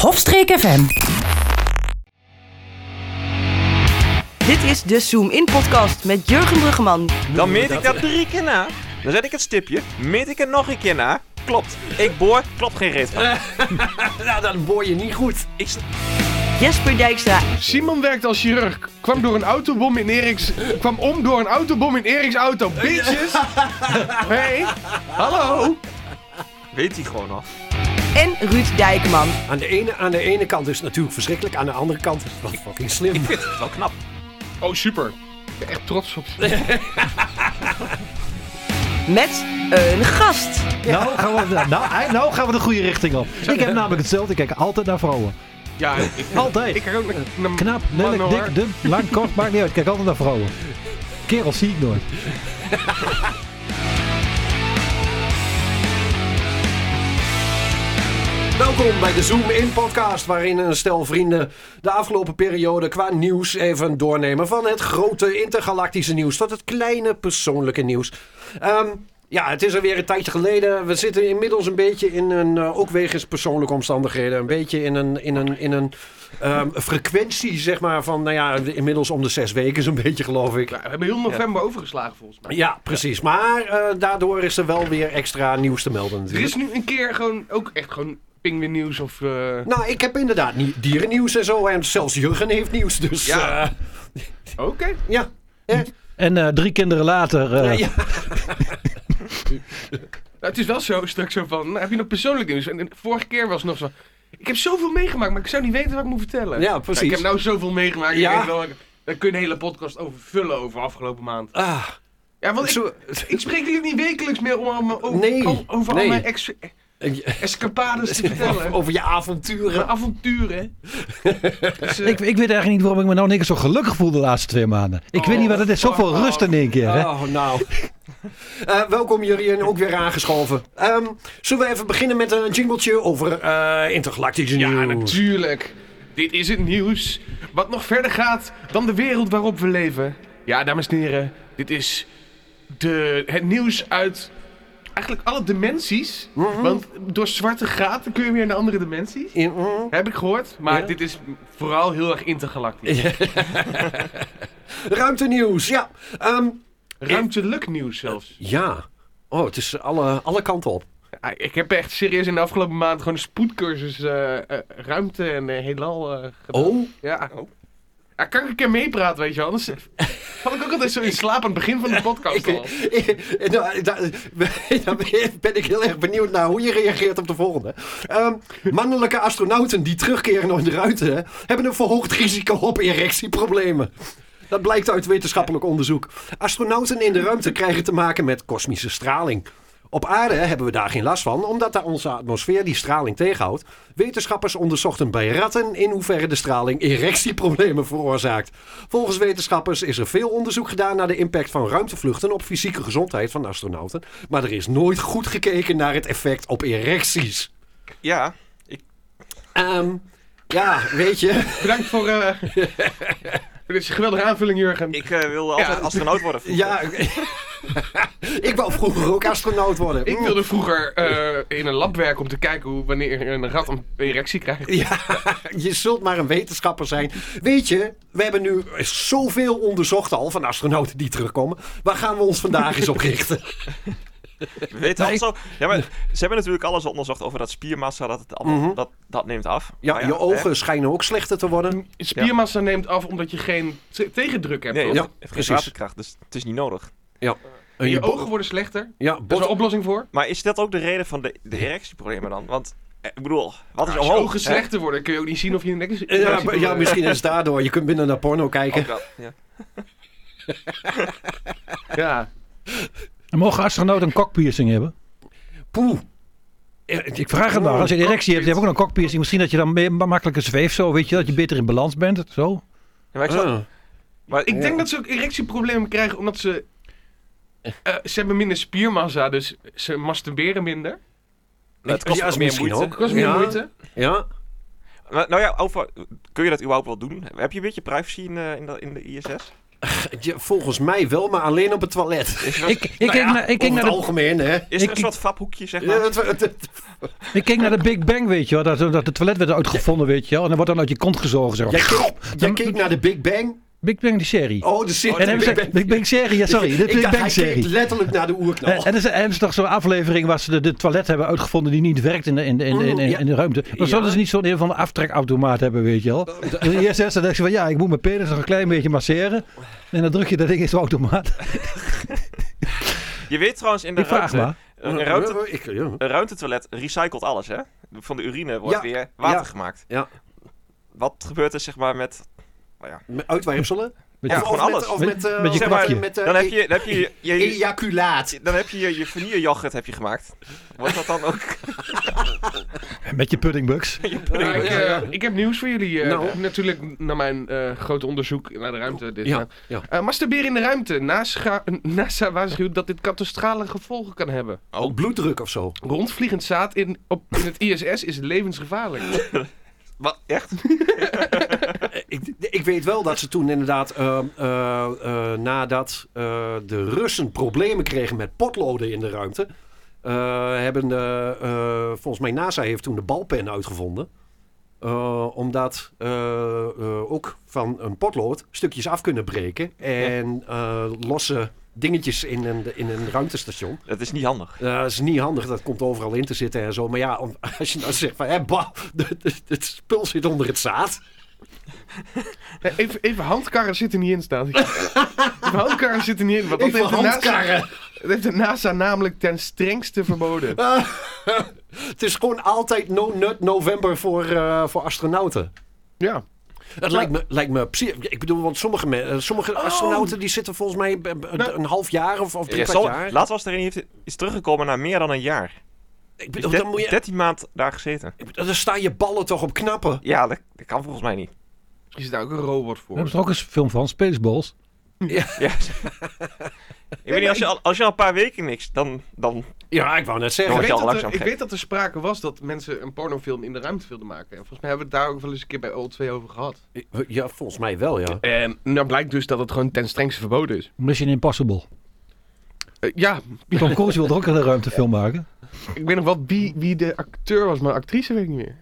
Hofstreek FM. Dit is de Zoom In podcast met Jurgen Bruggeman. Dan meet ik dat 3 keer na. Dan zet ik het stipje. Meet ik er nog een keer na. Klopt. Ik boor. Klopt geen reet van. Nou, dan boor je niet goed. Jesper Dijkstra. Simon werkt als chirurg. Kwam om door een autobom in Eriks auto. Bitches! Hey, hallo! Weet hij gewoon nog. En Ruud Dijkman. Aan de ene kant is het natuurlijk verschrikkelijk. Aan de andere kant is het wel fucking slim. Ik vind het wel knap. Oh, super. Ik ben echt trots op je. Met een gast. Nou gaan we de goede richting op. Ik heb namelijk hetzelfde. Ik kijk altijd naar vrouwen. Ja, Altijd. Ik kijk ook naar Knap, lelijk, mannen, dik, hoor. dun, lang, kort, maakt niet uit. Ik kijk altijd naar vrouwen. Kerels zie ik nooit. Welkom bij de Zoom In podcast, waarin een stel vrienden de afgelopen periode qua nieuws even doornemen. Van het grote intergalactische nieuws tot het kleine persoonlijke nieuws. Ja, het is alweer een tijdje geleden. We zitten inmiddels een beetje in een, ook wegens persoonlijke omstandigheden, een beetje in een frequentie, zeg maar, van, nou ja, inmiddels om de 6 weken zo'n beetje, geloof ik. Ja, we hebben heel november overgeslagen volgens mij. Ja, precies. Maar daardoor is er wel weer extra nieuws te melden Er natuurlijk. is nu een keer gewoon, ook echt gewoon pinguïnnieuws of... Nou, ik heb inderdaad dierennieuws en zo. En zelfs Jurgen heeft nieuws, dus... Ja. Oké. Ja. En 3 kinderen later... Ja. Nou, het is wel zo, straks zo van, nou, heb je nog persoonlijk nieuws? En de vorige keer was het nog zo, ik heb zoveel meegemaakt, maar ik zou niet weten wat ik moet vertellen. Ja, precies. Nou, ik heb nou zoveel meegemaakt, Ja. ik weet wel, daar kun je een hele podcast over vullen over afgelopen maand. Ah, Ja, want ik spreek jullie niet wekelijks meer om over Nee, al nee. mijn escapades te vertellen. over je Mijn avonturen. avonturen. Dus, Ik weet eigenlijk niet waarom ik me nou in één keer zo gelukkig voel de laatste 2 maanden. Ik weet niet wat het is. Zoveel rust in één keer, hè? Oh, nou. Welkom jullie en ook weer aangeschoven. Zullen we even beginnen met een jingletje over intergalactische nieuws? ja, natuurlijk. Dit is het nieuws wat nog verder gaat dan de wereld waarop we leven. Ja, dames en heren, dit is het nieuws uit eigenlijk alle dimensies. Want door zwarte gaten kun je weer naar andere dimensies. Heb ik gehoord. Maar Ja. dit is vooral heel erg intergalactisch. Ruimtenieuws, ja. Ruimtelijk nieuws zelfs. Ja. Oh, het is alle kanten op. Ja, ik heb echt serieus in de afgelopen maand gewoon een spoedcursus ruimte en heelal gedaan. Oh. Ja. Ja, kan ik een keer meepraten, weet je wel? Anders val ik ook altijd zo in slaap aan het begin van de podcast al. Dan ben ik heel erg benieuwd naar hoe je reageert op de volgende. Mannelijke astronauten die terugkeren naar de ruimte hebben een verhoogd risico op erectieproblemen. Dat blijkt uit wetenschappelijk onderzoek. Astronauten in de ruimte krijgen te maken met kosmische straling. Op aarde hebben we daar geen last van, omdat onze atmosfeer die straling tegenhoudt. Wetenschappers onderzochten bij ratten in hoeverre de straling erectieproblemen veroorzaakt. Volgens wetenschappers is er veel onderzoek gedaan naar de impact van ruimtevluchten op fysieke gezondheid van astronauten. Maar er is nooit goed gekeken naar het effect op erecties. Ja. Ja, weet je. Bedankt voor deze geweldige aanvulling, Jurgen. Ik wilde altijd astronaut worden. Ja, ik wou vroeger ook astronaut worden. Ik wilde vroeger in een lab werken om te kijken wanneer een rat een erectie krijgt. Ja, je zult maar een wetenschapper zijn. Weet je, we hebben nu zoveel onderzocht al van astronauten die terugkomen. Waar gaan we ons vandaag eens op richten? We weten al zo. Ja, maar ze hebben natuurlijk alles onderzocht over dat spiermassa. Dat het allemaal, dat neemt af. Ja, Maar je ogen schijnen ook slechter te worden. Spiermassa neemt af omdat je geen tegendruk hebt. Nee, toch? je Ja, hebt geen precies. zwaartekracht, dus het is niet nodig. Ja. En je ogen worden slechter. Ja, Daar is een oplossing voor. Maar is dat ook de reden van de erectieproblemen dan? Want, ik bedoel, wat is Als je omhoog? ogen slechter worden, kun je ook niet zien of je een erectie Ja, misschien is het daardoor. Je kunt binnen naar porno kijken. Ook wel, ja. Ja. En mogen astronauten een cockpiercing hebben? Poeh. Ik vraag het maar. Als je een erectie hebt, je hebt ook een cockpiercing. Misschien dat je dan makkelijker zweeft zo, weet je. Dat je beter in balans bent, zo. Ja, maar ik zou- Ah. maar Ik denk dat ze ook erectieproblemen krijgen omdat ze hebben minder spiermassa, dus ze masturberen minder. het kost Ja, ook meer misschien moeite. ook. Kost meer Ja. moeite. Ja. Nou ja, kun je dat überhaupt wel doen? Heb je een beetje privacy in de ISS? Volgens mij wel, maar alleen op het toilet. Ik keek naar de algemeen, hè? Is er een soort vaphoekje, zeg maar? Ik keek naar de Big Bang, weet je wel. Dat de toilet werd uitgevonden, weet je wel. En dan wordt dan uit je kont gezogen. Zeg maar. Jij keek naar de Big Bang? Big Bang, die serie. Oh, de serie. En hebben ze Big Bang serie, ja sorry. De Big Bang Hij serie. keek letterlijk naar de oerknal. En er is toch zo'n aflevering waar ze de toilet hebben uitgevonden die niet werkt in de ruimte. Dan zouden ze niet zo'n een van de aftrekautomaat hebben, weet je wel. Eerst dan denk je van ik moet mijn penis nog een klein beetje masseren. En dan druk je dat ding in zo'n automaat. Je weet trouwens in de Ik vraag ruimte... maar. Een ruimtetoilet recycelt alles, hè? Van de urine wordt weer water gemaakt. Ja. Wat gebeurt er, zeg maar, met... Met uitwerpselen? Gewoon alles. Met je zeg maar, kwakje. dan heb je ejaculaat. Dan heb je je vanillejoghurt heb je gemaakt. Wordt dat dan ook... Met je puddingbugs. Ik heb nieuws voor jullie. Nou. Natuurlijk naar mijn grote onderzoek naar de ruimte. Ja. Masturberen in de ruimte. NASA waarschuwt dat dit katastrofale gevolgen kan hebben. Ook bloeddruk of zo. Rondvliegend zaad in het ISS is levensgevaarlijk. Wat? Echt? Ik weet wel dat ze toen inderdaad, nadat de Russen problemen kregen met potloden in de ruimte, volgens mij NASA heeft toen de balpen uitgevonden. Omdat ook van een potlood stukjes af kunnen breken en losse dingetjes in een ruimtestation. Dat is niet handig. Dat is niet handig, dat komt overal in te zitten en zo. Maar ja, als je nou zegt van, het spul zit onder het zaad. Even handkarren zit er niet in, staat. Handkarren zit er niet in. Want dat heeft de NASA namelijk ten strengste verboden. Het is gewoon altijd no-nut November voor astronauten. Ja. Het lijkt me ik bedoel, want sommige astronauten die zitten volgens mij een half jaar of 3/4 jaar. Laatst was er een die is teruggekomen na meer dan een jaar. Ik bedoel, dan moet je 13 maanden daar gezeten. Dan staan je ballen toch op knappen. Ja, dat kan volgens mij niet. Misschien is daar ook een robot voor. We hebben er ook een film van, Spaceballs. Ja. Ik weet niet, als je al een paar weken niks, dan... Ja, ik wou net zeggen. Ik weet dat er sprake was dat mensen een pornofilm in de ruimte wilden maken. En volgens mij hebben we het daar ook wel eens een keer bij OL2 over gehad. Ja, volgens mij wel, ja. En nou blijkt dus dat het gewoon ten strengste verboden is. Mission Impossible. Ja. Tom Cruise wilde ook een ruimtefilm maken. Ik weet nog wel wie de acteur was, maar actrice weet ik niet meer.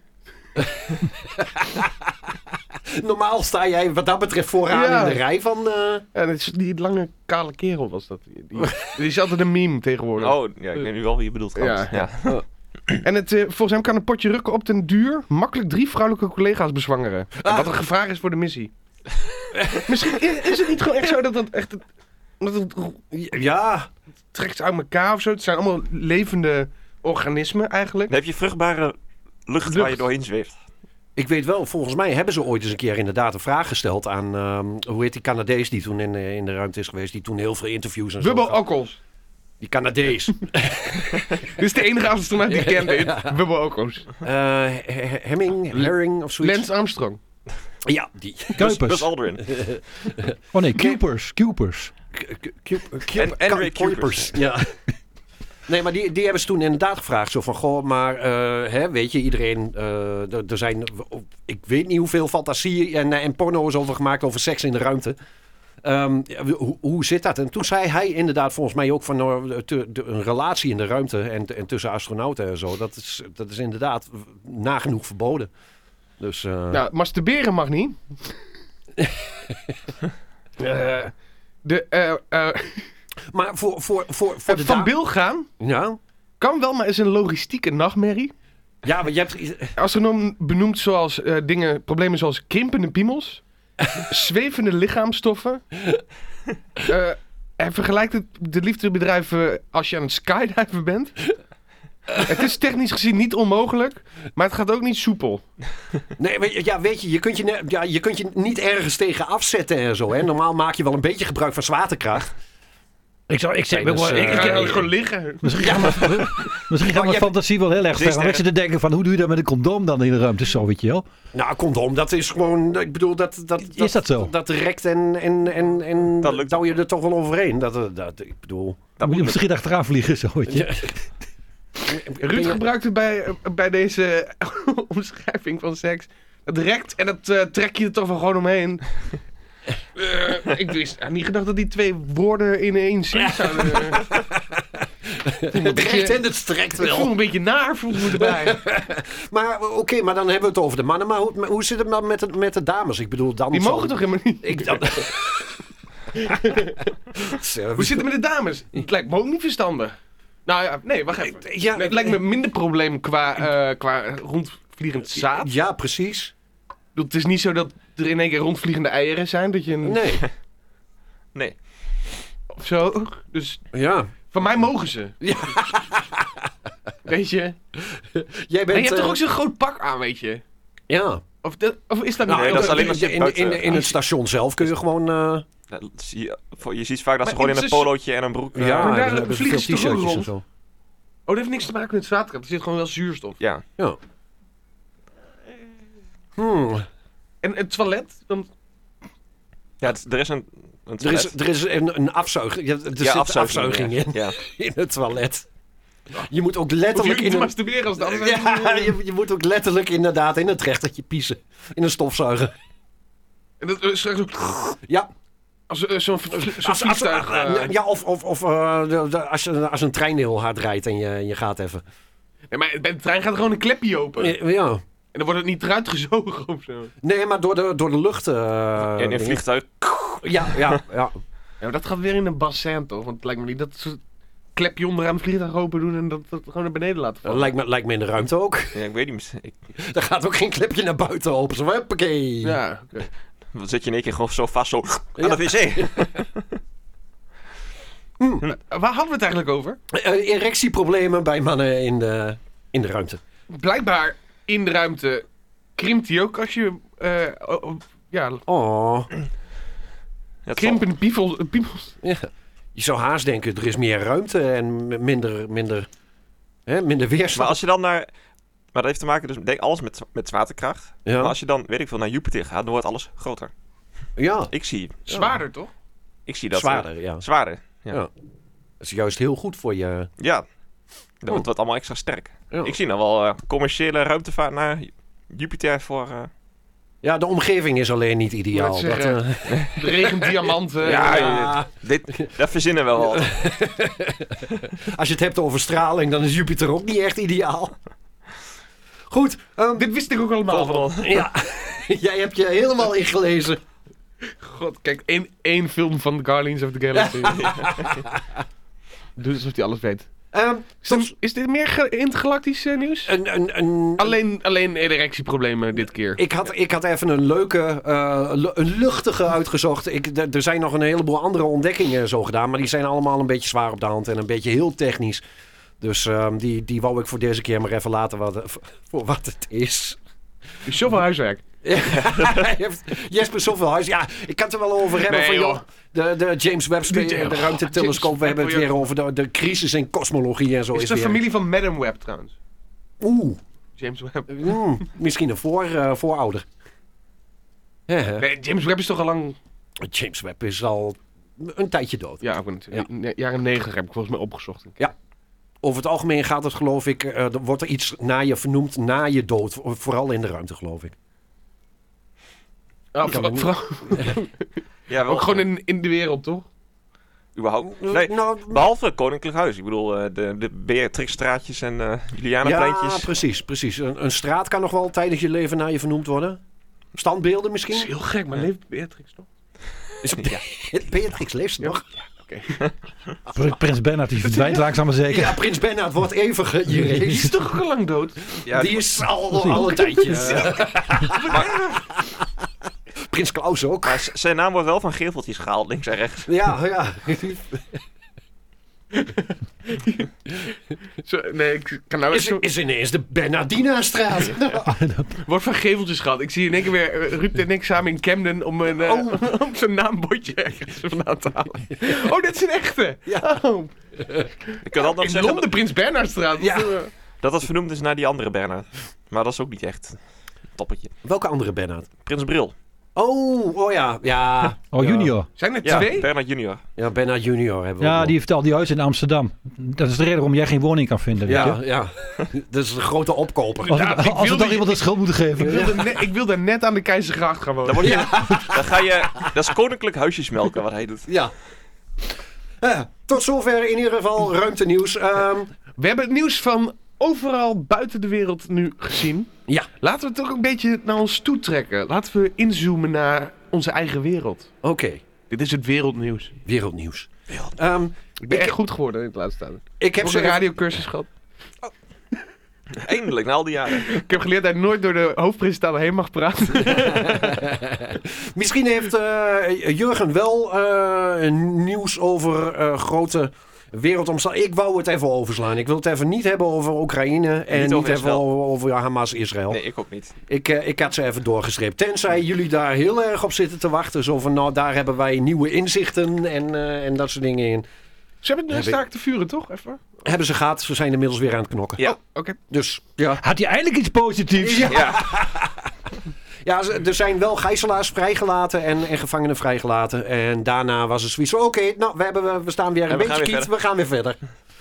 Normaal sta jij wat dat betreft vooraan in de rij van... Ja, die lange kale kerel was dat. Die is altijd een meme tegenwoordig. Oh, ja, ik weet nu wel wie je bedoelt trouwens. Ja. En volgens hem kan een potje rukken op den duur makkelijk 3 vrouwelijke collega's bezwangeren. Wat een gevaar is voor de missie. Misschien is het niet gewoon echt zo dat het echt... Ja. Het trekt uit elkaar of zo. Het zijn allemaal levende organismen eigenlijk. Dan heb je vruchtbare lucht waar je doorheen zweeft. Ik weet wel, volgens mij hebben ze ooit eens een keer inderdaad een vraag gesteld aan, hoe heet die Canadees die toen in de ruimte is geweest, die toen heel veel interviews en zo. Wubbel Okkels. Die Canadees. Dit is de enige astronaut die ik kende. Wubbel Okkels. Herring of zoiets. Lance Armstrong. Ja, die. Kuipers. Buzz Aldrin. Oh nee, Cupers. Andrew Cupers. Ja. Nee, maar die hebben ze toen inderdaad gevraagd. Zo van, goh, maar weet je, iedereen... er zijn, ik weet niet hoeveel fantasie en porno's over gemaakt over seks in de ruimte. Hoe zit dat? En toen zei hij inderdaad volgens mij ook van een relatie in de ruimte en tussen astronauten en zo. Dat is inderdaad nagenoeg verboden. Dus, Nou, masturberen mag niet. Maar voor de Van Bil gaan ja? kan wel, maar is een logistieke nachtmerrie. Ja, maar je hebt... Astronoom benoemt zoals problemen zoals krimpende piemels, zwevende lichaamstoffen. Hij vergelijkt de liefdesbedrijven als je aan het skydiven bent. Het is technisch gezien niet onmogelijk, maar het gaat ook niet soepel. Nee, ja, weet je, je kunt je niet ergens tegen afzetten en zo. Hè? Normaal maak je wel een beetje gebruik van zwaartekracht. Ik ga gewoon liggen. Misschien gaat mijn fantasie wel heel erg ver. Om te denken van, hoe doe je dat met een condoom dan in de ruimte? Zo, weet je wel? Nou, condoom, dat is gewoon... Ik bedoel, is dat zo? Dat rekt en douw je er toch wel overheen. Ik bedoel... Dat moet je misschien achteraan vliegen, zo, weet je. Ja. Ruud gebruikte bij deze omschrijving van seks... Het rekt en dat trek je er toch wel gewoon omheen. Ik had niet gedacht dat die 2 woorden in één zin zouden... Het rekt en het strekt Ik voel me wel. een beetje naar, voel me erbij. Maar oké, maar dan hebben we het over de mannen. Maar hoe zit het dan met de dames? Ik bedoel, dan Die mogen toch helemaal niet? Hoe zit het met de dames? Het lijkt me ook niet verstandig. Nou ja, nee, wacht even. Ja, Nee, het lijkt me een minder probleem qua rondvliegend zaad. Ja, precies. Ik bedoel, het is niet zo dat er in één keer rondvliegende eieren zijn, dat je een... Nee. Nee. Of zo. Dus Ja. van mij mogen ze. Ja. Weet je? Jij Maar bent... je hebt toch ook zo'n groot pak aan, weet je? Ja. Of is dat Nou, niet... dat is alleen als je in het station zelf kun je gewoon... Je ziet vaak dat ze Maar gewoon in een polootje en een broek... ja, maar daar daar hebben ze vliegen veel ze toch ook t-shirtjes en rond? zo. Oh, dat heeft niks te maken met zwaartekracht. Er zit gewoon wel zuurstof. Ja. Ja. En het toilet? Dan... Ja, er is een Er is een afzuiging. Ja, er zit afzuiging in, Ja. in het toilet. Je moet ook Of letterlijk jullie in te een... masturberen als dat. Ja, je moet ook letterlijk inderdaad in het trechtertje piezen. In een stofzuiger. En dat is straks ook... Ja. Als zo'n vliegtuig... Ja, of als een trein heel hard rijdt en je gaat even. Nee, maar bij de trein gaat er gewoon een klepje open. Ja. En dan wordt het niet eruit gezogen of zo. Nee, maar door de lucht. In een dingen. vliegtuig. Ja. Ja, maar dat gaat weer in een bassin toch? Want het lijkt me niet dat ze het klepje onderaan het vliegtuig open doen en dat gewoon naar beneden laten vallen. Lijkt me in de ruimte ook. Ja, ik weet niet. Er gaat ook geen klepje naar buiten open. Zo, huppakee. Ja, oké. Dan zit je in één keer gewoon zo vast zo Ja. aan de wc. Waar hadden we het eigenlijk over? Erectieproblemen bij mannen in de ruimte. Blijkbaar in de ruimte krimpt die ook als je... Oh. Het krimpende piemels. Ja. Je zou haast denken, er is meer ruimte en minder weerstand. Maar als je dan naar... Maar dat heeft te maken, dus denk alles met zwaartekracht. Ja. Maar als je dan, weet ik veel, naar Jupiter gaat, dan wordt alles groter. Ja, Ik zie Zwaarder toch? dat... zwaarder, ja. Zwaarder, ja. Ja. Dat is juist heel goed voor je... Ja. Dat wordt allemaal extra sterk. Ja. Ik zie nou wel commerciële ruimtevaart naar Jupiter voor... Ja, de omgeving is alleen niet ideaal. Ik wou net zeggen, er regent diamanten. Ja, dat verzinnen we wel. Als je het hebt over straling, dan is Jupiter ook niet echt ideaal. Goed, Dit wist ik ook allemaal. ja. Jij hebt je helemaal ingelezen. God, kijk, één film van Guardians of the Galaxy. Doe alsof hij alles weet. Is dit meer intergalactisch nieuws? Alleen erectieproblemen dit keer. Ik had even een leuke, een luchtige uitgezocht. Er zijn nog een heleboel andere ontdekkingen zo gedaan. Maar die zijn allemaal een beetje zwaar op de hand en een beetje heel technisch. Dus die wou ik voor deze keer maar even laten voor wat het is. Dus zoveel huiswerk. Jesper, zoveel huis. Ja, ik kan het er wel over hebben. Nee, van, joh, de James Webb de ruimtetelescoop. We hebben het weer over de crisis in kosmologie en zo. Is het de familie van Madame Webb trouwens? James Webb. Misschien een voorouder. Nee, James Webb is toch al lang... James Webb is al een tijdje dood. Ja, jaren 90 heb ik volgens mij opgezocht. Ja. Over het algemeen gaat het, geloof ik, er wordt er iets naar je vernoemd na je dood. Vooral in de ruimte, geloof ik. Ja, wel ook gewoon in de wereld, toch? Überhaupt. Nee, behalve Koninklijk Huis. Ik bedoel, de Beatrixstraatjes en Julianapleintjes. Ja, precies. Een straat kan nog wel tijdens je leven naar je vernoemd worden. Standbeelden misschien? Dat is heel gek, maar leeft Beatrix toch? Beatrix leeft ze nog? Okay. Prins Bernhard die verdwijnt langzaam maar zeker. Ja, Prins Bernhard wordt even geïreerd. Die is toch al lang dood? Ja, die is al een tijdje. Prins Klaus ook. Maar zijn naam wordt wel van geveltjes gehaald, links en rechts. Ja. Nee, ik kan nou is ineens de Bernardina-straat. Wordt van geveltjes gehad. Ik zie in één keer weer Ruud en ik samen in Camden om zo'n naambordje ergens vandaan te halen. Oh, dat is een echte! Ja. Oh. Ik kan altijd In zeggen Londen, Prins Bernhardstraat. Ja. dat het vernoemd is naar die andere Bernhard. Maar dat is ook niet echt een toppetje. Welke andere Bernhard? Prins Bril. Oh ja. Junior. Zijn er Ja, 2? Bernard Junior. Ja, Bernard Junior hebben we ook Ja, nog. die heeft al die huis in Amsterdam. Dat is de reden waarom jij geen woning kan vinden. Weet je? Ja. Dat is een grote opkoper. Als, Ja, als ik we wilde- toch iemand de schuld moeten geven. Ik wil daar net aan de Keizergracht gaan wonen. Dan, dan ga je... Dat is koninklijk huisjesmelken wat hij doet. Ja. Tot zover in ieder geval ruimtenieuws. We hebben het nieuws van overal buiten de wereld nu gezien. Ja. Laten we het ook een beetje naar ons toe trekken. Laten we inzoomen naar onze eigen wereld. Oké, Dit is het wereldnieuws. wereldnieuws. Ik ben echt goed geworden in het laatste tijd. Ik Ik heb heb ze een radiocursus gehad. Eindelijk, na al die jaren. Ik heb geleerd dat je nooit door de hoofdpresentator heen mag praten. Misschien heeft Jurgen wel nieuws over grote wereldomstandigheden. Ik wou het even overslaan. Ik wil het even niet hebben over Oekraïne en Niet niet over even Israël. over Hamas-Israël. Nee, ik ook niet. Ik had ze even doorgestreept. Tenzij jullie daar heel erg op zitten te wachten. Zo van, nou, daar hebben wij nieuwe inzichten en dat soort dingen in. Ze hebben het nu staak te vuren, toch? Even. Hebben ze gehad. Ze zijn inmiddels weer aan het knokken. Ja. Oh, oké. Dus, ja. Had hij eindelijk iets positiefs? Ja. Ja, er zijn wel gijzelaars vrijgelaten en gevangenen vrijgelaten. En daarna was het zoiets van, oké, nou, we staan weer een we beetje gaan weer kiet. We gaan weer verder.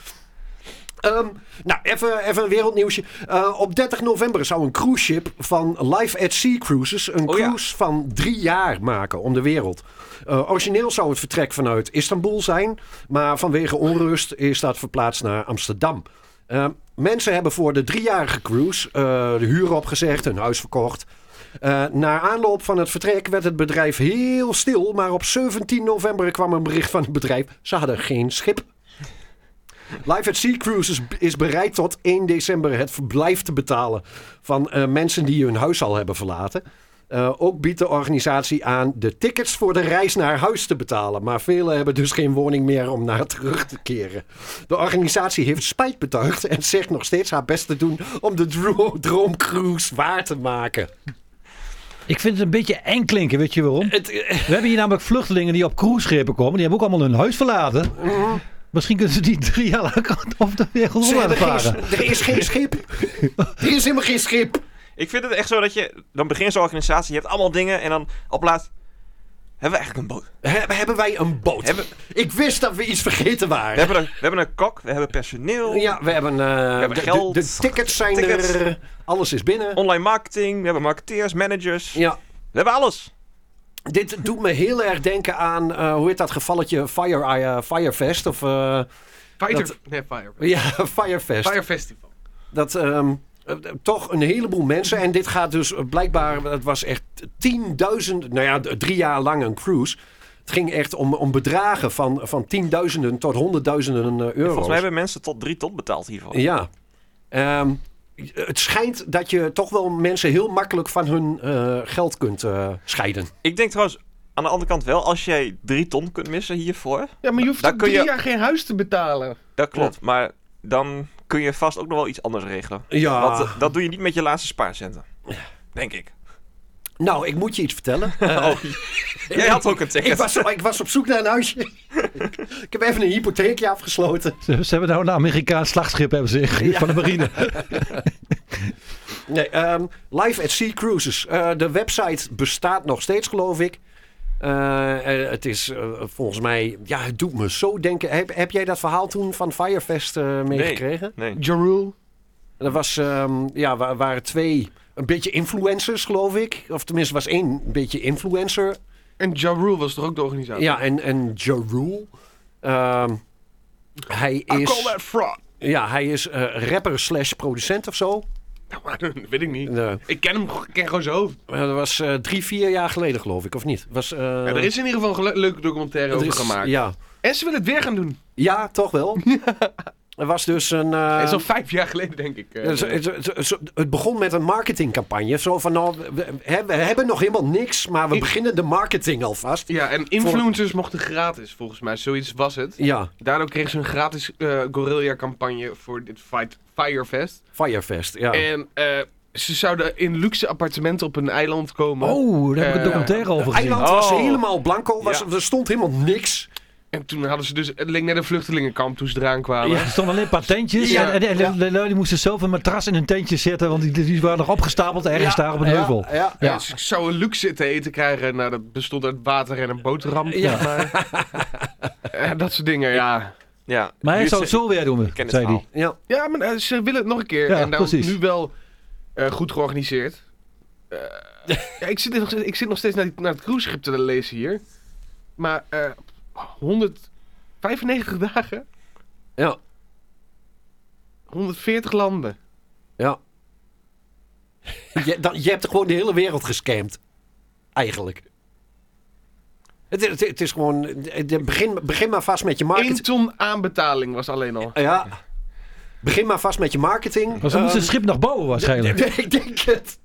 Nou, even een wereldnieuwsje. Op 30 november zou een cruiseschip van Life at Sea Cruises een cruise van 3 jaar maken om de wereld. Origineel zou het vertrek vanuit Istanbul zijn, maar vanwege onrust is dat verplaatst naar Amsterdam. Mensen hebben voor de 3-jarige cruise de huur opgezegd, hun huis verkocht. Na aanloop van het vertrek werd het bedrijf heel stil, maar op 17 november kwam een bericht van het bedrijf. Ze hadden geen schip. Life at Sea Cruises is bereid tot 1 december het verblijf te betalen van mensen die hun huis al hebben verlaten. Ook biedt de organisatie aan de tickets voor de reis naar huis te betalen. Maar velen hebben dus geen woning meer om naar terug te keren. De organisatie heeft spijt betuigd en zegt nog steeds haar best te doen om de droomcruise waar te maken. Ik vind het een beetje eng klinken, weet je waarom? We hebben hier namelijk vluchtelingen die op cruiseschepen komen. Die hebben ook allemaal hun huis verlaten. Misschien kunnen ze die 3 jaar lang op de wereld Ze laten hebben varen. er is geen schip. Er is helemaal geen schip. Ik vind het echt zo dat je... Dan begint zo'n organisatie, je hebt allemaal dingen en dan op laatst... Hebben we eigenlijk een boot? Hebben wij een boot? Ik wist dat we iets vergeten waren. We hebben een kok, we hebben personeel, Ja, we hebben, geld. De tickets zijn Tickets. er. Alles is binnen. online marketing, we hebben marketeers, managers. Ja. We hebben alles. Dit doet me heel erg denken aan, hoe heet dat gevalletje? Firefest of... Fire. ja, Firefest. Fire Festival. Dat toch een heleboel mensen. En dit gaat dus blijkbaar... Het was echt 10.000... Nou ja, 3 jaar lang een cruise. Het ging echt om bedragen van 10.000 tot 100.000 euro's. Volgens mij hebben mensen tot 3 ton betaald hiervoor. Ja. Het schijnt dat je toch wel mensen heel makkelijk van hun geld kunt scheiden. Ik denk trouwens, aan de andere kant wel, als jij 3 ton kunt missen hiervoor... Ja, maar je hoeft Dan ook kun 3 je- jaar geen huis te betalen. Dat klopt, maar dan kun je vast ook nog wel iets anders regelen. Ja. Want dat doe je niet met je laatste spaarcenten. Denk ik. Nou, ik moet je iets vertellen. Jij had ook een ticket. Ik was op zoek naar een huisje. Ik heb even een hypotheekje afgesloten. Ze hebben nou een Amerikaans slagschip hebben ze ingehuurd van de marine. Nee, Life at Sea Cruises. De website bestaat nog steeds, geloof ik. Het is volgens mij... Ja, het doet me zo denken. Heb jij dat verhaal toen van Firefest meegekregen? Nee. Jarul. Er was, waren 2... Een beetje influencers, geloof ik. Of tenminste, was 1 een beetje influencer. En Jarul was toch ook de organisatie? Ja, en Ja Rule. Hij I call is... that fraud. Ja, hij is rapper / producent of zo. Nou, maar dat weet ik niet. Nee. Ik ken gewoon zijn hoofd. Dat was 3-4 jaar geleden, geloof ik, of niet? Was, Ja, er is in ieder geval een leuke documentaire over gemaakt. Ja. En ze willen het weer gaan doen. Ja, toch wel. Er was dus een... Het is al 5 jaar geleden, denk ik. Het begon met een marketingcampagne. Zo van, nou, we hebben nog helemaal niks, maar we beginnen de marketing alvast. Ja, en influencers mochten gratis, volgens mij. Zoiets was het. Ja, Daardoor kregen ze een gratis guerrilla-campagne voor dit Firefest. Firefest, ja. En ze zouden in luxe appartementen op een eiland komen. Oh, daar heb ik een documentaire over Het gezien. eiland was Oh. helemaal blanco. Ja. Er stond helemaal niks. En toen hadden ze dus... Het leek net een vluchtelingenkamp toen ze eraan kwamen. Ja, er stonden alleen een paar tentjes. Ja. En de lui die moesten zelf een matras in hun tentje zetten. Want die waren nog opgestapeld ergens daar op een heuvel. Ja, dus ik zou een luxe te eten krijgen. Nou, dat bestond uit water en een boterham. Ja. Maar. Dat soort dingen, ja. Ja, Maar hij nu zou het zo weer doen, ken het zei hij. verhaal. Ja. Ja, maar ze willen het nog een keer. Ja, en daarom precies. nu wel goed georganiseerd. Ja, ik zit nog steeds naar het cruiseschip te lezen hier. Maar 195 dagen, Ja. 140 landen. Ja. Je hebt gewoon de hele wereld gescamd. Eigenlijk. Het is gewoon... Begin maar vast met je 1 marketing. ton aanbetaling was alleen al. Ja. Begin maar vast met je marketing. Maar ze moesten het schip nog bouwen waarschijnlijk. Ik denk het.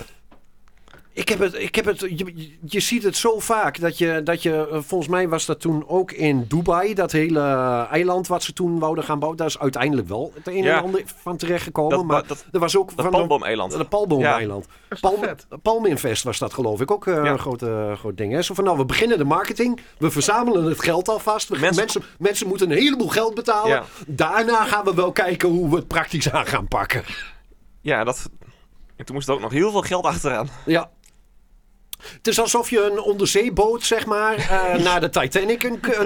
Ik heb het je ziet het zo vaak dat je volgens mij was dat toen ook in Dubai, dat hele eiland wat ze toen wouden gaan bouwen, daar is uiteindelijk wel het een en ander van terechtgekomen. Maar er was ook Dat Palmboom-eiland. de Palmboom-eiland. Dat is toch vet? Palminvest was dat geloof ik ook een groot ding. Hè? Zo van nou, we beginnen de marketing, we verzamelen het geld alvast. Mensen moeten een heleboel geld betalen. Ja. Daarna gaan we wel kijken hoe we het praktisch aan gaan pakken. Ja, en toen moest er ook nog heel veel geld achteraan. Ja. Het is alsof je een onderzeeboot, zeg maar, naar de Titanic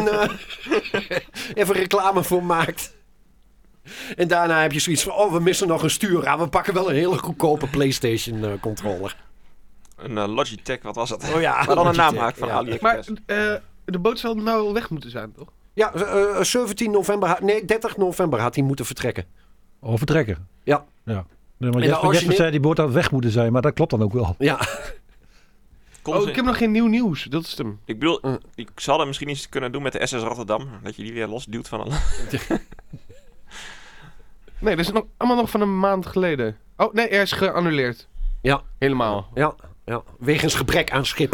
even reclame voor maakt. En daarna heb je zoiets van, we missen nog een stuur. Ah, we pakken wel een hele goedkope PlayStation controller. Een Logitech, wat was het? Oh ja, maar dan een Logitech, naamhaak van ja. AliExpress. Maar de boot zal nou al weg moeten zijn, toch? Ja, 30 november had hij moeten vertrekken. Vertrekken. Ja. Ja. Nee, maar En de Jesper zei die boot had weg moeten zijn, maar dat klopt dan ook wel. Ja. Ik heb nog geen nieuw nieuws. Dat is hem. Ik bedoel, ik zou dat misschien iets kunnen doen met de SS Rotterdam. Dat je die weer losduwt van een... Nee, dat is allemaal nog van een maand geleden. Oh, nee, er is geannuleerd. Ja. Helemaal. Ja. Wegens gebrek aan schip.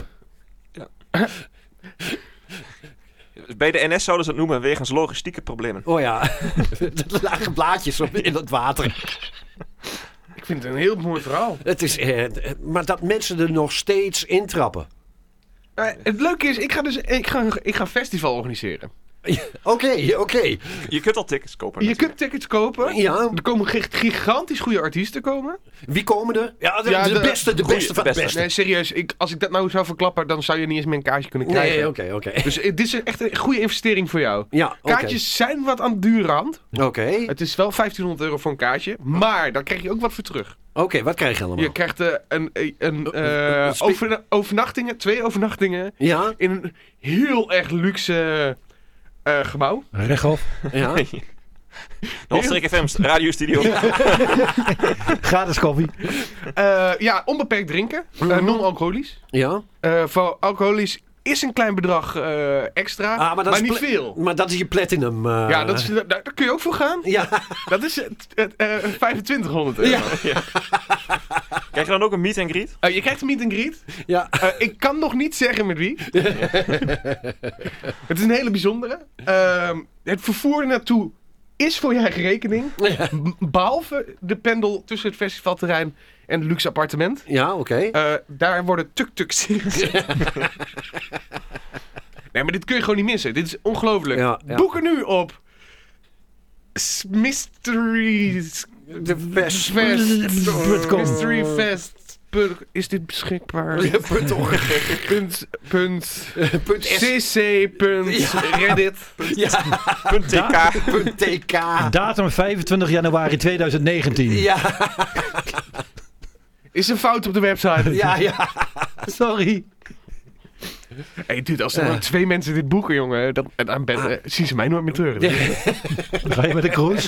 Bij de NS zouden ze het noemen wegens logistieke problemen. Oh ja. Er lagen blaadjes in het water. Ik vind het een heel mooi verhaal. Het is, maar dat mensen er nog steeds intrappen. Het leuke is, ik ga een festival organiseren. Oké. Je kunt al tickets kopen. Je natuurlijk. kunt tickets kopen. Ja. Er komen gigantisch goede artiesten komen. Wie komen er? Ja, de beste van de beste. Nee, serieus. Als ik dat nou zou verklappen, dan zou je niet eens meer een kaartje kunnen krijgen. Nee, oké. Dus dit is echt een goede investering voor jou. Ja, Kaartjes zijn wat aan de dure hand. Oké. Het is wel €1500 voor een kaartje. Maar dan krijg je ook wat voor terug. Oké, wat krijg je allemaal? Je krijgt overnachtingen, 2 overnachtingen. Ja? In een heel erg luxe gebouw. Rechthof. Ja. Holstreek FM's radiostudio. Gratis koffie. Onbeperkt drinken. Non-alcoholisch. Ja. Voor alcoholisch is een klein bedrag extra, maar niet veel. Maar dat is je platinum. Daar kun je ook voor gaan. Ja. Dat is €2500. Ja. Krijg je dan ook een meet and greet? Je krijgt een meet and greet. Ja. Ik kan nog niet zeggen met wie. Het is een hele bijzondere. Het vervoer naartoe is voor je eigen rekening. Ja. Behalve de pendel tussen het festivalterrein en het luxe appartement. Ja, oké. Daar worden tuk-tuks ingezet. Nee, maar dit kun je gewoon niet missen. Dit is ongelooflijk. Ja. Boek er nu op. Mysteries. De best. Mystery Fest. Is dit beschikbaar? cc.reddit. Ja. .tk. Datum 25 januari 2019. Ja. Is een fout op de website. Ja. Sorry. Hey, dude, als er maar 2 mensen dit boeken, jongen, dan zien ze mij nooit meer terug. Ga je met een cruise?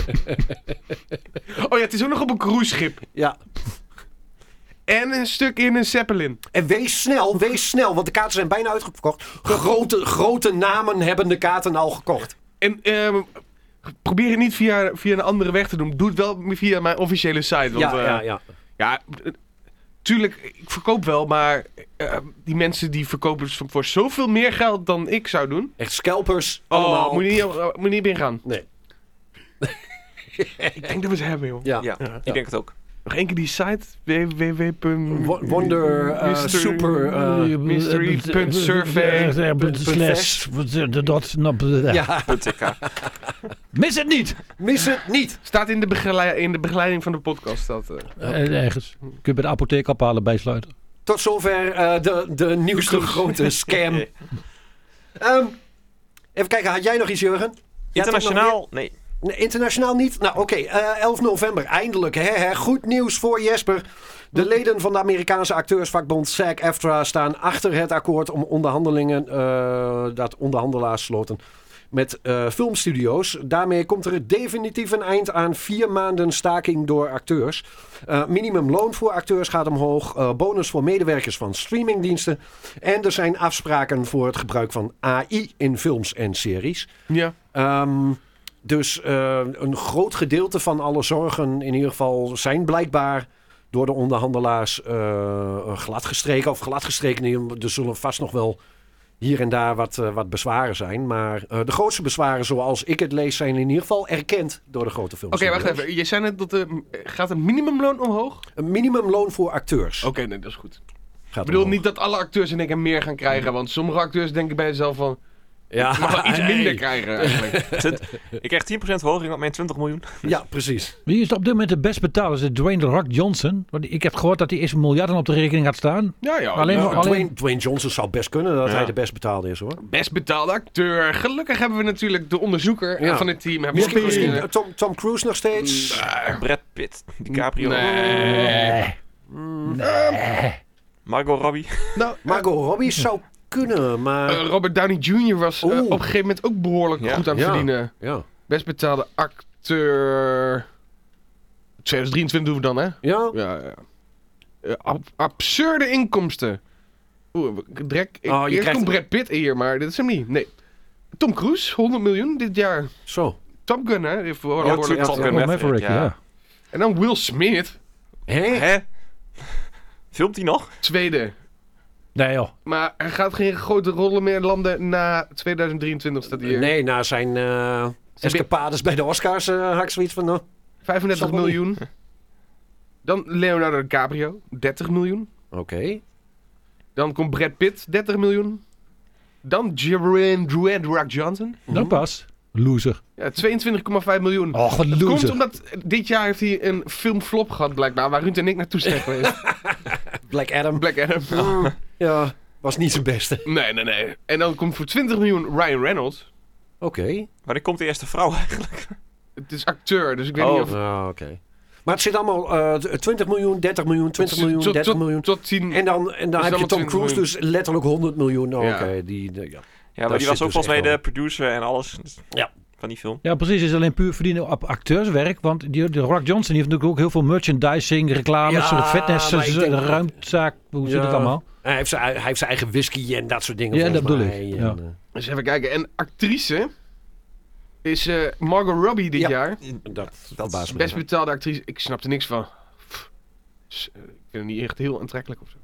Oh ja, het is ook nog op een cruiseschip. Ja. En een stuk in een Zeppelin. En wees snel, want de kaarten zijn bijna uitverkocht. Grote namen hebben de kaarten al gekocht. En probeer het niet via een andere weg te doen. Doe het wel via mijn officiële site. Want, ja, tuurlijk, ik verkoop wel, maar die mensen die verkopen voor zoveel meer geld dan ik zou doen. Echt scalpers, allemaal. Moet je niet op ingaan. Nee. Ik denk dat we het hebben, joh. Ja. Ja, ik denk het ook. Nog één keer die site. www.mystery.survey Ja, Mis het niet! mis het niet. Staat in de begeleiding van de podcast. Ergens. Kun je bij de apotheek ophalen, bijsluiten. Tot zover de nieuwste grote scam. Even kijken, had jij nog iets, Jurgen? Internationaal, nee. Nee, internationaal niet? Nou oké, 11 november, eindelijk. Goed nieuws voor Jesper. De leden van de Amerikaanse acteursvakbond SAG-AFTRA staan achter het akkoord om dat onderhandelaars sloten met filmstudio's. Daarmee komt er definitief een eind aan 4 maanden staking door acteurs. Minimumloon voor acteurs gaat omhoog. Bonus voor medewerkers van streamingdiensten. En er zijn afspraken voor het gebruik van AI in films en series. Ja. Dus een groot gedeelte van alle zorgen in ieder geval zijn blijkbaar door de onderhandelaars gladgestreken. Of gladgestreken, er zullen vast nog wel hier en daar wat bezwaren zijn. Maar de grootste bezwaren, zoals ik het lees, zijn in ieder geval erkend door de grote filmstudio's. Oké, wacht even. Je zei net dat gaat het minimumloon omhoog? Een minimumloon voor acteurs. Oké, nee, dat is goed. Gaat Ik bedoel omhoog. niet dat alle acteurs in één keer meer gaan krijgen. Want sommige acteurs denken bij jezelf van... Ja, Ik mag wel iets minder krijgen eigenlijk. Ik krijg 10% verhoging op mijn 20 miljoen. Ja, precies. Wie is op dit moment de best betaler? Is het Dwayne The Rock Johnson? Want ik heb gehoord dat hij eerst miljarden op de rekening gaat staan. Ja. Alleen- Dwayne Johnson zou best kunnen dat hij de best betaalde is, hoor. Best betaalde acteur. Gelukkig hebben we natuurlijk de onderzoeker Ja. van het team. Hebben we Misschien Tom Cruise nog steeds. Brad Pitt, DiCaprio, Nee. Margot Robbie. Nou, Margot Robbie zou kunnen, maar... Robert Downey Jr. was op een gegeven moment ook behoorlijk goed aan het verdienen. Ja. Best betaalde acteur... 2023 doen we dan, hè? Ja? Ja. Absurde inkomsten. je Eerst krijgt- komt Brad Pitt hier, maar dit is hem niet. Nee. Tom Cruise, 100 miljoen dit jaar. Zo. Top Gun, hè? Die heeft Ja, behoorlijk- natuurlijk Top Gun Oh, Maverick, Maverick, ja. En dan Will Smith, Hè? Filmt hij nog? tweede. Nee joh. Maar hij gaat geen grote rollen meer landen na 2023, staat hier. Nee, na zijn escapades bij de Oscars had ik zoiets van... 35 Zal wel miljoen. Dan Leonardo DiCaprio, 30 miljoen. Oké. Dan komt Brad Pitt, 30 miljoen. Dan Dwayne Rock Johnson. Dan pas. Loser. Ja, 22,5 miljoen. Och, wat Dat komt loser. omdat dit jaar heeft hij een filmflop gehad, blijkbaar, waar Ruud en ik naartoe zijn geweest. Black Adam. Black Adam. Ja, was niet zijn beste. Nee. En dan komt voor 20 miljoen Ryan Reynolds. Oké. Wanneer komt de eerste vrouw eigenlijk? Het is acteur, dus ik weet Oh. niet of... Oké. Maar het zit allemaal 20 miljoen, 30 miljoen, 20 miljoen, 30 miljoen. Tot 10... En dan heb je allemaal Tom 20 Cruise, miljoen. dus letterlijk 100 miljoen. Oh, Ja. Oké, ja. Ja, maar Daar die was zit ook dus volgens mij echt de wel- producer en alles Ja. van die film. Ja, precies. Is alleen puur verdienen op acteurswerk. Want die Rock Johnson die heeft natuurlijk ook heel veel merchandising, reclames, Ja, fitness, maar ik denk- ruimtezaak. Hoe zit Ja. het allemaal? Hij heeft zijn eigen whisky en dat soort dingen. Ja, volgens dat bedoel mij. ik, En, ja. Dus even kijken. En actrice is Margot Robbie dit Ja. jaar. Dat verbaast me. Best betaalde actrice. Ik snap er niks van. Ik vind het niet echt heel aantrekkelijk of zo.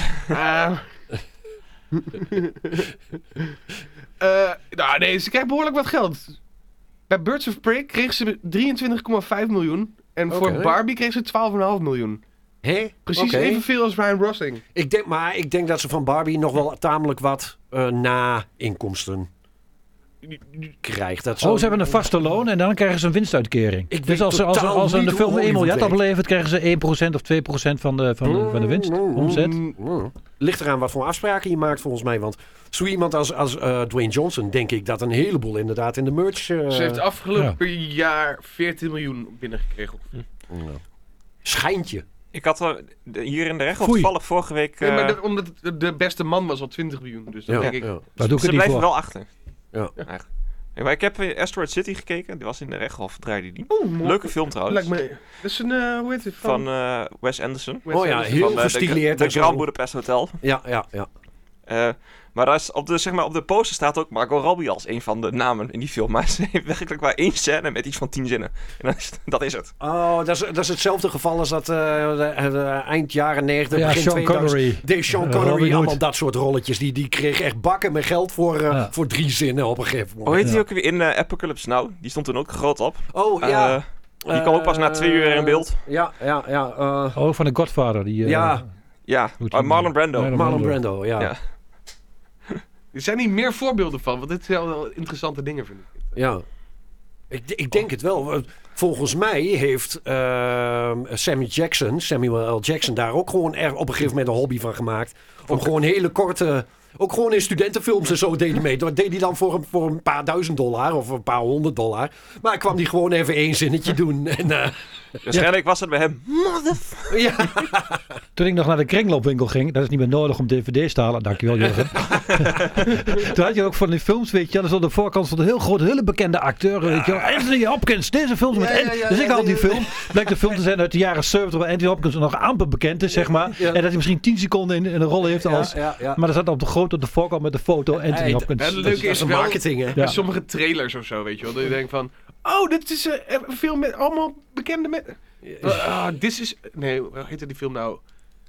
Nou nee, ze krijgt behoorlijk wat geld. Bij Birds of Prey kreeg ze 23,5 miljoen. En voor Oké. Barbie kreeg ze 12,5 miljoen. Hé? Precies Oké. evenveel als Ryan Gosling. Ik denk dat ze van Barbie nog wel tamelijk wat na-inkomsten krijgt. Dat Oh, ze hebben een vaste loon en dan krijgen ze een winstuitkering. Ik Dus weet als totaal een niet de film hoe 1 miljard Hollywood oplevert, krijgen ze 1% of 2% van de winst, omzet. Ligt eraan wat voor afspraken je maakt volgens mij. Want zo iemand als Dwayne Johnson, denk ik dat een heleboel inderdaad in de merch... Ze heeft afgelopen jaar 14 miljoen binnengekregen. Schijntje. Ik had hier in de rechthof Foei. toevallig vorige week... Nee, maar omdat de beste man was al 20 miljoen. Dus dan denk ik... Daar doe ik ze het niet blijven voor. wel achter. Ja. Eigenlijk. Ja, maar ik heb Asteroid City gekeken. Die was in de rechthof, draaide die. Mooi. Leuke film trouwens. Lijkt me... Dat is een... hoe heet het? Van Wes Anderson. Wes Oh ja, Anderson. heel Van gestileerd de en zo. Grand Budapest Hotel. Ja. Maar daar is op de poster staat ook Margot Robbie als een van de namen in die film. Maar ze heeft werkelijk maar 1 scène met iets van 10 zinnen. En dat is het. Oh, dat is hetzelfde geval als dat eind jaren 90, Ja, begin Sean 2000. Connery. Deed Sean Robin Connery Hood. allemaal dat soort rolletjes. Die kreeg echt bakken met geld voor 3 zinnen op een gegeven moment. Hoe heet die ook weer in Apocalypse Now? Die stond toen ook groot op. Oh ja. Die kwam ook pas na 2 uur in beeld. Ja. Van de Godfather. Ja, Marlon Brando. Marlon Brando, ja. Er zijn hier meer voorbeelden van, want dit zijn wel interessante dingen, vind ik. Ja. Ik denk het wel. Volgens mij heeft Samuel L. Jackson daar ook gewoon op een gegeven moment een hobby van gemaakt. Om gewoon hele korte... Ook gewoon in studentenfilms en zo deed hij mee. Dat deed hij dan voor een paar $1000 of een paar $100. Maar kwam hij gewoon even 1 zinnetje doen. En, Waarschijnlijk was het bij hem. ja. Toen ik nog naar de kringloopwinkel ging, dat is niet meer nodig om dvd's te halen. Dankjewel, Jurgen. Toen had je ook van die films, weet je, dat is op de voorkant van een heel groot, hele bekende acteur. Weet je, Anthony Hopkins, deze films met dus ik had die film. Blijkt de film te zijn uit de jaren 70, waar Anthony Hopkins nog amper bekend is, zeg maar. Ja. En dat hij misschien 10 seconden in een rol heeft als... Maar er zat op de voorkant met de foto Anthony Hopkins. Het leuke is wel marketing, hè? Ja. Sommige trailers of zo, weet je wel. Dat je denkt van, dit is een film met allemaal bekende mensen. Dit is... Nee, hoe heette die film nou?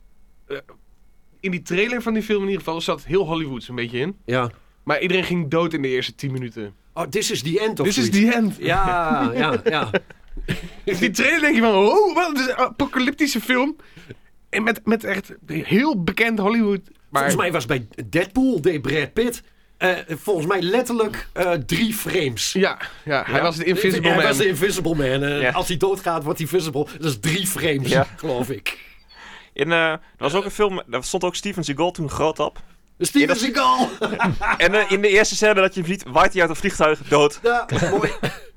In die trailer van die film in ieder geval zat heel Hollywood een beetje in. Ja. Maar iedereen ging dood in de eerste 10 minuten. This is the end of This is the end. Ja. Die trailer denk je van, wat is een apocalyptische film. En met echt heel bekend Hollywood. Maar... Volgens mij was bij Deadpool, deed Brad Pitt... volgens mij letterlijk 3 frames. Ja, hij was de Invisible Man. Hij was de Invisible Man. Als hij doodgaat, wordt hij visible. Dat is 3 frames, geloof ik. Er was ook een film, daar stond ook Steven Seagal toen groot op. Steven Seagal! En in de eerste scène dat je hem ziet, waait hij uit een vliegtuig dood. Ja, mooi.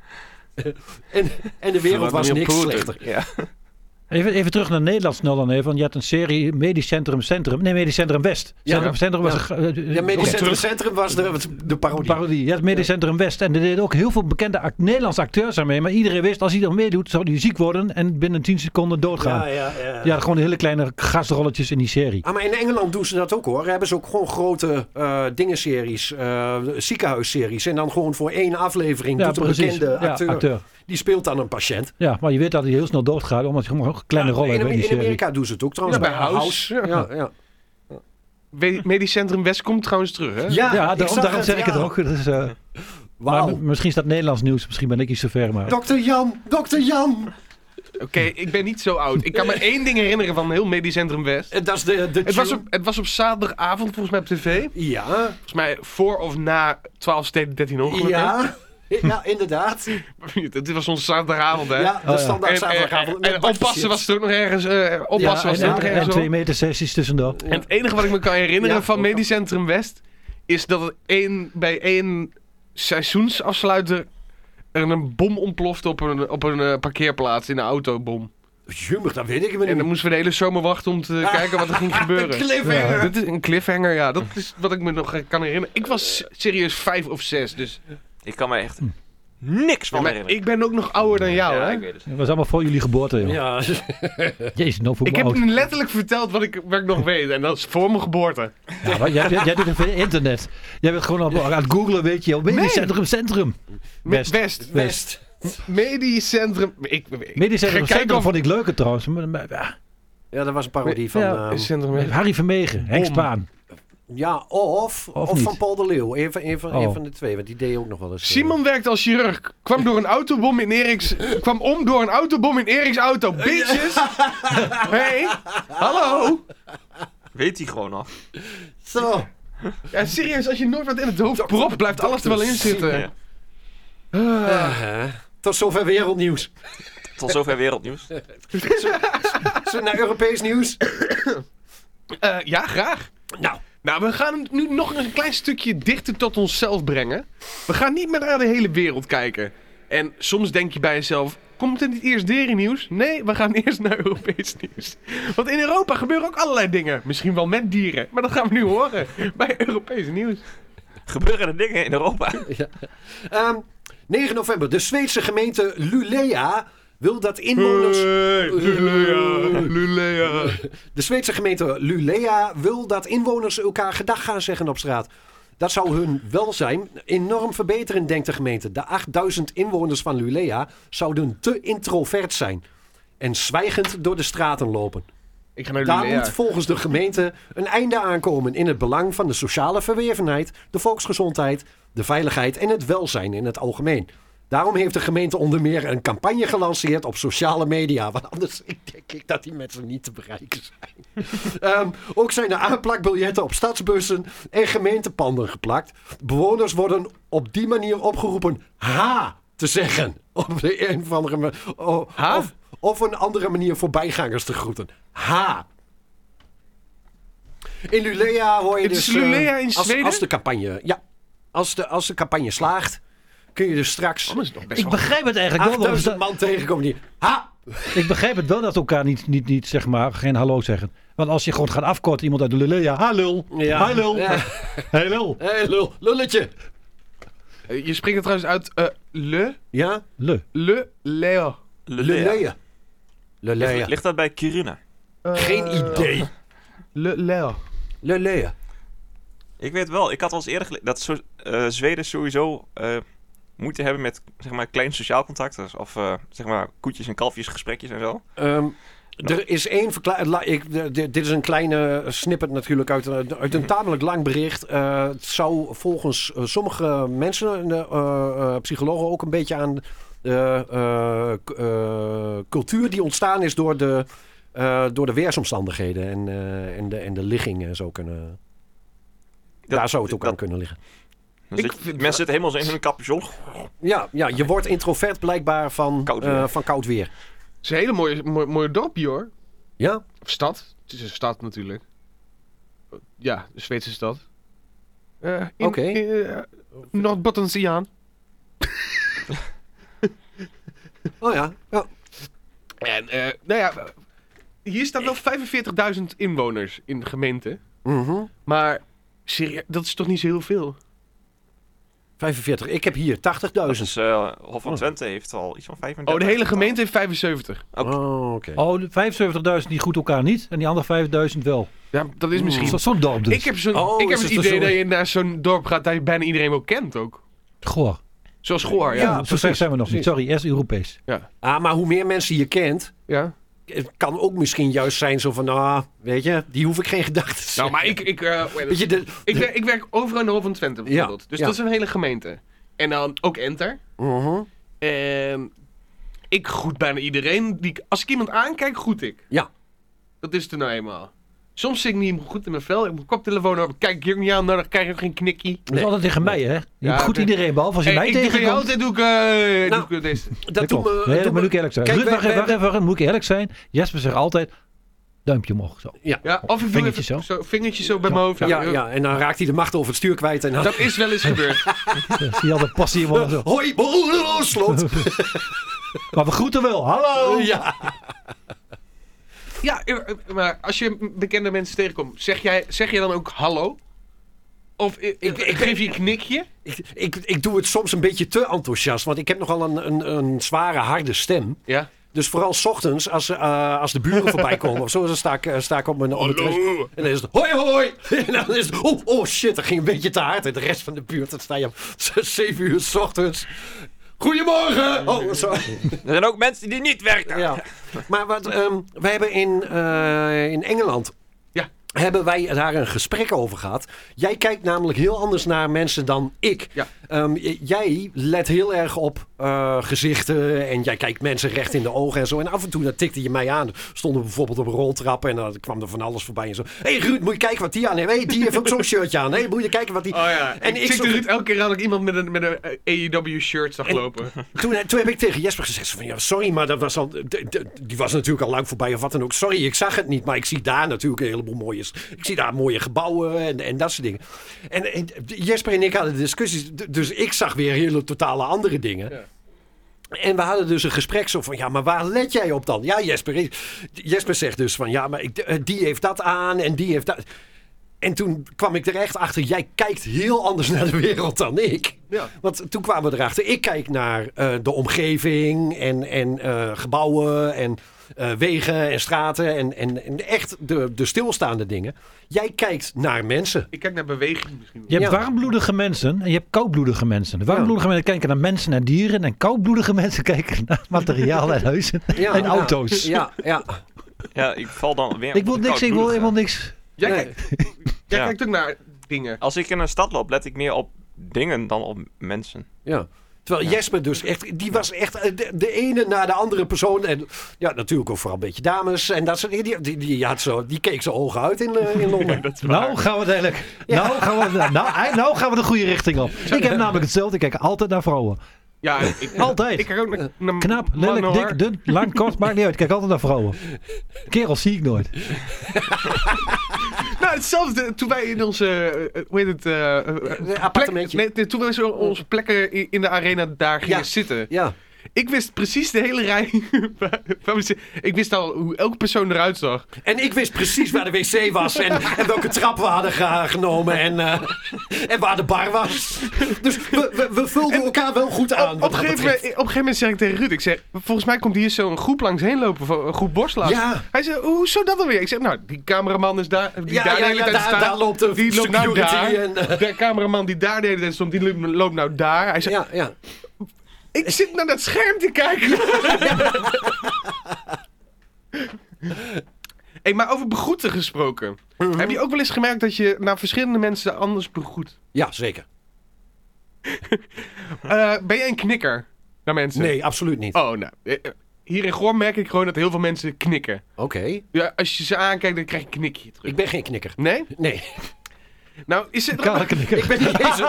en de wereld was niks slechter. Ja. Even terug naar Nederland snel dan even. Want je had een serie Medisch Centrum West. Medisch Centrum was de parodie. Ja, het Medisch Centrum West. En er deden ook heel veel bekende Nederlandse acteurs aan mee. Maar iedereen wist, als hij er meedoet, zou hij ziek worden en binnen 10 seconden doodgaan. Ja, gewoon hele kleine gastrolletjes in die serie. Maar in Engeland doen ze dat ook, hoor. Hebben ze ook gewoon grote dingenseries, ziekenhuisseries. En dan gewoon voor 1 aflevering doet een bekende acteur. Die speelt dan een patiënt. Ja, maar je weet dat hij heel snel doodgaat, omdat hij gewoon een kleine rol heeft in die serie. In Amerika doen ze het ook trouwens. Bij House. Ja. Medisch Centrum West komt trouwens terug, hè? Ja, daarom zeg ik het ook. Dus, maar misschien is dat Nederlands nieuws. Misschien ben ik iets te ver, maar... Dr. Jan! Oké, ik ben niet zo oud. Ik kan me 1 ding herinneren van heel Medisch Centrum West. Dat is het was op zaterdagavond volgens mij op tv. Ja. Volgens mij voor of na 12 steden 13 ongelukken. Ja, inderdaad. Dit was onze zaterdagavond, hè? Ja, de standaard zaterdagavond. En oppassen was er ook nog ergens. En 2 meter sessies tussendoor. En het enige wat ik me kan herinneren van Medisch Centrum West... is dat het bij 1 seizoensafsluiter... er een bom ontplofte op een parkeerplaats in een autobom. Jummer, dat weet ik niet. En dan moesten we de hele zomer wachten om te kijken wat er ging gebeuren. Een cliffhanger. Dit is een cliffhanger, ja. Dat is wat ik me nog kan herinneren. Ik was serieus 5 of 6, dus... Ik kan me echt niks van herinneren. Ik ben ook nog ouder dan jou, hè? Ik weet het. Dat was allemaal voor jullie geboorte, joh. Ja. Jezus, ik heb hem letterlijk verteld wat ik nog weet. En dat is voor mijn geboorte. Ja, maar jij doet het via internet. Jij bent gewoon aan het googlen, weet je. Medisch Centrum. West. Medisch Centrum... Medisch Centrum vond ik leuker trouwens. Ja, dat was een parodie van... Harry Vermegen, Henk Spaan. Ja, of van Paul de Leeuw. Een van de twee, want die deed ook nog wel eens. Simon werkt als chirurg. Kwam om door een autobom in Eriks auto. Bitches! Hey, hallo! Weet hij gewoon nog. Zo. Ja, serieus, als je nooit wat in het hoofd propt, blijft alles er wel in zitten. Tot zover wereldnieuws. Zo naar Europees nieuws? Ja, graag. Nou, we gaan nu nog een klein stukje dichter tot onszelf brengen. We gaan niet meer naar de hele wereld kijken. En soms denk je bij jezelf, komt er niet eerst dierennieuws? Nee, we gaan eerst naar Europees nieuws. Want in Europa gebeuren ook allerlei dingen. Misschien wel met dieren, maar dat gaan we nu horen bij Europees nieuws. Gebeuren er dingen in Europa? Ja. 9 november, de Zweedse gemeente Luleå... wil dat inwoners... Luleå. De Zweedse gemeente Luleå wil dat inwoners elkaar gedag gaan zeggen op straat. Dat zou hun welzijn enorm verbeteren, denkt de gemeente. De 8000 inwoners van Luleå zouden te introvert zijn. En zwijgend door de straten lopen. Ik ga naar Daar moet volgens de gemeente een einde aankomen in het belang van de sociale verwevenheid, de volksgezondheid, de veiligheid en het welzijn in het algemeen. Daarom heeft de gemeente onder meer een campagne gelanceerd op sociale media. Want anders denk ik dat die mensen niet te bereiken zijn. Ook zijn er aanplakbiljetten op stadsbussen en gemeentepanden geplakt. Bewoners worden op die manier opgeroepen ha te zeggen. Op de een of andere of een andere manier voorbijgangers te groeten. Ha. In Lulea hoor je Het dus... is Lulea in Zweden? Als de campagne... Ja. Als de campagne slaagt, kun je dus straks... Dat is nog best Ik wel... begrijp het eigenlijk wel. 8000 man tegenkomen die... Ha! Ik begrijp het wel dat elkaar niet zeg maar, geen hallo zeggen. Want als je gewoon gaat afkorten, iemand uit de Lulea. Ha lul. Ja. Ha lul. Ja. Hey lul. Hé, lulletje. Je spreekt het trouwens uit Ja? Leo. Lulea. Lulea. Ligt dat bij Kiruna? Geen idee. Leo. Lulea. Ik weet wel, ik had al eens eerder dat Zweden sowieso moeite hebben met zeg maar klein sociaal contact. Dus of zeg maar koetjes en kalfjes gesprekjes en zo. Er is één verklaring. Dit is een kleine snippet natuurlijk uit een tamelijk lang bericht. Het zou volgens sommige mensen, psychologen, ook een beetje aan de cultuur die ontstaan is door de weersomstandigheden en de ligging en zo kunnen... Daar zou het ook aan kunnen liggen. Mensen zitten helemaal zo in hun capuchon. Ja, je wordt introvert blijkbaar van koud weer. Het is een hele mooie dorpje hoor. Ja? Of stad. Het is een stad natuurlijk. Ja, de Zweedse stad. Oké. Noord-Bottensiaan. Oh ja. En nou ja, hier staan wel 45.000 inwoners in de gemeente. Mhm. Maar serieus, dat is toch niet zo heel veel? 45. Ik heb hier 80.000. Dus Hof van Twente heeft al iets van 35. Oh, de hele gemeente heeft 75. Oh, oké. Oh, de 75.000 die goed elkaar niet. En die andere 5.000 wel. Ja, dat is misschien... Zo'n dorp dus. Ik heb Oh, het is het idee zo? dat je naar zo'n dorp gaat dat je bijna iedereen wel kent ook. Goor. Zoals Goor, ja. Ja, Zo ver precies, zijn we nog niet. precies. Sorry, eerst Europees. Maar hoe meer mensen je kent... Ja. Het kan ook misschien juist zijn zo van... weet je, die hoef ik geen gedachten te Nou, zeggen. maar Weet je, ik werk overal in de Hof van Twente bijvoorbeeld. Ja, Dus ja. dat is een hele gemeente. En dan ook Enter. Mhm. En ik groet bijna iedereen. Als ik iemand aankijk, groet ik. Ja. Dat is het er nou eenmaal. Soms zit ik niet goed in mijn vel. Ik heb mijn koptelefoon op. Kijk ik je ook niet aan. Nou, dan krijg ik ook geen knikkie. Dat is altijd tegen mij, hè? Je Ja, goed oké. iedereen, behalve als je mij tegenkomt. Altijd doe ik deze. Dat doen we... Nee, doen dat moet we- ik eerlijk zijn. Kijk, Ruud, wij- wacht even, moet ik eerlijk zijn. Jesper zegt altijd, duimpje omhoog. Zo. Ja, of ik doe Vingertje even zo. vingertje zo bij mijn hoofd. Ja, en dan raakt hij de macht over het stuur kwijt. En dan... Dat is wel eens gebeurd. Zie je altijd passie in zo. Hoi, slot. Maar we groeten wel. Hallo! Ja. Ja, maar als je bekende mensen tegenkomt, zeg je dan ook hallo? Of ik geef je een knikje? Ik doe het soms een beetje te enthousiast. Want ik heb nogal een zware, harde stem. Ja. Dus vooral 's ochtends, als de buren voorbij komen of zo, dan sta ik op mijn terras. En dan is het hoi hoi. En dan is het, oh shit, dat ging een beetje te hard. En de rest van de buurt, dan sta je om 7 uur 's ochtends. Goedemorgen! Oh, sorry. Er zijn ook mensen die niet werken. Ja. Maar wij hebben in Engeland... Ja. Hebben wij daar een gesprek over gehad. Jij kijkt namelijk heel anders naar mensen dan ik. Ja. Jij let heel erg op gezichten. En jij kijkt mensen recht in de ogen en zo. En af en toe dan tikte je mij aan. Stonden we bijvoorbeeld op een roltrap. En dan kwam er van alles voorbij en zo. Hey Ruud, moet je kijken wat die aan heeft. Hey, die heeft ook zo'n shirtje aan. Hey, moet je kijken wat die... Oh ja, En ik zo- zie Ruud elke keer aan dat ik iemand met een AEW-shirt zag lopen. Toen heb ik tegen Jesper gezegd van ja, sorry, maar dat was al, die was natuurlijk al lang voorbij of wat dan ook. Sorry, ik zag het niet, maar ik zie daar natuurlijk een heleboel ik zie daar mooie gebouwen en dat soort dingen. En Jesper en ik hadden discussies, dus ik zag weer hele totale andere dingen. Ja. En we hadden dus een gesprek zo van, ja, maar waar let jij op dan? Ja, Jesper zegt dus van, ja, maar die heeft dat aan en die heeft dat. En toen kwam ik er echt achter, jij kijkt heel anders naar de wereld dan ik. Ja. Want toen kwamen we erachter, ik kijk naar de omgeving en gebouwen en wegen en straten en echt de stilstaande dingen. Jij kijkt naar mensen. Ik kijk naar beweging misschien. Je hebt Ja. warmbloedige mensen en je hebt koudbloedige mensen. De warmbloedige mensen kijken naar mensen en dieren. En koudbloedige mensen kijken naar materiaal en huizen en auto's. Ja. Ja, ik val dan weer... Ik wil op de niks, ik wil koudbloedige. helemaal niks. Jij Nee. kijkt ook naar dingen. Als ik in een stad loop, let ik meer op dingen dan op mensen. Ja. Terwijl Jesper dus echt, die was echt de ene na de andere persoon. En ja, natuurlijk ook vooral een beetje dames. En dat soort, die keek zijn ogen uit in Londen. Nou gaan we het eigenlijk. Nou gaan we de goede richting op. Ik heb namelijk hetzelfde. Ik kijk altijd naar vrouwen. Ja, altijd. Ik kijk ook naar Knap, lelijk, dik, dun, lang, kort, maakt niet uit. Ik kijk altijd naar vrouwen. Kerels zie ik nooit. Nou, hetzelfde toen wij in onze, appartementje. Toen wij zo onze plekken in de arena daar gingen zitten. Ja. Ik wist precies de hele rij. Ik wist al hoe elke persoon eruit zag. En ik wist precies waar de wc was en welke trap we hadden genomen en waar de bar was. Dus we vulden elkaar wel goed aan. Op een gegeven moment zeg ik tegen Ruud, ik zeg, volgens mij komt hier zo'n groep langs heen lopen, een groep borstelaars. Ja. Hij zei, hoezo dat alweer? Ik zeg, nou, die cameraman is daar, die daar de hele tijd staat. Daar loopt de die loopt nou daar. En, de cameraman die daar de hele tijd stond, die loopt nou daar. Hij zei, ja. Ik zit naar dat scherm te kijken. Hey, maar over begroeten gesproken. Mm-hmm. Heb je ook wel eens gemerkt dat je naar verschillende mensen anders begroet? Ja, zeker. Ben jij een knikker naar mensen? Nee, absoluut niet. Oh, nou. Hier in Goorn merk ik gewoon dat heel veel mensen knikken. Oké. Ja, als je ze aankijkt, dan krijg je een knikje terug. Ik ben geen knikker. Nee? Nee. Nou, is het... Ik ben niet eens...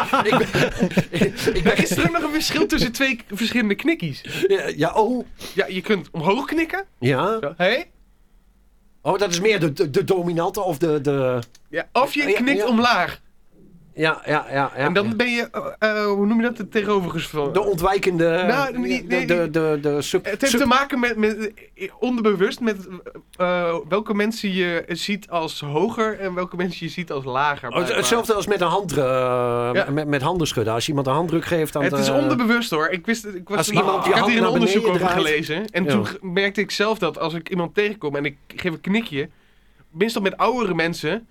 Is er ook nog een verschil tussen twee verschillende knikkies? Ja, oh. Ja, je kunt omhoog knikken. Ja. Zo, hey? Oh, dat is meer de dominante of de... Ja, of je knikt omlaag. Ja. En dan ben je, hoe noem je dat, het tegenovergestelde? De ontwijkende... Nou, nee. Het heeft te maken met onderbewust met welke mensen je ziet als hoger en welke mensen je ziet als lager. Hetzelfde als met een met handen schudden. Als je iemand een handdruk geeft... Dan het is onderbewust hoor. Ik had hier een onderzoek over gelezen. En toen merkte ik zelf dat als ik iemand tegenkom en ik geef een knikje, meestal met oudere mensen...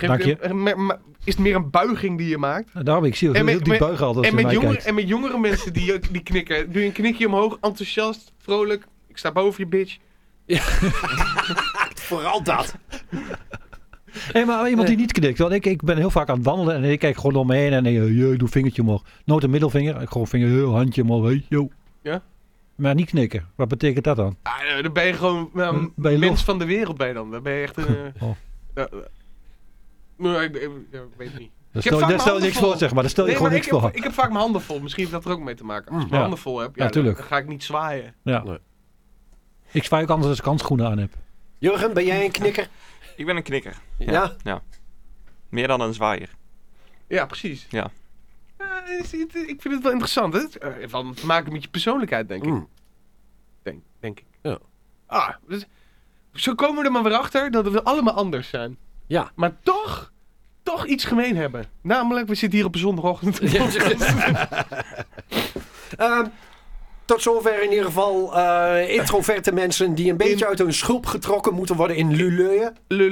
Is het meer een buiging die je maakt? Daarom, ik zie ook heel diep buigen altijd. En met jongere mensen die knikken, doe je een knikje omhoog, enthousiast, vrolijk. Ik sta boven je, bitch. Ja. Vooral dat. Hey, maar iemand die niet knikt. Want ik ben heel vaak aan het wandelen en ik kijk gewoon om me heen en ik doe vingertje omhoog. Nooit een middelvinger, ik gewoon vinger, handje omhoog. Hey, yo. Ja? Maar niet knikken. Wat betekent dat dan? Dan ben je gewoon mens van de wereld bij dan. Dan ben je echt een... Nee, ik weet het niet. Daar stel je niks voor, zeg maar. Daar stel je gewoon niks voor. Ik heb vaak mijn handen vol. Misschien heeft dat er ook mee te maken. Als ik mijn handen vol heb, dan ga ik niet zwaaien. Ja. Nee. Ik zwaai ook anders als ik handschoenen aan heb. Jurgen, ben jij een knikker? Ik ben een knikker. Ja? Ja. Meer dan een zwaaier. Ja, precies. Ja. Ik vind het wel interessant. Hè? Van te maken met je persoonlijkheid, denk ik. Denk ik. Ja. Dus, zo komen we er maar weer achter dat we allemaal anders zijn. Ja. Maar toch iets gemeen hebben. Namelijk, we zitten hier op een zondagochtend. Tot zover in ieder geval introverte mensen die een beetje uit hun schulp getrokken moeten worden in Luleu.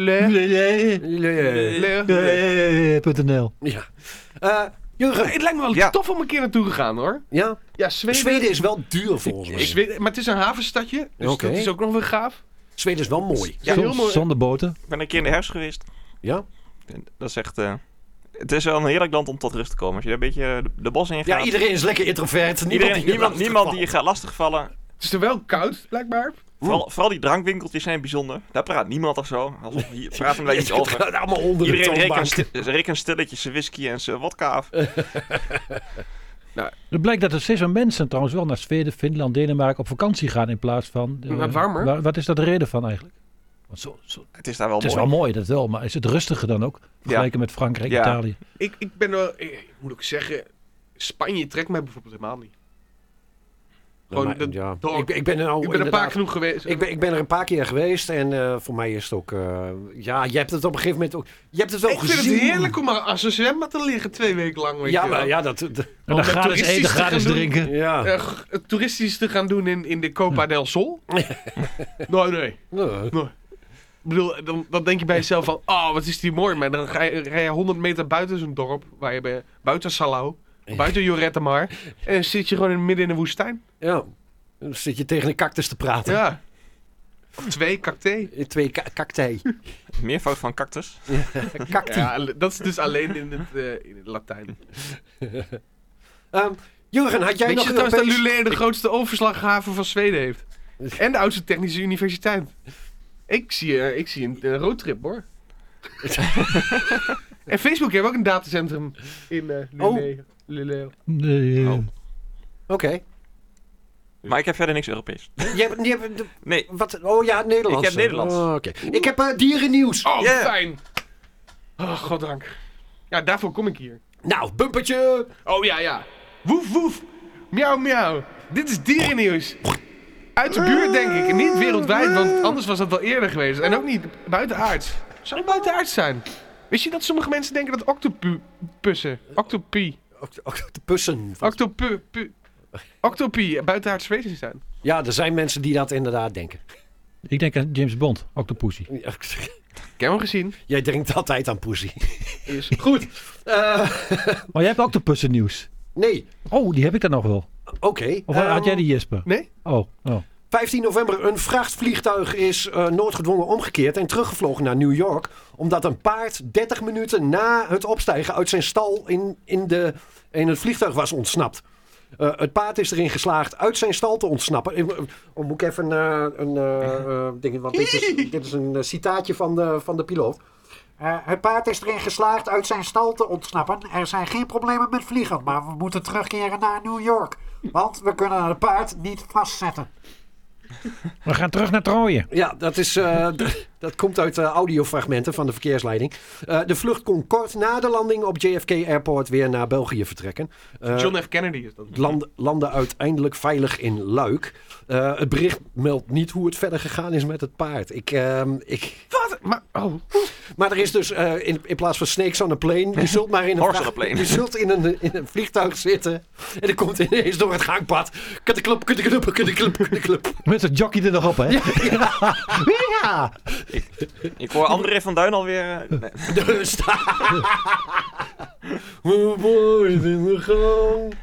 Luleu.nl. Ja. Jurgen. Het lijkt me wel tof om een keer naartoe te gaan hoor. Ja? Ja, Zweden is wel duur volgens mij. Maar het is een havenstadje, dus dat is ook nog weer gaaf. Zweden is wel mooi. Ja, heel mooi. Zonder boten. Ik ben een keer in de herfst geweest. Ja? Dat is echt... het is wel een heerlijk land om tot rust te komen. Als je er een beetje de bos in gaat. Ja, iedereen is lekker introvert. Niemand die je gaat lastigvallen. Het is er wel koud, blijkbaar. Vooral die drankwinkeltjes zijn bijzonder. Daar praat niemand of zo. Alsof hier praat hem daar iets over. Allemaal onder Iedereen rekent stilletjes zijn whisky en zijn wodka af. Het blijkt dat er steeds meer mensen trouwens wel naar Zweden, Finland, Denemarken op vakantie gaan in plaats van... Naar warmer. Wat is daar de reden van eigenlijk? Want het is daar wel mooi. Het is wel mooi, dat wel. Maar is het rustiger dan ook? Vergeleken met Frankrijk, Italië. Ik ben wel... moet ik zeggen... Spanje trekt mij bijvoorbeeld helemaal niet. Gewoon ik ben er een paar genoeg geweest. Ik ben er een paar keer geweest en voor mij is het ook... je hebt het op een gegeven moment ook... Je hebt het wel gezien. Ik vind het heerlijk om als een zwembad te liggen 2 weken lang. Weet je wel. Ja, en dan gratis eten, gratis drinken. Ja. Toeristisch te gaan doen in de Copa del Sol. Nee. Ik bedoel, dan denk je bij jezelf van... wat is die mooi. Maar dan rij je 100 meter buiten zo'n dorp. Waar je bent, buiten Salau. Buiten Lloret de Mar. En dan zit je gewoon midden in de woestijn. Ja. Dan zit je tegen een cactus te praten. Ja. Of 2 cacti. 2 cacti. Meervoud van cactus. Cacti. Ja, dat is dus alleen in het Latijn. Jurgen, had jij Weet nog je trouwens dat Europees... Luleå de grootste overslaghaven van Zweden heeft? En de oudste technische universiteit. Ik zie een roadtrip, hoor. En Facebook heeft ook een datacentrum in Luleå. Nee, Oh. Oké. Maar ik heb verder niks Europees. Nee. Wat? Oh ja, Nederlands. Ik heb Nederlands. Oh, oké. Ik heb dierennieuws. Oh, Yeah. fijn. Oh, goddank. Ja, daarvoor kom ik hier. Nou, bumpertje. Oh ja. Woef, woef. Miauw, miauw. Dit is dierennieuws. Uit de buurt, denk ik. En niet wereldwijd, want anders was dat wel eerder geweest. En ook niet buitenaards. Zou het buitenaards zijn? Wist je dat sommige mensen denken dat octopi buitenaards wezens zijn? Ja, er zijn mensen die dat inderdaad denken. Ik denk aan James Bond, Octopussy. Ik heb hem gezien. Jij denkt altijd aan pussy. Is Goed. Maar jij hebt octopussen nieuws. Nee. Oh, die heb ik dan nog wel. Oké. Of had jij die, Jesper? Nee? Oh. 15 november, een vrachtvliegtuig is noodgedwongen omgekeerd en teruggevlogen naar New York. Omdat een paard 30 minuten na het opstijgen uit zijn stal in het vliegtuig was ontsnapt. Het paard is erin geslaagd uit zijn stal te ontsnappen. Moet ik even ding, want dit is een citaatje van de piloot. Het paard is erin geslaagd uit zijn stal te ontsnappen. Er zijn geen problemen met vliegen, maar we moeten terugkeren naar New York. Want we kunnen het paard niet vastzetten. We gaan terug naar Troje. Ja, dat komt uit audiofragmenten van de verkeersleiding. De vlucht kon kort na de landing op JFK Airport weer naar België vertrekken. John F. Kennedy is dat. Landde uiteindelijk veilig in Luik. Het bericht meldt niet hoe het verder gegaan is met het paard. Wat? Maar er is dus in plaats van snakes on a plane, je zult maar in Horse on a plane. je zult in een vliegtuig zitten en er komt ineens door het gangpad. Kutteklub. Met zo'n jockey er nog op, hè? Ja. Ik hoor André van Duin alweer... nee. Dus boys in de gang.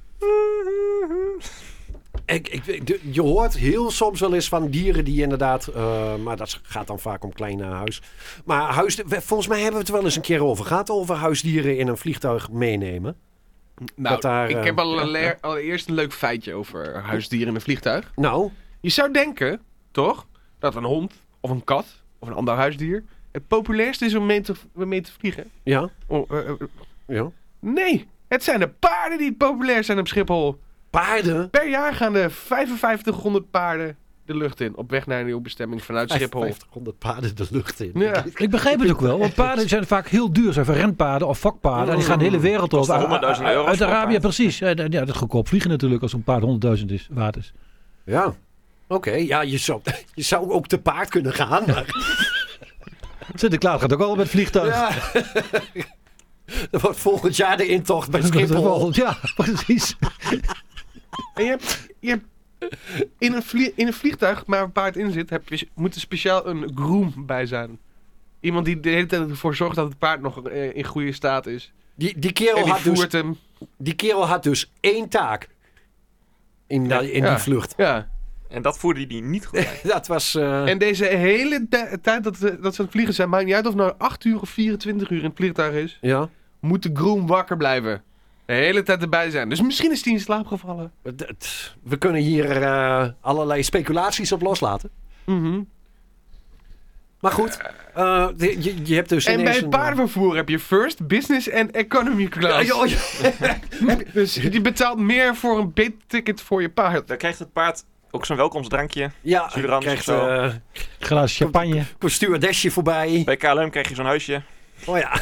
Je hoort heel soms wel eens van dieren die inderdaad... maar dat gaat dan vaak om kleine huis. Maar volgens mij hebben we het wel eens een keer over gehad... over huisdieren in een vliegtuig meenemen. Nou, ik heb allereerst een leuk feitje over huisdieren in een vliegtuig. Nou, Je zou denken, toch, dat een hond of een kat of een ander huisdier... het populairste is om mee te vliegen. ja. Ja. Nee, het zijn de paarden die populair zijn op Schiphol. Paarden? Per jaar gaan er 5500 paarden de lucht in. Op weg naar een nieuwe bestemming vanuit Schiphol. 5500 paarden de lucht in. Ja. Ik begrijp het ook wel, want paarden zijn vaak heel duur. Zijn van renpaarden of fokpaarden. En die gaan de hele wereld over. Kosten 100.000 euro Uit voor een Arabië, paard. precies. Ja, dat is goedkoop vliegen natuurlijk als zo'n paard 100.000 waard is. Ja. Oké, ja, je zou ook te paard kunnen gaan. Maar... Sinterklaas gaat ook al met vliegtuig. ja. Dat wordt volgend jaar de intocht bij Schiphol. Ja, precies. En je hebt in een vliegtuig waar een paard in zit, moet er speciaal een groom bij zijn. Iemand die de hele tijd ervoor zorgt dat het paard nog in goede staat is. Die kerel had dus één taak in die vlucht. Ja. En dat voerde hij niet goed uit. Dat was... En deze hele tijd dat ze aan het vliegen zijn, maakt niet uit of het nou 8 uur of 24 uur in het vliegtuig is, ja. moet de groom wakker blijven. De hele tijd erbij zijn. Dus misschien is hij in slaap gevallen. We kunnen hier allerlei speculaties op loslaten. Mhm. Maar goed, je hebt dus En ineens bij het paardenvervoer heb je first, business en economy class. Dus je betaalt meer voor een B-ticket voor je paard. Dan krijgt het paard ook zo'n welkomstdrankje. Ja, je Surans krijgt of zo. een Glaas champagne. stewardessje voorbij. Bij KLM krijg je zo'n huisje. Oh ja.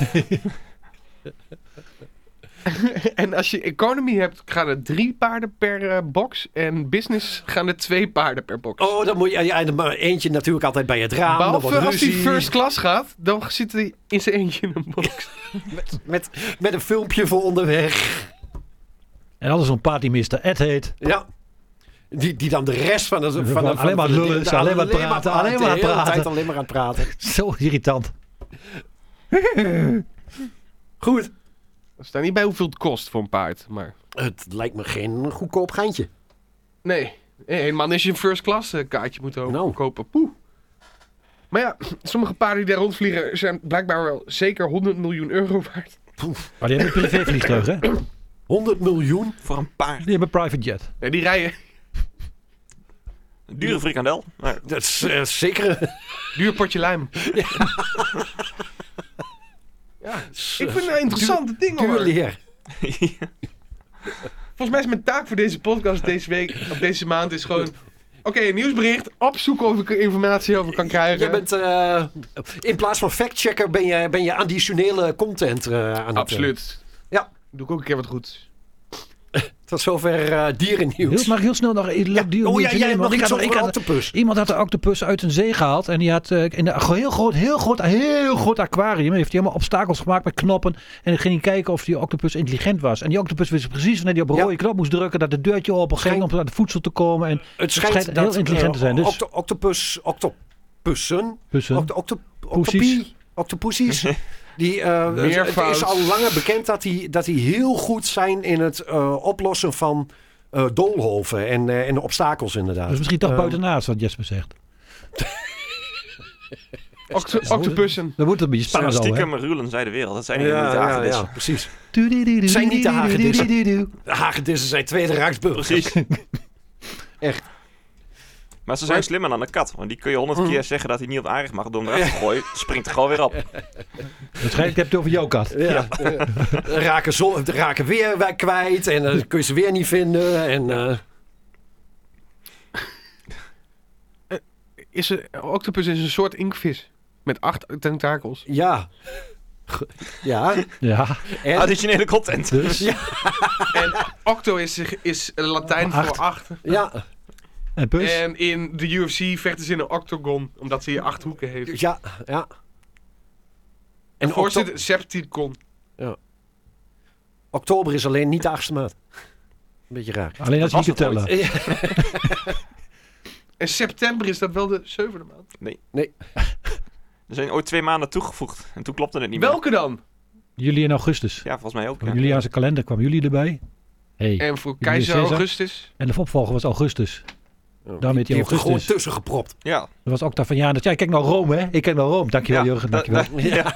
En als je economy hebt, gaan er 3 paarden per box. En business gaan er 2 paarden per box. Oh, dan moet je maar eentje natuurlijk altijd bij het raam. Behalve als hij ruzie. first class gaat, dan zit hij in zijn eentje in een box. Met een filmpje voor onderweg. En alles zo'n partymister Ed heet. Ja. Die dan de rest van de... Alleen maar lullen, alleen maar praten, alleen maar de hele praten. tijd alleen maar aan het praten. Zo irritant. Goed. Er staat niet bij hoeveel het kost voor een paard, maar... Het lijkt me geen goedkoop geintje. Nee, helemaal als je een first class kaartje moet kopen. Poeh. Maar ja, sommige paarden die daar rondvliegen zijn blijkbaar wel zeker 100 miljoen euro waard. Maar die hebben een privévliegtuig, hè? 100 miljoen? Voor een paard. Die hebben een private jet. Nee, die rijden. Een dure frikandel. Maar Dat is zeker... Duur potje lijm. Ja, ik vind het interessante dingen Duur hoor. leer. Volgens mij is mijn taak voor deze podcast deze week, of deze maand, is gewoon... Oké, een nieuwsbericht. Opzoeken of ik er informatie over kan krijgen. Jij bent, in plaats van factchecker ben je additionele content aan het... Absoluut. Ja. Doe ik ook een keer wat goeds. Tot zover dierennieuws. Mag ik heel snel nog... jij hebt nog iets over een octopus. Iemand had de octopus uit een zee gehaald. En die had in een heel groot aquarium. Heeft hij helemaal obstakels gemaakt met knoppen. En dan ging hij kijken of die octopus intelligent was. En die octopus wist precies wanneer hij op een rode knop moest drukken. Dat het deurtje open ging om aan het voedsel te komen. En het schijnt heel intelligent te zijn. Dus... Octopussies. Het is al langer bekend dat die heel goed zijn in het oplossen van doolhoven en obstakels inderdaad. Dus misschien toch buitenaast wat Jesper zegt. Octopussen. Dan wordt het een beetje spannend al, hè? Stiekem rulen zij de wereld. Dat zijn niet de hagedissen. Ja, precies. Het zijn niet de hagedissen. De hagedissen zijn tweede raaksburgers. Precies. Echt. Maar ze zijn slimmer dan een kat. Want die kun je 100 keer zeggen dat hij niet op aardig mag door hem eruit te gooien. Springt er gewoon weer op. Waarschijnlijk heb je het over jouw kat. Ja. Raken weer kwijt. En dan kun je ze weer niet vinden. En... Octopus is een soort inktvis. Met 8 tentakels. Ja. Ja. En... Additionele content. Dus. Ja. En octo is Latijn voor 8. Ja. En pus? En in de UFC vechten ze in een octagon. Omdat ze hier 8 hoeken heeft. Ja. En voorzitter Septicon. Ja. Oktober is alleen niet de 8e maand. Een beetje raar. Alleen als je niet kunt tellen. Ja. En september is dat wel de 7e maand? Nee. Er zijn ooit 2 maanden toegevoegd. En toen klopte het niet Welke dan? Juli en augustus. meer. Ja, volgens mij ook. Van Ja. Juliaanse kalender kwam juli erbij. Hey. En voor Julius keizer Caesar. Augustus? En de opvolger was augustus. Daarmee Die die heeft er gewoon augustus. tussen gepropt. Ja. Dat was Octavianus. Ja, ik kijk naar Rome, hè? Ik kijk naar Rome. Dankjewel, Jurgen. Dankjewel. Ja.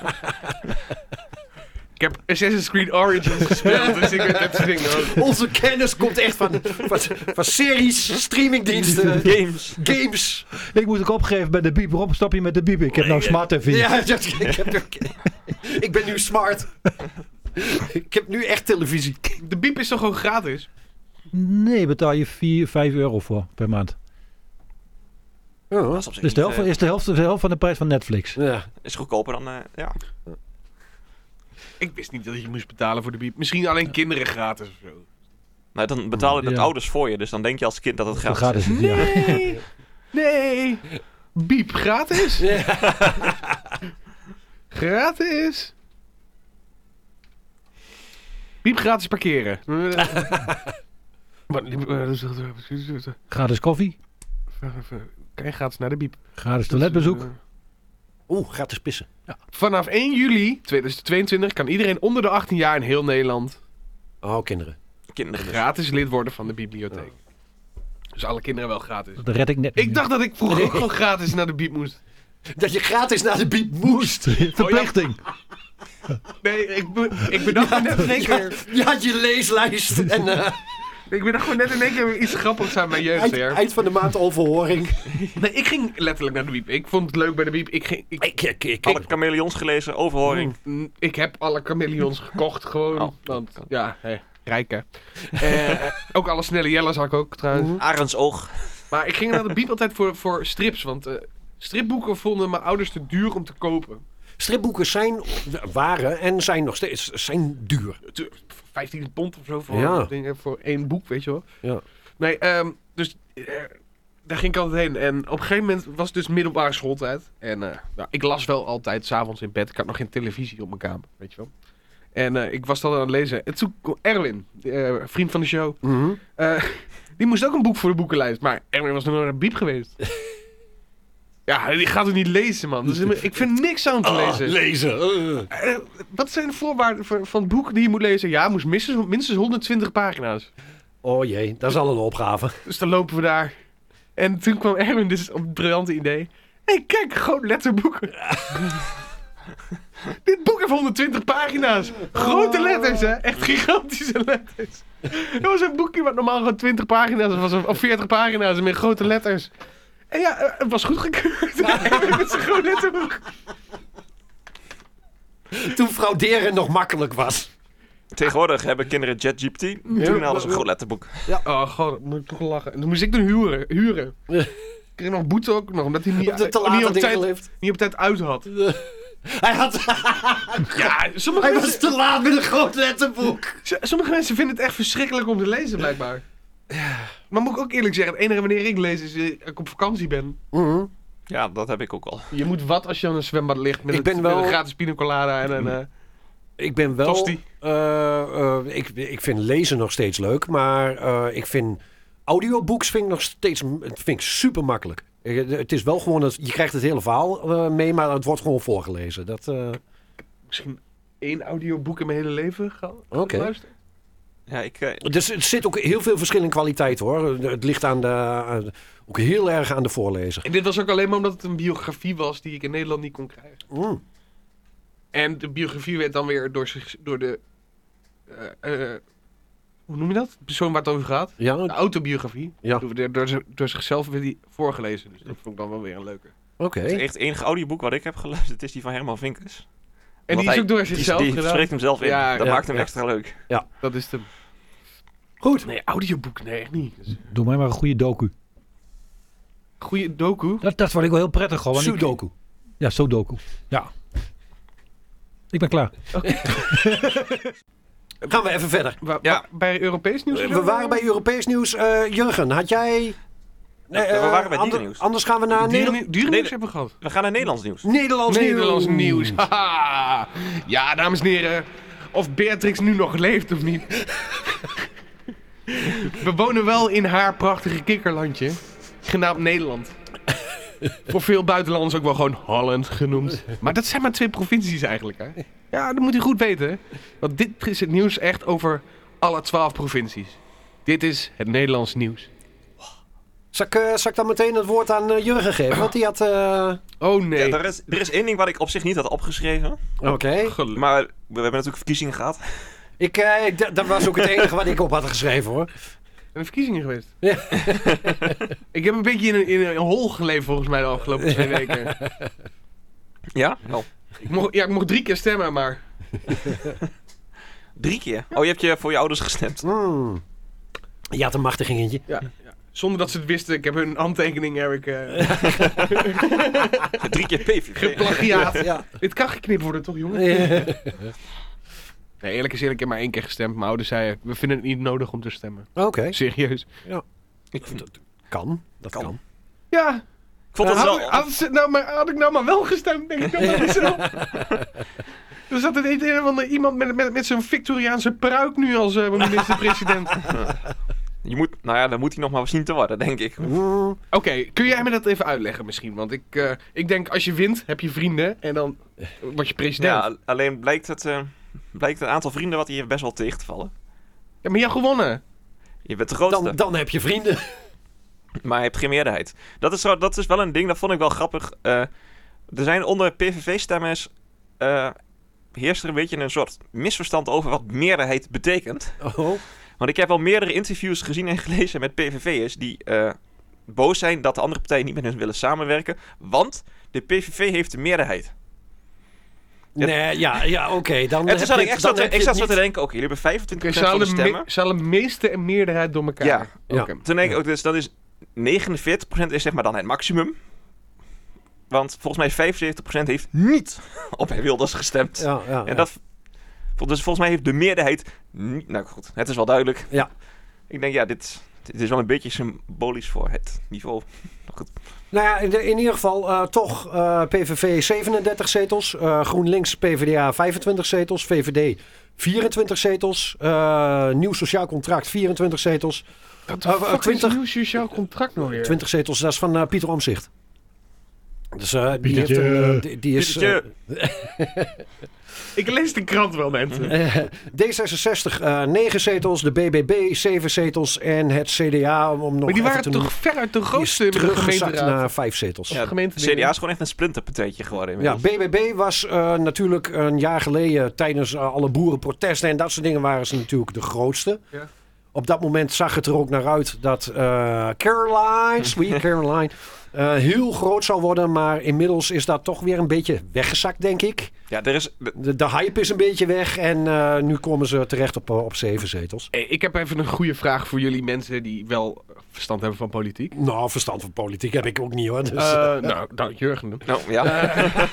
Ik heb Assassin's Creed Origins gespeeld, dus ik weet dat soort dingen ook. Onze kennis komt echt van series, streamingdiensten, games. Ik moet ook opgeven bij de biep. Waarom stop je met de biep? Ik heb nou Smart TV. Ja, ik ben nu smart. Ik heb nu echt televisie. De biep is toch gewoon gratis? Nee, betaal je 5 euro voor per maand. Ja. Dat is op zich Dus niet, de helft van de prijs van Netflix. Ja. is goedkoper dan... ja. Ik wist niet dat je moest betalen voor de biep. Misschien alleen kinderen gratis of zo. Nou, dan betalen het Ja. ouders voor je. Dus dan denk je als kind dat het gratis Gratis is. is, ja. Nee! Biep gratis? Ja. Gratis? Biep gratis parkeren. Gratis koffie. Kan je gratis naar de biep? Gratis toiletbezoek. Gratis pissen. Vanaf 1 juli 2022 kan iedereen onder de 18 jaar in heel Nederland Oh, kinderen. Kinderen. gratis lid worden van de bibliotheek. Dus alle kinderen wel gratis. Dat red ik net Ik niet. dacht dat ik vroeger ook gewoon gratis naar de biep moest. Dat je gratis naar de biep moest. Verplichting. Nee, ik bedacht me net in één keer. Je had je leeslijst en Ik bedacht me net in één keer iets grappigs aan mijn jeugd. eind van de maand overhoring. Nee, ik ging letterlijk naar de biep. Ik vond het leuk bij de biep. Alle chameleons gelezen, overhoring. Ik heb alle chameleons gekocht gewoon. Oh, Want kan. ja, rijken. Ook alle snelle jellers had ik ook trouwens. Arendsoog. Maar ik ging naar de biep altijd voor strips. Want stripboeken vonden mijn ouders te duur om te kopen. Stripboeken waren en zijn nog steeds duur. 15 pond of zo voor, dingen, voor 1 boek, weet je wel. Ja. Nee, dus daar ging ik altijd heen. En op een gegeven moment was het dus middelbare schooltijd. En ik las wel altijd 's avonds in bed. Ik had nog geen televisie op mijn kamer, weet je wel. En ik was dan aan het lezen. En toen kwam Erwin, vriend van de show. Mm-hmm. Die moest ook een boek voor de boekenlijst. Maar Erwin was nog nooit naar de biep geweest. Ja, die gaat ook niet lezen, man. Dus ik vind niks aan te lezen. Lezen. Wat zijn de voorwaarden van het boek die je moet lezen? Ja, moest minstens 120 pagina's. Oh jee, dat is al een opgave. Dus dan lopen we daar. En toen kwam Erwin dus op het briljante idee. Hé, kijk, gewoon letterboeken. Dit boek heeft 120 pagina's. Grote letters, hè? Echt gigantische letters. Dat was een boekje wat normaal gewoon 20 pagina's was, of 40 pagina's met grote letters. En ja, het was goedgekeurd. Met zo'n groot letterboek. Toen frauderen nog makkelijk was. Tegenwoordig hebben kinderen ChatGPT. Toen hadden ze een groot letterboek. Oh, god, moet ik toch lachen. En toen moest ik toen huren. Ik kreeg nog boete ook nog, omdat hij niet op tijd uit had. Hij was te laat met een groot letterboek. Sommige mensen vinden het echt verschrikkelijk om te lezen, blijkbaar. Maar moet ik ook eerlijk zeggen, het enige wanneer ik lees is als ik op vakantie ben. Mm-hmm. Ja, dat heb ik ook al. Je moet wat als je aan een zwembad ligt met een gratis pina colada en een... Ik ben wel... Tosti. Ik vind lezen nog steeds leuk, maar ik vind audiobooks vind ik super makkelijk. Het is wel gewoon, je krijgt het hele verhaal mee, maar het wordt gewoon voorgelezen. Misschien 1 audioboek in mijn hele leven Oké. luisteren. Ja, Dus er zit ook heel veel verschil in kwaliteit hoor. Het ligt ook heel erg aan de voorlezer. En dit was ook alleen maar omdat het een biografie was die ik in Nederland niet kon krijgen. Mm. En de biografie werd dan weer door de... hoe noem je dat? De persoon waar het over gaat. Ja. De autobiografie. Ja. Door zichzelf weer die voorgelezen. Dus dat vond ik dan wel weer een leuke. Oké. Het enige audioboek wat ik heb geluisterd is die van Herman Vinkers. En die is ook door zichzelf Die gedaan. spreekt hem zelf in. Ja, Dat ja, maakt hem ja. extra leuk. Dat is hem. Goed. Nee, audioboek. Nee, echt niet. Dus, Doe mij maar een goede docu. goeie docu. Dat vond ik wel heel prettig. Gewoon. Sudoku. Ja, Sudoku. Ja. Ik ben klaar. Gaan we even verder. Bij Europees nieuws? We waren bij Europees nieuws. Jurgen, had jij... Nee, we waren bij dierennieuws. Anders gaan we naar Dierennieuws hebben we gehad. We gaan naar Nederlands nieuws. Nederlands nieuws. Haha. Ja, dames en heren. Of Beatrix nu nog leeft of niet. We wonen wel in haar prachtige kikkerlandje. Genaamd Nederland. Voor veel buitenlanders ook wel gewoon Holland genoemd. Maar dat zijn maar 2 provincies eigenlijk, hè? Ja, dat moet u goed weten. Hè? Want dit is het nieuws echt over alle 12 provincies. Dit is het Nederlands nieuws. Zal ik dan meteen het woord aan Jurgen geven? Want die had... Oh nee. Ja, er is 1 ding wat ik op zich niet had opgeschreven. Oké. Maar we hebben natuurlijk verkiezingen gehad. Dat was ook het enige wat ik op had geschreven hoor. Zijn er verkiezingen geweest? Ja. Ik heb een beetje in een hol geleefd volgens mij de afgelopen 2 weken. Ja? Oh. Ik mocht 3 keer stemmen, maar... 3 keer? Oh, je hebt voor je ouders gestemd. Je had een machtigingetje. Ja. Zonder dat ze het wisten. Ik heb hun handtekening 3 keer PVV. geplagiaat. Ja. Dit kan geknipt worden toch, jongen? Nee, eerlijk is eerlijk, ik heb maar 1 keer gestemd. Mijn ouders zeiden, we vinden het niet nodig om te stemmen. Oké. Serieus. Dat kan. Ja. Ik vond het wel... Had ik nou maar wel gestemd, denk ik dan bij mezelf. Er zat een of andere iemand met zo'n Victoriaanse pruik nu als minister-president. Dan moet hij nog maar zien te worden, denk ik. Oké, kun jij me dat even uitleggen misschien? Want ik denk, als je wint, heb je vrienden en dan word je president. Ja, alleen blijkt het aantal vrienden wat hij heeft best wel tegen te vallen. Ja, maar je hebt gewonnen. Je bent de grootste. Dan heb je vrienden. Maar je hebt geen meerderheid. Dat is wel een ding, dat vond ik wel grappig. Er zijn onder PVV-stemmers... heerst er een beetje een soort misverstand over wat meerderheid betekent. Oh. Want ik heb al meerdere interviews gezien en gelezen met PVV'ers die boos zijn dat de andere partijen niet met hen willen samenwerken. Want de PVV heeft de meerderheid. Nee, ja, oké. En toen zat ik zo te denken, oké, jullie hebben 25% van de stemmen. Ze halen meeste en meerderheid door elkaar. Ja. Okay. Toen denk ik ook, dus dat is 49% is zeg maar dan het maximum. Want volgens mij 75% heeft niet op Wilders gestemd. Ja. Dat, dus volgens mij heeft de meerderheid niet... Nou goed, het is wel duidelijk. Ja. Ik denk, dit is wel een beetje symbolisch voor het niveau. Goed. Nou ja, in ieder geval toch PVV 37 zetels. GroenLinks PvdA 25 zetels. VVD 24 zetels. Nieuw Sociaal Contract 24 zetels. Wat is een nieuw sociaal contract nog weer? 20 zetels, dat is van Pieter Omtzigt. Dus die heeft die is... Ik lees de krant wel, mensen. D66 9 zetels, de BBB 7 zetels en het CDA om nog Maar die waren even toch veruit de grootste die is in de teruggezakt gemeenteraad. naar 5 zetels. Ja, gemeentedingen. CDA is gewoon echt een splinterpartijtje geworden Ja, inmiddels. BBB was natuurlijk een jaar geleden tijdens alle boerenprotesten en dat soort dingen waren ze natuurlijk de grootste. Ja. Op dat moment zag het er ook naar uit dat Caroline, Sweet Caroline, heel groot zou worden. Maar inmiddels is dat toch weer een beetje weggezakt, denk ik. Ja, er is... De hype is een beetje weg en nu komen ze terecht op 7 zetels. Hey, ik heb even een goede vraag voor jullie mensen die wel verstand hebben van politiek. Nou, verstand van politiek heb ik ook niet hoor. Dus, Nou, Jurgen dan. Nou, ja.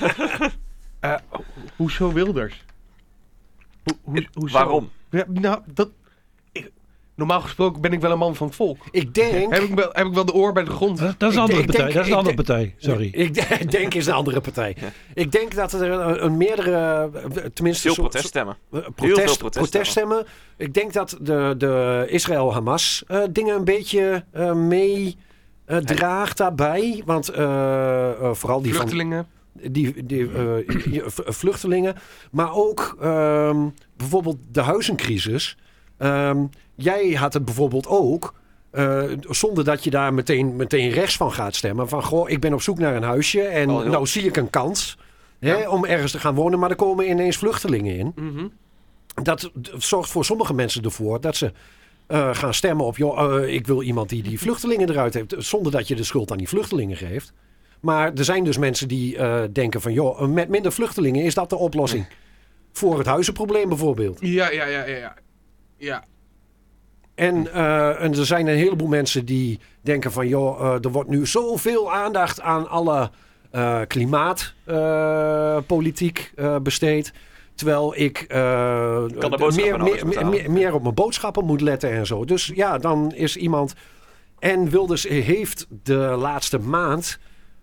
Hoezo Wilders? Hoezo? Waarom? Ja, nou, normaal gesproken ben ik wel een man van het volk. ik denk... Heb ik wel de oor bij de grond? Dat is een andere partij. Dat is een andere partij. Sorry. Ik denk is een andere partij. Ik denk dat er een meerdere... Tenminste, Veel proteststemmen. Heel veel proteststemmen. Ik denk dat de Israël-Hamas dingen een beetje mee draagt daarbij. Want vooral die Vluchtelingen. vluchtelingen. Maar ook bijvoorbeeld de huizencrisis. Jij had het bijvoorbeeld ook... zonder dat je daar meteen rechts van gaat stemmen. Van, goh, ik ben op zoek naar een huisje. En nou zie ik een kans om ergens te gaan wonen. Maar er komen ineens vluchtelingen in. Mhm. Dat zorgt voor sommige mensen ervoor dat ze gaan stemmen op... joh, ik wil iemand die vluchtelingen eruit heeft. Zonder dat je de schuld aan die vluchtelingen geeft. Maar er zijn dus mensen die denken van... joh, met minder vluchtelingen is dat de oplossing. Voor het huizenprobleem bijvoorbeeld. Ja. En er zijn een heleboel mensen die denken van... joh, er wordt nu zoveel aandacht aan alle klimaatpolitiek besteed. Terwijl ik meer op mijn boodschappen moet letten en zo. Dus ja, dan is iemand... En Wilders heeft de laatste maand...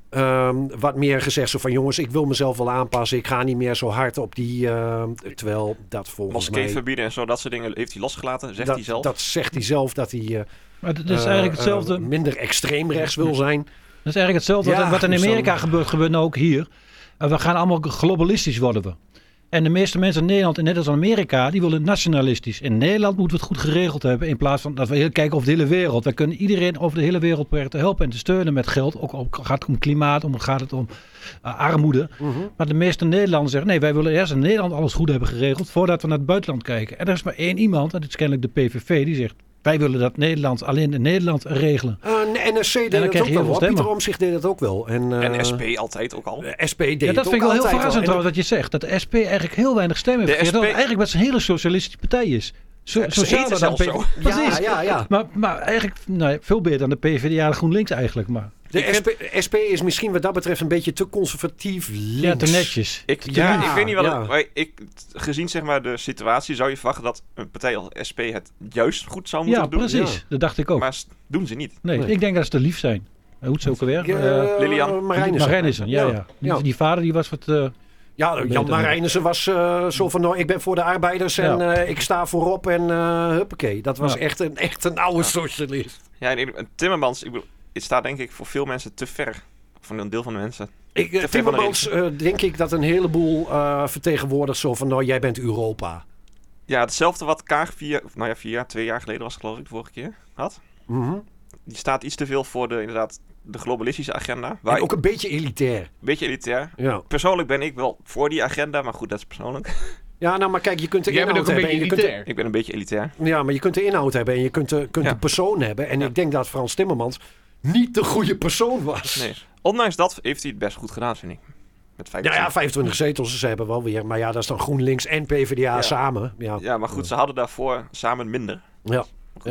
wat meer gezegd zo van jongens, ik wil mezelf wel aanpassen. Ik ga niet meer zo hard op die... terwijl dat volgens mij... verbieden en zo, dat soort dingen heeft hij losgelaten, zegt hij zelf. Dat zegt hij zelf, dat hij Maar dat is eigenlijk hetzelfde. Minder extreem rechts wil zijn. Dat is eigenlijk hetzelfde wat in Amerika gebeurt nou ook hier. We gaan allemaal globalistisch worden we. En de meeste mensen in Nederland en net als in Amerika, die willen nationalistisch. In Nederland moeten we het goed geregeld hebben. In plaats van dat we kijken over de hele wereld. We kunnen iedereen over de hele wereld proberen te helpen en te steunen met geld. Ook gaat het om klimaat, gaat het om armoede. Maar de meeste Nederlanders zeggen, nee, wij willen eerst in Nederland alles goed hebben geregeld voordat we naar het buitenland kijken. En er is maar één iemand, en dat is kennelijk de PVV, die zegt... Wij willen dat Nederland alleen in Nederland regelen. NSC deed het ook wel. Pieter Omtzigt deed het ook wel. En SP altijd ook al. SP deed het ook dat vind ik wel heel verrassend trouwens dat je zegt. Dat de SP eigenlijk heel weinig stemmen heeft gekregen. Dat het eigenlijk best een hele socialistische partij is. Sociaal dan zelfs zo. Precies. Ja. Maar eigenlijk veel beter dan de PvdA en GroenLinks eigenlijk. Maar. De SP is misschien wat dat betreft een beetje te conservatief links. Ja, te netjes. Ik weet niet wat maar gezien zeg maar de situatie zou je verwachten dat een partij als SP het juist goed zou moeten doen. Ja, precies. Dat dacht ik ook. Maar doen ze niet. Nee, ik denk dat ze te lief zijn. Hoe het ze ook alweer? Lilian Marijnissen, ja. Die vader die was wat... Jan Marijnissen was zo van, nou, ik ben voor de arbeiders en ik sta voorop en huppakee. Dat was echt een oude socialist. Ja, en Timmermans, het staat denk ik voor veel mensen te ver. Van een deel van de mensen. Timmermans denk ik dat een heleboel vertegenwoordigt zo van, nou, jij bent Europa. Ja, hetzelfde wat Kaag 2 jaar geleden was geloof ik, de vorige keer had. Mm-hmm. Die staat iets te veel voor de globalistische agenda. En ook een beetje elitair. Ja. Persoonlijk ben ik wel voor die agenda, maar goed, dat is persoonlijk. Ja, nou, maar kijk, je kunt de Jij inhoud bent ook hebben. een beetje elitair. Ik ben een beetje elitair. Ja, maar je kunt de inhoud hebben en je kunt de persoon hebben. En ik denk dat Frans Timmermans niet de goede persoon was. Nee. Ondanks dat heeft hij het best goed gedaan, vind ik. Met 25 zetels ze hebben wel weer. Maar ja, dat is dan GroenLinks en PvdA samen. Ja, maar goed, ze hadden daarvoor samen minder. Ja.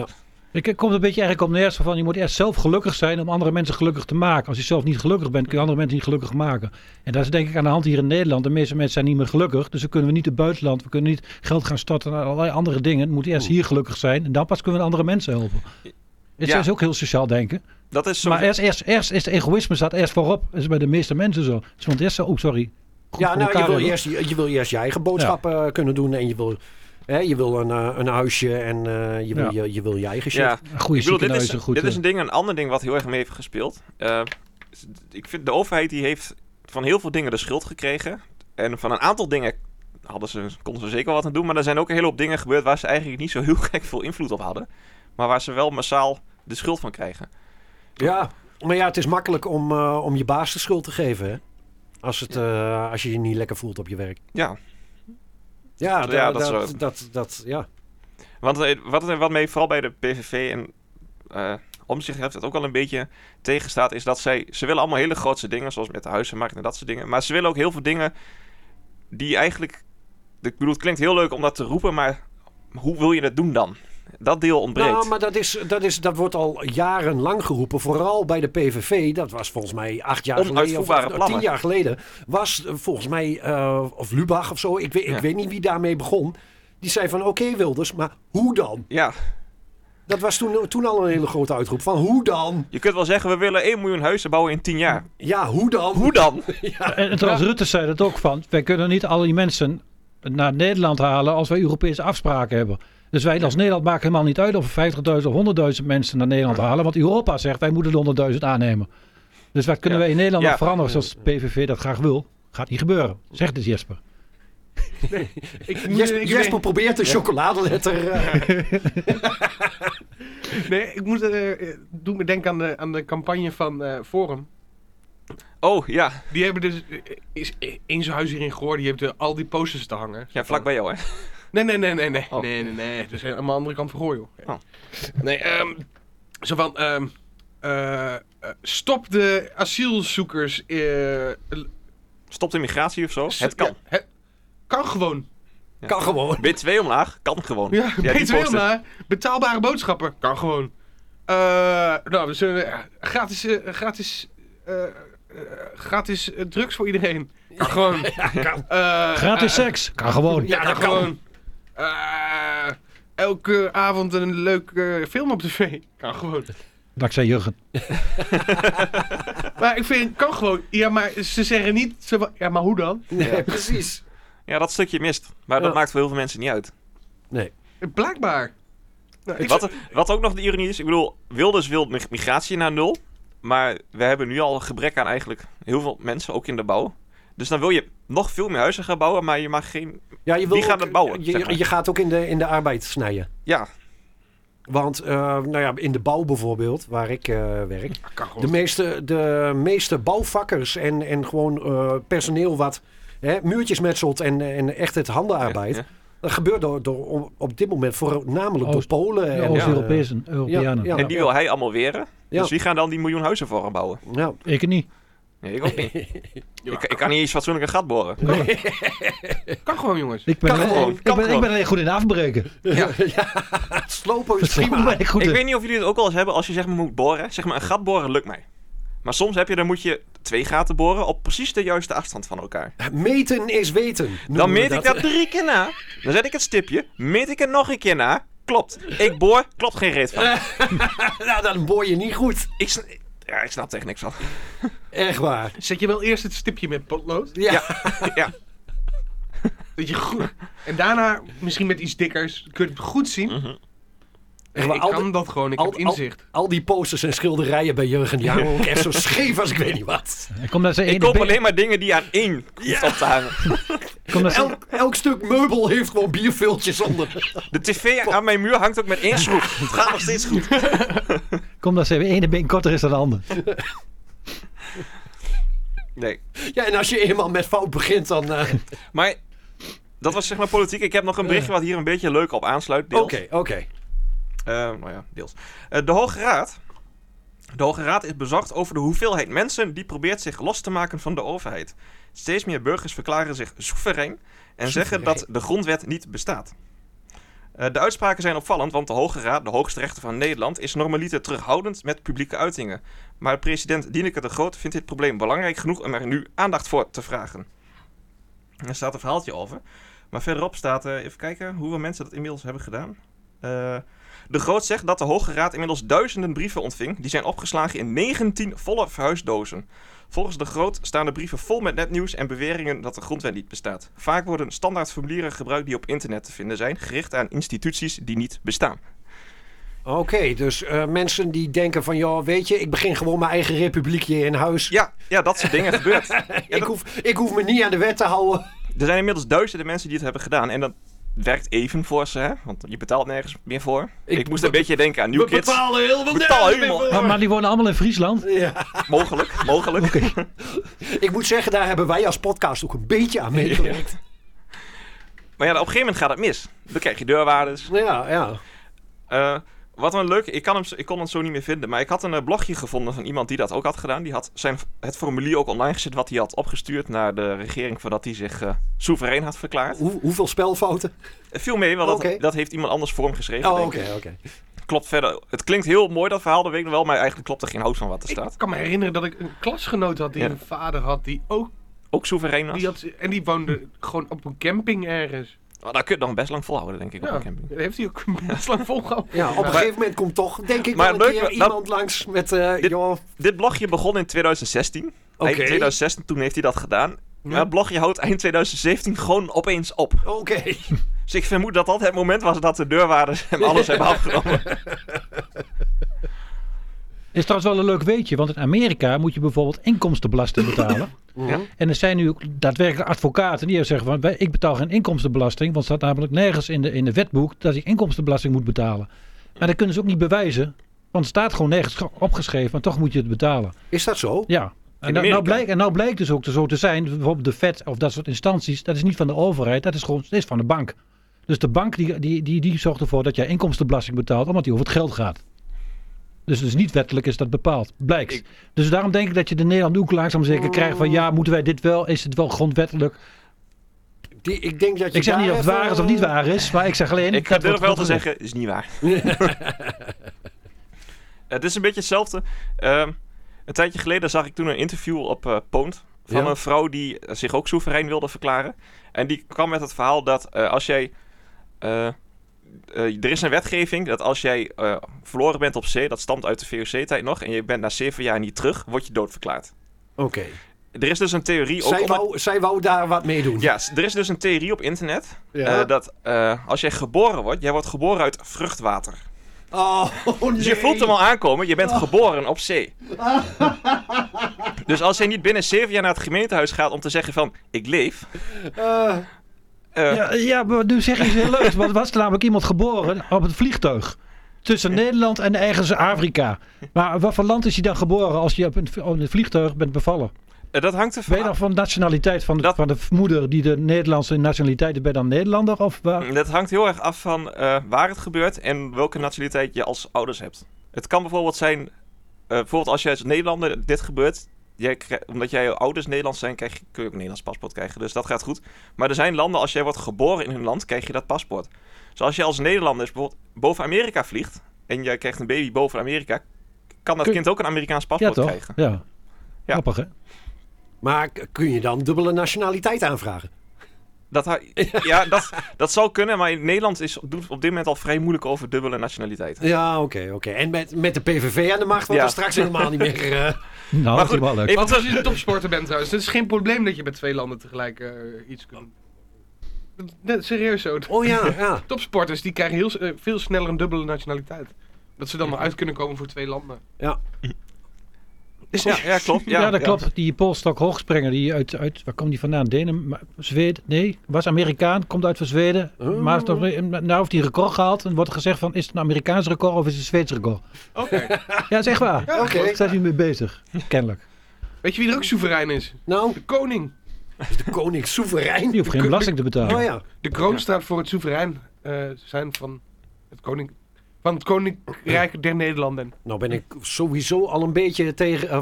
Ik kom een beetje eigenlijk op neer van je moet eerst zelf gelukkig zijn om andere mensen gelukkig te maken. Als je zelf niet gelukkig bent, kun je andere mensen niet gelukkig maken. En dat is denk ik aan de hand hier in Nederland. De meeste mensen zijn niet meer gelukkig. Dus dan kunnen we niet het buitenland. We kunnen niet geld gaan storten naar allerlei andere dingen. We moeten eerst hier gelukkig zijn. En dan pas kunnen we andere mensen helpen. Het is ook heel sociaal denken. Dat is zo. Maar eerst is het egoïsme staat eerst voorop. Dat is bij de meeste mensen zo. Dus want eerst sorry. Ja, nou, je wil eerst je eigen boodschappen kunnen doen. En je wil een huisje en je wil je eigen shit. Ja. Goede ziekenhuizen. Dit is een ander ding wat heel erg mee heeft gespeeld. ik vind de overheid die heeft van heel veel dingen de schuld gekregen. En van een aantal dingen konden ze zeker wat aan doen. Maar er zijn ook een hele hoop dingen gebeurd waar ze eigenlijk niet zo heel gek veel invloed op hadden. Maar waar ze wel massaal de schuld van krijgen. Ja, maar het is makkelijk om je baas de schuld te geven, hè? Als je je niet lekker voelt op je werk. Ja. Ja, Ja. Want wat mij vooral bij de PVV en Omtzigt heeft het ook al een beetje tegenstaat, is dat ze willen allemaal hele grootse dingen, zoals met de huizenmarkt en dat soort dingen. Maar ze willen ook heel veel dingen die eigenlijk... Ik bedoel, het klinkt heel leuk om dat te roepen, maar hoe wil je dat doen dan? Dat deel ontbreekt. Nou, maar dat wordt al jarenlang geroepen. Vooral bij de PVV. Dat was volgens mij 8 jaar geleden. Of 10 jaar geleden. Was volgens mij... of Lubach of zo. Ik weet niet wie daarmee begon. Die zei van oké, Wilders, maar hoe dan? Ja. Dat was toen al een hele grote uitroep. Van hoe dan? Je kunt wel zeggen, we willen 1 miljoen huizen bouwen in 10 jaar. Ja, hoe dan? Hoe dan? Ja. En trouwens, Rutte zei dat ook van. Wij kunnen niet al die mensen naar Nederland halen als wij Europese afspraken hebben. Dus wij als Nederland maken helemaal niet uit of we 50.000 of 100.000 mensen naar Nederland halen. Want Europa zegt, wij moeten de 100.000 aannemen. Dus wat kunnen wij in Nederland nog veranderen zoals de PVV dat graag wil? Gaat niet gebeuren. Zegt dus Jesper. Nee, Jesper probeert de chocoladeletter. Nee, ik moet doet me denken aan de campagne van Forum. Oh, ja. Die hebben dus in zijn huis hierin gehoord. Die heeft al die posters te hangen. Ja, vlak bij jou, hè? Nee. Oh. Nee. Dat is helemaal aan de andere kant van Gooi, joh. Oh. Nee, zo van... stop de asielzoekers... Stop de migratie of zo? Het kan. Ja, kan gewoon. Ja. Kan gewoon. B2 omlaag? Kan gewoon. Ja, die B2 posters. omlaag. Betaalbare boodschappen? Kan gewoon. We zullen gratis drugs voor iedereen. Kan gewoon. Gratis seks. Kan gewoon. Ja, dat gewoon. Elke avond een leuke film op tv. Kan gewoon. Dankzij Jurgen. Maar ik vind, kan gewoon. Ja, maar ze zeggen niet... Ja, maar hoe dan? Nee, precies. Ja, dat stukje mist. Maar dat maakt voor heel veel mensen niet uit. Nee. Blijkbaar. Nou, Wat ook nog de ironie is... Ik bedoel, Wilders wil migratie naar 0. Maar we hebben nu al gebrek aan eigenlijk heel veel mensen, ook in de bouw. Dus dan wil je nog veel meer huizen gaan bouwen, maar je mag geen... Ja, Wie gaat het bouwen? Je gaat ook in de arbeid snijden. Ja. Want in de bouw bijvoorbeeld, waar ik werk... De meeste bouwvakkers en gewoon personeel wat muurtjes metselt en echt het handenarbeid... Ja. Dat gebeurt op dit moment voornamelijk door Polen. En Oost-Europeanen. En die wil hij allemaal weren. Ja. Dus wie gaan dan die miljoen huizen voor hem bouwen? Ja. Ik niet. Nee, ik ook niet. Ik kan niet eens fatsoenlijk een gat boren. Nee. Kan gewoon, jongens. Ik ben alleen goed in afbreken. Slopen is prima. Ik weet niet of jullie het ook wel eens hebben als je zeg maar moet boren. Zeg maar een gat boren lukt mij. Maar soms dan moet je 2 gaten boren op precies de juiste afstand van elkaar. Meten is weten. Dan meet ik dat 3 keer na. Dan zet ik het stipje. Meet ik het nog een keer na. Klopt. Ik boor. Klopt geen reet van. Nou, dan boor je niet goed. Ik snap tegen niks van. Echt waar. Zet je wel eerst het stipje met potlood? Ja. Ja. Dat je goed... En daarna, misschien met iets dikkers, kun je het goed zien. Mm-hmm. Ik kan dat gewoon, ik heb inzicht. Al die posters en schilderijen bij Jurgen Jaro ook echt zo scheef als ik weet niet wat. Ik koop alleen maar dingen die aan 1 hoeft op te hangen. Elk stuk meubel heeft gewoon bierviltjes onder. De tv aan mijn muur hangt ook met 1 schroef. Het gaat nog steeds goed. Kom dat ze ene been korter is dan de ander. Nee. Ja, en als je eenmaal met fout begint, dan... Maar dat was zeg maar politiek. Ik heb nog een berichtje wat hier een beetje leuk op aansluit. Deels. Oké. Deels. De Hoge Raad. De Hoge Raad is bezorgd over de hoeveelheid mensen die probeert zich los te maken van de overheid. Steeds meer burgers verklaren zich soeverein en zeggen dat de grondwet niet bestaat. De uitspraken zijn opvallend, want de Hoge Raad, de hoogste rechter van Nederland, is normaliter terughoudend met publieke uitingen. Maar president Dieneke de Groot vindt dit probleem belangrijk genoeg om er nu aandacht voor te vragen. Er staat een verhaaltje over. Maar verderop staat, even kijken hoeveel mensen dat inmiddels hebben gedaan. De Groot zegt dat de Hoge Raad inmiddels duizenden brieven ontving. Die zijn opgeslagen in 19 volle verhuisdozen. Volgens de Groot staan de brieven vol met nepnieuws en beweringen dat de grondwet niet bestaat. Vaak worden standaard formulieren gebruikt die op internet te vinden zijn, gericht aan instituties die niet bestaan. Oké, dus mensen die denken van... joh, weet je, ik begin gewoon mijn eigen republiekje in huis. Ja, dat soort dingen gebeurt. Ik hoef me niet aan de wet te houden. Er zijn inmiddels duizenden mensen die het hebben gedaan. En dat werkt even voor ze, hè? Want je betaalt nergens meer voor. Ik moest een beetje denken aan New Kids. We betalen heel veel helemaal. Maar die wonen allemaal in Friesland? Ja. Mogelijk. Okay. Ik moet zeggen, daar hebben wij als podcast ook een beetje aan meegewerkt. Maar ja, op een gegeven moment gaat het mis. Dan krijg je deurwaarders. Ja. Wat wel leuk, ik kon het zo niet meer vinden. Maar ik had een blogje gevonden van iemand die dat ook had gedaan. Die had het formulier ook online gezet wat hij had opgestuurd naar de regering voordat hij zich soeverein had verklaard. Hoeveel spelfouten? Viel mee, want dat heeft iemand anders voor hem geschreven. Oh, oké. Klopt verder. Het klinkt heel mooi dat verhaal, dat weet ik nog wel. Maar eigenlijk klopt er geen hout van wat er staat. Ik kan me herinneren dat ik een klasgenoot had die een vader had die ook soeverein was. Die woonde gewoon op een camping ergens. Oh, daar kun je het nog best lang volhouden, denk ik, op een camping. Dat heeft hij ook best lang volgehouden. Ja, op een gegeven moment komt toch, denk ik, wel een keer iemand langs met... Dit blogje begon in 2016. Oké. Eind 2016, toen heeft hij dat gedaan. Maar het blogje houdt eind 2017 gewoon opeens op. Oké. Dus ik vermoed dat dat het moment was dat de deurwaarders hem alles hebben afgenomen. Is trouwens wel een leuk weetje, want in Amerika moet je bijvoorbeeld inkomstenbelasting betalen. Ja. En er zijn nu ook daadwerkelijk advocaten die zeggen van, ik betaal geen inkomstenbelasting, want er staat namelijk nergens in de wetboek dat ik inkomstenbelasting moet betalen. Maar dat kunnen ze ook niet bewijzen, want het staat gewoon nergens opgeschreven, maar toch moet je het betalen. Is dat zo? Ja. En nou blijkt dus ook zo te zijn, bijvoorbeeld de Fed of dat soort instanties, dat is niet van de overheid, dat is van de bank. Dus de bank die zorgt ervoor dat jij inkomstenbelasting betaalt, omdat die over het geld gaat. Dus niet wettelijk is dat bepaald, blijkt. Dus daarom denk ik dat je de Nederland ook langzaam zeker krijgt van ja, moeten wij dit wel, is het wel grondwettelijk? Ik denk dat je ik zeg niet of het waar is of niet waar is, maar ik zeg alleen... Ik durf wel te zeggen, het is niet waar. Het is een beetje hetzelfde. Een tijdje geleden zag ik toen een interview op Poont van een vrouw die zich ook soeverein wilde verklaren. En die kwam met het verhaal dat als jij... er is een wetgeving dat als jij verloren bent op zee, dat stamt uit de VOC-tijd nog, en je bent na 7 jaar niet terug, word je doodverklaard. Oké. Er is dus een theorie... Zij wou daar wat mee doen. Ja, er is dus een theorie op internet dat als jij geboren wordt, jij wordt geboren uit vruchtwater. Oh, nee. Dus je voelt hem al aankomen, je bent geboren op zee. Dus als jij niet binnen 7 jaar naar het gemeentehuis gaat om te zeggen van, ik leef... Ja, maar nu zeg je iets heel leuks. Want was er namelijk iemand geboren op het vliegtuig. Tussen Nederland en ergens Afrika. Maar wat voor land is hij dan geboren als je op het vliegtuig bent bevallen? Dat hangt ervan ben je dan van nationaliteit van de moeder die de Nederlandse nationaliteit is? Ben je dan Nederlander? Of waar? Dat hangt heel erg af van waar het gebeurt en welke nationaliteit je als ouders hebt. Het kan bijvoorbeeld zijn, bijvoorbeeld als jij als Nederlander dit gebeurt... omdat jij ouders Nederlands zijn, kun je ook een Nederlands paspoort krijgen. Dus dat gaat goed. Maar er zijn landen, als jij wordt geboren in hun land, krijg je dat paspoort. Dus als je als Nederlander bijvoorbeeld boven Amerika vliegt... en jij krijgt een baby boven Amerika... kan dat kind ook een Amerikaans paspoort krijgen. Ja, grappig hè? Maar kun je dan dubbele nationaliteit aanvragen? Dat zou kunnen, maar in Nederland doet op dit moment al vrij moeilijk over dubbele nationaliteit. Ja, oké. En met de PVV aan de macht wordt er straks helemaal niet meer... Nou, dat is wel leuk. Want als je een topsporter bent trouwens, het is geen probleem dat je met 2 landen tegelijk iets kunt. Nee, serieus zo. Oh ja. Topsporters die krijgen veel sneller een dubbele nationaliteit. Dat ze dan nog uit kunnen komen voor 2 landen. Ja. Ja, klopt. Ja, dat klopt. Die polstok hoogspringer, die uit waar komt die vandaan? Zweden? Nee, was Amerikaan, komt uit van Zweden. Maar nou heeft hij record gehaald en wordt gezegd van, is het een Amerikaans record of is het een Zweeds record? Oké. Ja, dat is echt waar. Ja, oké. Daar zijn we mee bezig, kennelijk. Weet je wie er ook soeverein is? Nou? De koning. Is de koning soeverein? Die hoeft geen belasting te betalen. Oh ja. De kroon staat voor het soeverein zijn van het koning... Van het Koninkrijk der Nederlanden. Nou ben ik sowieso al een beetje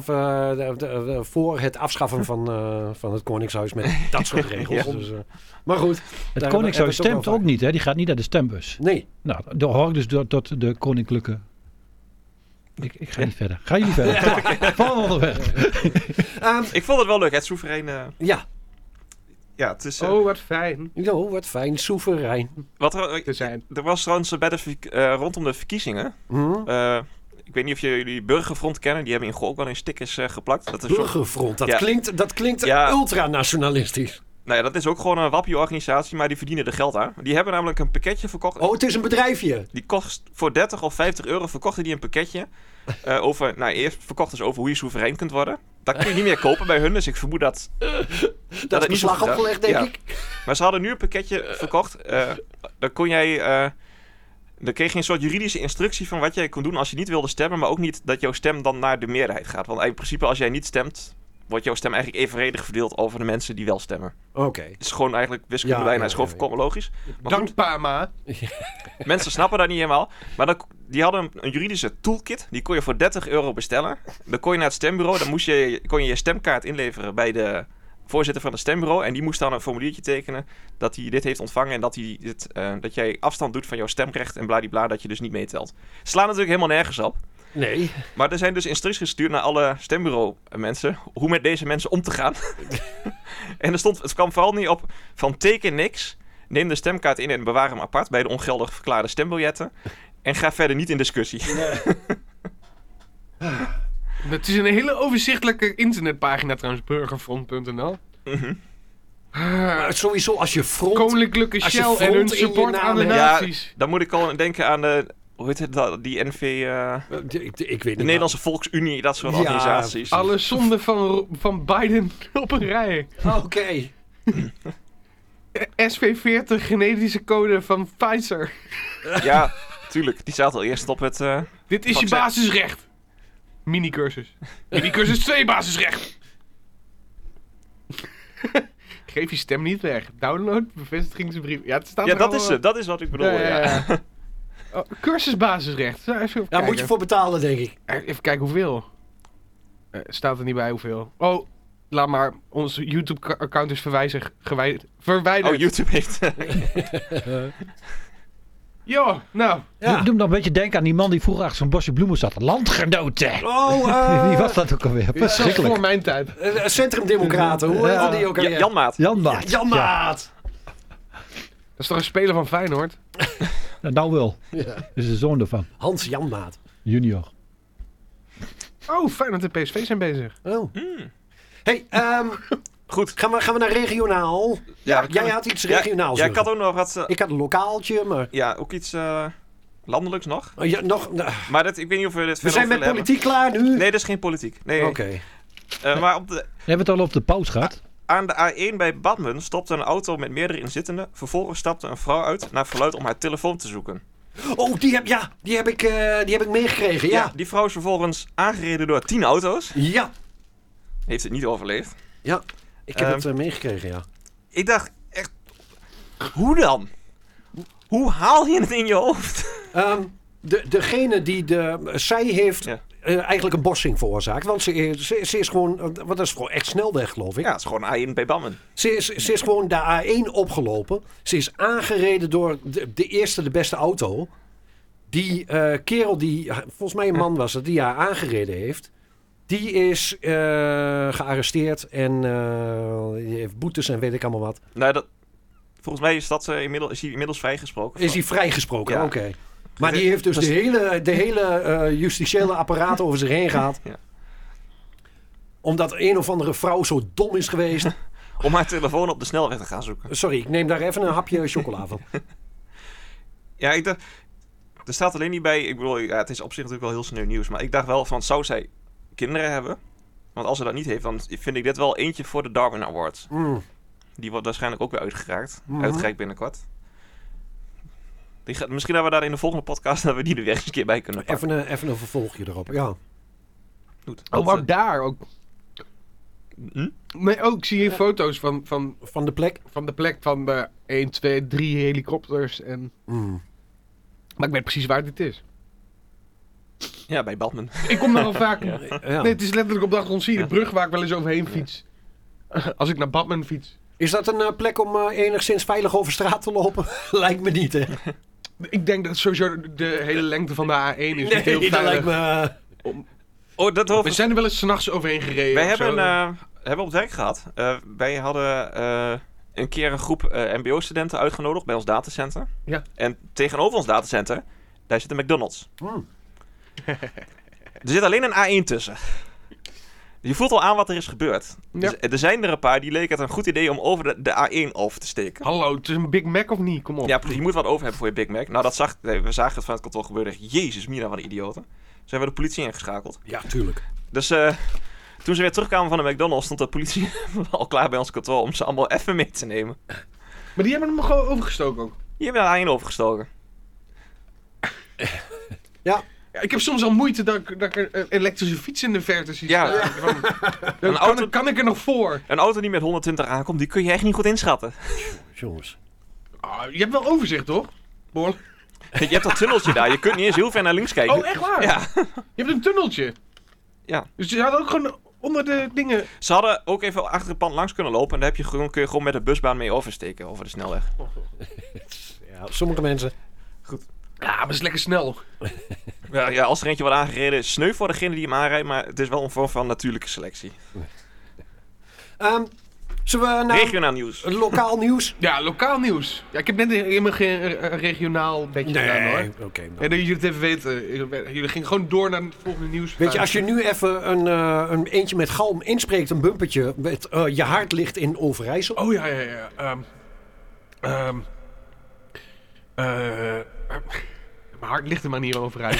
voor het afschaffen van het Koningshuis met dat soort regels. Ja. Dus, maar goed. Het Koningshuis stemt ook niet, hè? Die gaat niet naar de stembus. Nee. Nou, dan hoor ik dus tot de koninklijke... Ik ga niet verder. Ga jullie verder. Volgende onderwerp. Ik vond het wel leuk, het soeverein... Ja. Ja, het is... wat fijn. Oh, wat fijn. Soeverein. Er was trouwens bij rondom de verkiezingen... ik weet niet of jullie Burgerfront kennen. Die hebben in Goor ook wel in stickers geplakt. Burgerfront, dat klinkt ultranationalistisch. Nou ja, dat is ook gewoon een wappie-organisatie, maar die verdienen er geld aan. Die hebben namelijk een pakketje verkocht. Oh, het is een bedrijfje. Die kost voor 30 of 50 euro verkochten die een pakketje. Eerst verkochten ze over hoe je soeverein kunt worden. Dat kun je niet meer kopen bij hun, dus ik vermoed dat... Dat is beslag opgelegd, denk ik. Maar ze hadden nu een pakketje verkocht. Dan kon jij... Dan kreeg je een soort juridische instructie van wat jij kon doen als je niet wilde stemmen, maar ook niet dat jouw stem dan naar de meerderheid gaat. Want in principe als jij niet stemt, wordt jouw stem eigenlijk evenredig verdeeld over de mensen die wel stemmen. Oké. Het is gewoon eigenlijk wiskunde bijna, het is gewoon volkomen logisch. Maar Dank pa. mensen snappen dat niet helemaal. Maar die hadden een juridische toolkit, die kon je voor 30 euro bestellen. Dan kon je naar het stembureau, dan kon je je stemkaart inleveren bij de voorzitter van het stembureau. En die moest dan een formuliertje tekenen dat hij dit heeft ontvangen en dat jij afstand doet van jouw stemrecht en bladibla, dat je dus niet meetelt. Slaan natuurlijk helemaal nergens op. Nee. Maar er zijn dus instructies gestuurd naar alle stembureau mensen hoe met deze mensen om te gaan. En het kwam vooral niet op van teken niks, neem de stemkaart in en bewaar hem apart bij de ongeldig verklaarde stembiljetten en ga verder niet in discussie. Het is een hele overzichtelijke internetpagina trouwens, burgerfront.nl. Maar sowieso als je front... Koninklijke als je Shell en front hun in je support naam aan de hebt. nazi's. Dan moet ik al denken aan de, hoe heet het, die NV, Ik weet de niet. Volksunie, Volksunie, dat soort Ja, organisaties. Alle zonden van Biden op een rij. Oké. SV40 genetische code van Pfizer. Ja, tuurlijk. Die staat al eerst op het... Dit is je vaccin. basisrecht. Mini-cursus. Mini-cursus 2 basisrecht. Geef je stem niet weg. Download bevestigingsbrief. Ja, het staat Ja, er dat al, is het. Dat is wat ik bedoel. Ja. Oh, cursus basisrecht. Even Daar kijken. moet je voor betalen, denk ik. Even kijken hoeveel. Staat er niet bij hoeveel. Oh, laat maar. Ons YouTube-account is verwijderd. Oh, YouTube heeft... Jo, nou. Ja. Doe me dan een beetje denken aan die man die vroeger achter zo'n bosje bloemen zat. Landgenoten. Oh, Wie was dat ook alweer? Dat is Verschrikkelijk. voor mijn tijd. Centrumdemocraten. Hoe heet die ook alweer? Jan Maat. Jan Maat. Jan Maat. Dat is toch een speler van Feyenoord? Ja, nou wel. Ja. Dat is de zoon ervan. Hans Jan Maat. Junior. Oh, Feyenoord en PSV zijn bezig. Oh. Hey, Goed. gaan we naar regionaal? Ja, Jij had iets regionaals. Ja, ik had ook nog wat... Ik had een lokaaltje, maar... ja, ook iets landelijks nog. Ja, nog... Maar ik weet niet of we dit we verder zijn met willen politiek klaar nu? hebben. Nee, dat is geen politiek. Nee. Oké. Maar We hebben het al op de pauze gehad. aan de A1 bij Badmen stopte een auto met meerdere inzittenden. Vervolgens stapte een vrouw uit naar verluid om haar telefoon te zoeken. Oh, die heb ik meegekregen, ja. Die vrouw is vervolgens aangereden door 10 auto's. Ja. Heeft het niet overleefd. Ja. Ik heb het meegekregen, ja. Ik dacht echt, hoe dan? Hoe haal je het in je hoofd? Degene die zij heeft Ja. eigenlijk een botsing veroorzaakt. Want ze is gewoon... Wat is gewoon echt snelweg, geloof ik. Ja, het is gewoon A1 bij Badmen. Ze is gewoon de A1 opgelopen. Ze is aangereden door de beste auto. Die kerel die... Volgens mij een man was het, die haar aangereden heeft. Die is gearresteerd en die heeft boetes en weet ik allemaal wat. Nou, volgens mij is is hij inmiddels vrijgesproken. Is hij vrijgesproken? Ja. Oké. Maar die heeft dus de hele justitiële apparaat over zich heen gehad. Ja. Omdat een of andere vrouw zo dom is geweest. Om haar telefoon op de snelweg te gaan zoeken. Sorry, ik neem daar even een hapje chocola van. Ja, ik dacht... Er staat alleen niet bij... Ik bedoel, ja, het is op zich natuurlijk wel heel sneu nieuws. Maar ik dacht wel van, zou zij kinderen hebben? Want als ze dat niet heeft, dan vind ik dit wel eentje voor de Darwin Awards. Mm. Die wordt waarschijnlijk ook weer uitgereikt. Mhm. Uitgereikt binnenkort. Misschien dat we daar in de volgende podcast dat we die er weer eens een keer bij kunnen pakken. Even een vervolgje erop, ja. Goed. Oh, maar daar ook. Hm? Nee, ook zie je foto's van Van de plek. de plek van de 1, 2, 3 helikopters. En... Mm. Maar ik weet precies waar dit is. Ja, bij Badmen. Ik kom daar al vaak... Ja. Ja. Nee, het is letterlijk op de achtergrond zie je de brug waar ik wel eens overheen fiets. Als ik naar Badmen fiets. Is dat een plek om enigszins veilig over straat te lopen? Lijkt me niet, hè? Ik denk dat sowieso de hele lengte van de A1 is niet heel Nee, dat veilig. lijkt me... Oh, dat We hoofd. zijn er wel eens 's nachts overheen gereden. Wij of zo. hebben op het werk gehad. Wij hadden een keer een groep mbo-studenten uitgenodigd bij ons datacenter. Ja. En tegenover ons datacenter, daar zit een McDonald's. Hmm. Er zit alleen een A1 tussen. Je voelt al aan wat er is gebeurd. Ja. Dus, er zijn er een paar die leken het een goed idee om over de A1 over te steken. Hallo, het is een Big Mac of niet? Kom op. Ja, je moet wat over hebben voor je Big Mac. Nou, we zagen het van het kantoor gebeuren. Jezus, Mina, wat een idioten. Ze hebben de politie ingeschakeld. Ja, tuurlijk. Dus toen ze weer terugkwamen van de McDonald's, stond de politie al klaar bij ons kantoor om ze allemaal even mee te nemen. Maar die hebben hem gewoon overgestoken ook. Die hebben de A1 overgestoken. Ja. Ja, ik heb soms al moeite dat ik een elektrische fiets in de verte zie Ja. staan. Dan Een auto- kan ik er nog voor? Een auto die met 120 aankomt, die kun je echt niet goed inschatten. Jongens. Je hebt wel overzicht, toch? Behoorlijk. Je hebt dat tunneltje daar, je kunt niet eens heel ver naar links kijken. Oh, echt waar? Ja. Je hebt een tunneltje. Ja. Dus je had ook gewoon onder de dingen... Ze hadden ook even achter het pand langs kunnen lopen en daar kun je gewoon met de busbaan mee oversteken over de snelweg. Ja, sommige mensen. Ja, maar het is lekker snel. Ja, als er eentje wordt aangereden, sneu voor degene die hem aanrijdt, maar het is wel een vorm van natuurlijke selectie. Zullen we naar Regionaal nieuws. lokaal nieuws? Ja, lokaal nieuws. Ja, ik heb net helemaal geen regionaal bedje gedaan, hoor. Oké. nou. En dat jullie het even weten. Jullie gingen gewoon door naar het volgende nieuws. Weet je, als je nu even een eentje met galm inspreekt, een bumpertje met je hart ligt in Overijssel. Oh, ja. Mijn hart ligt er maar niet over uit.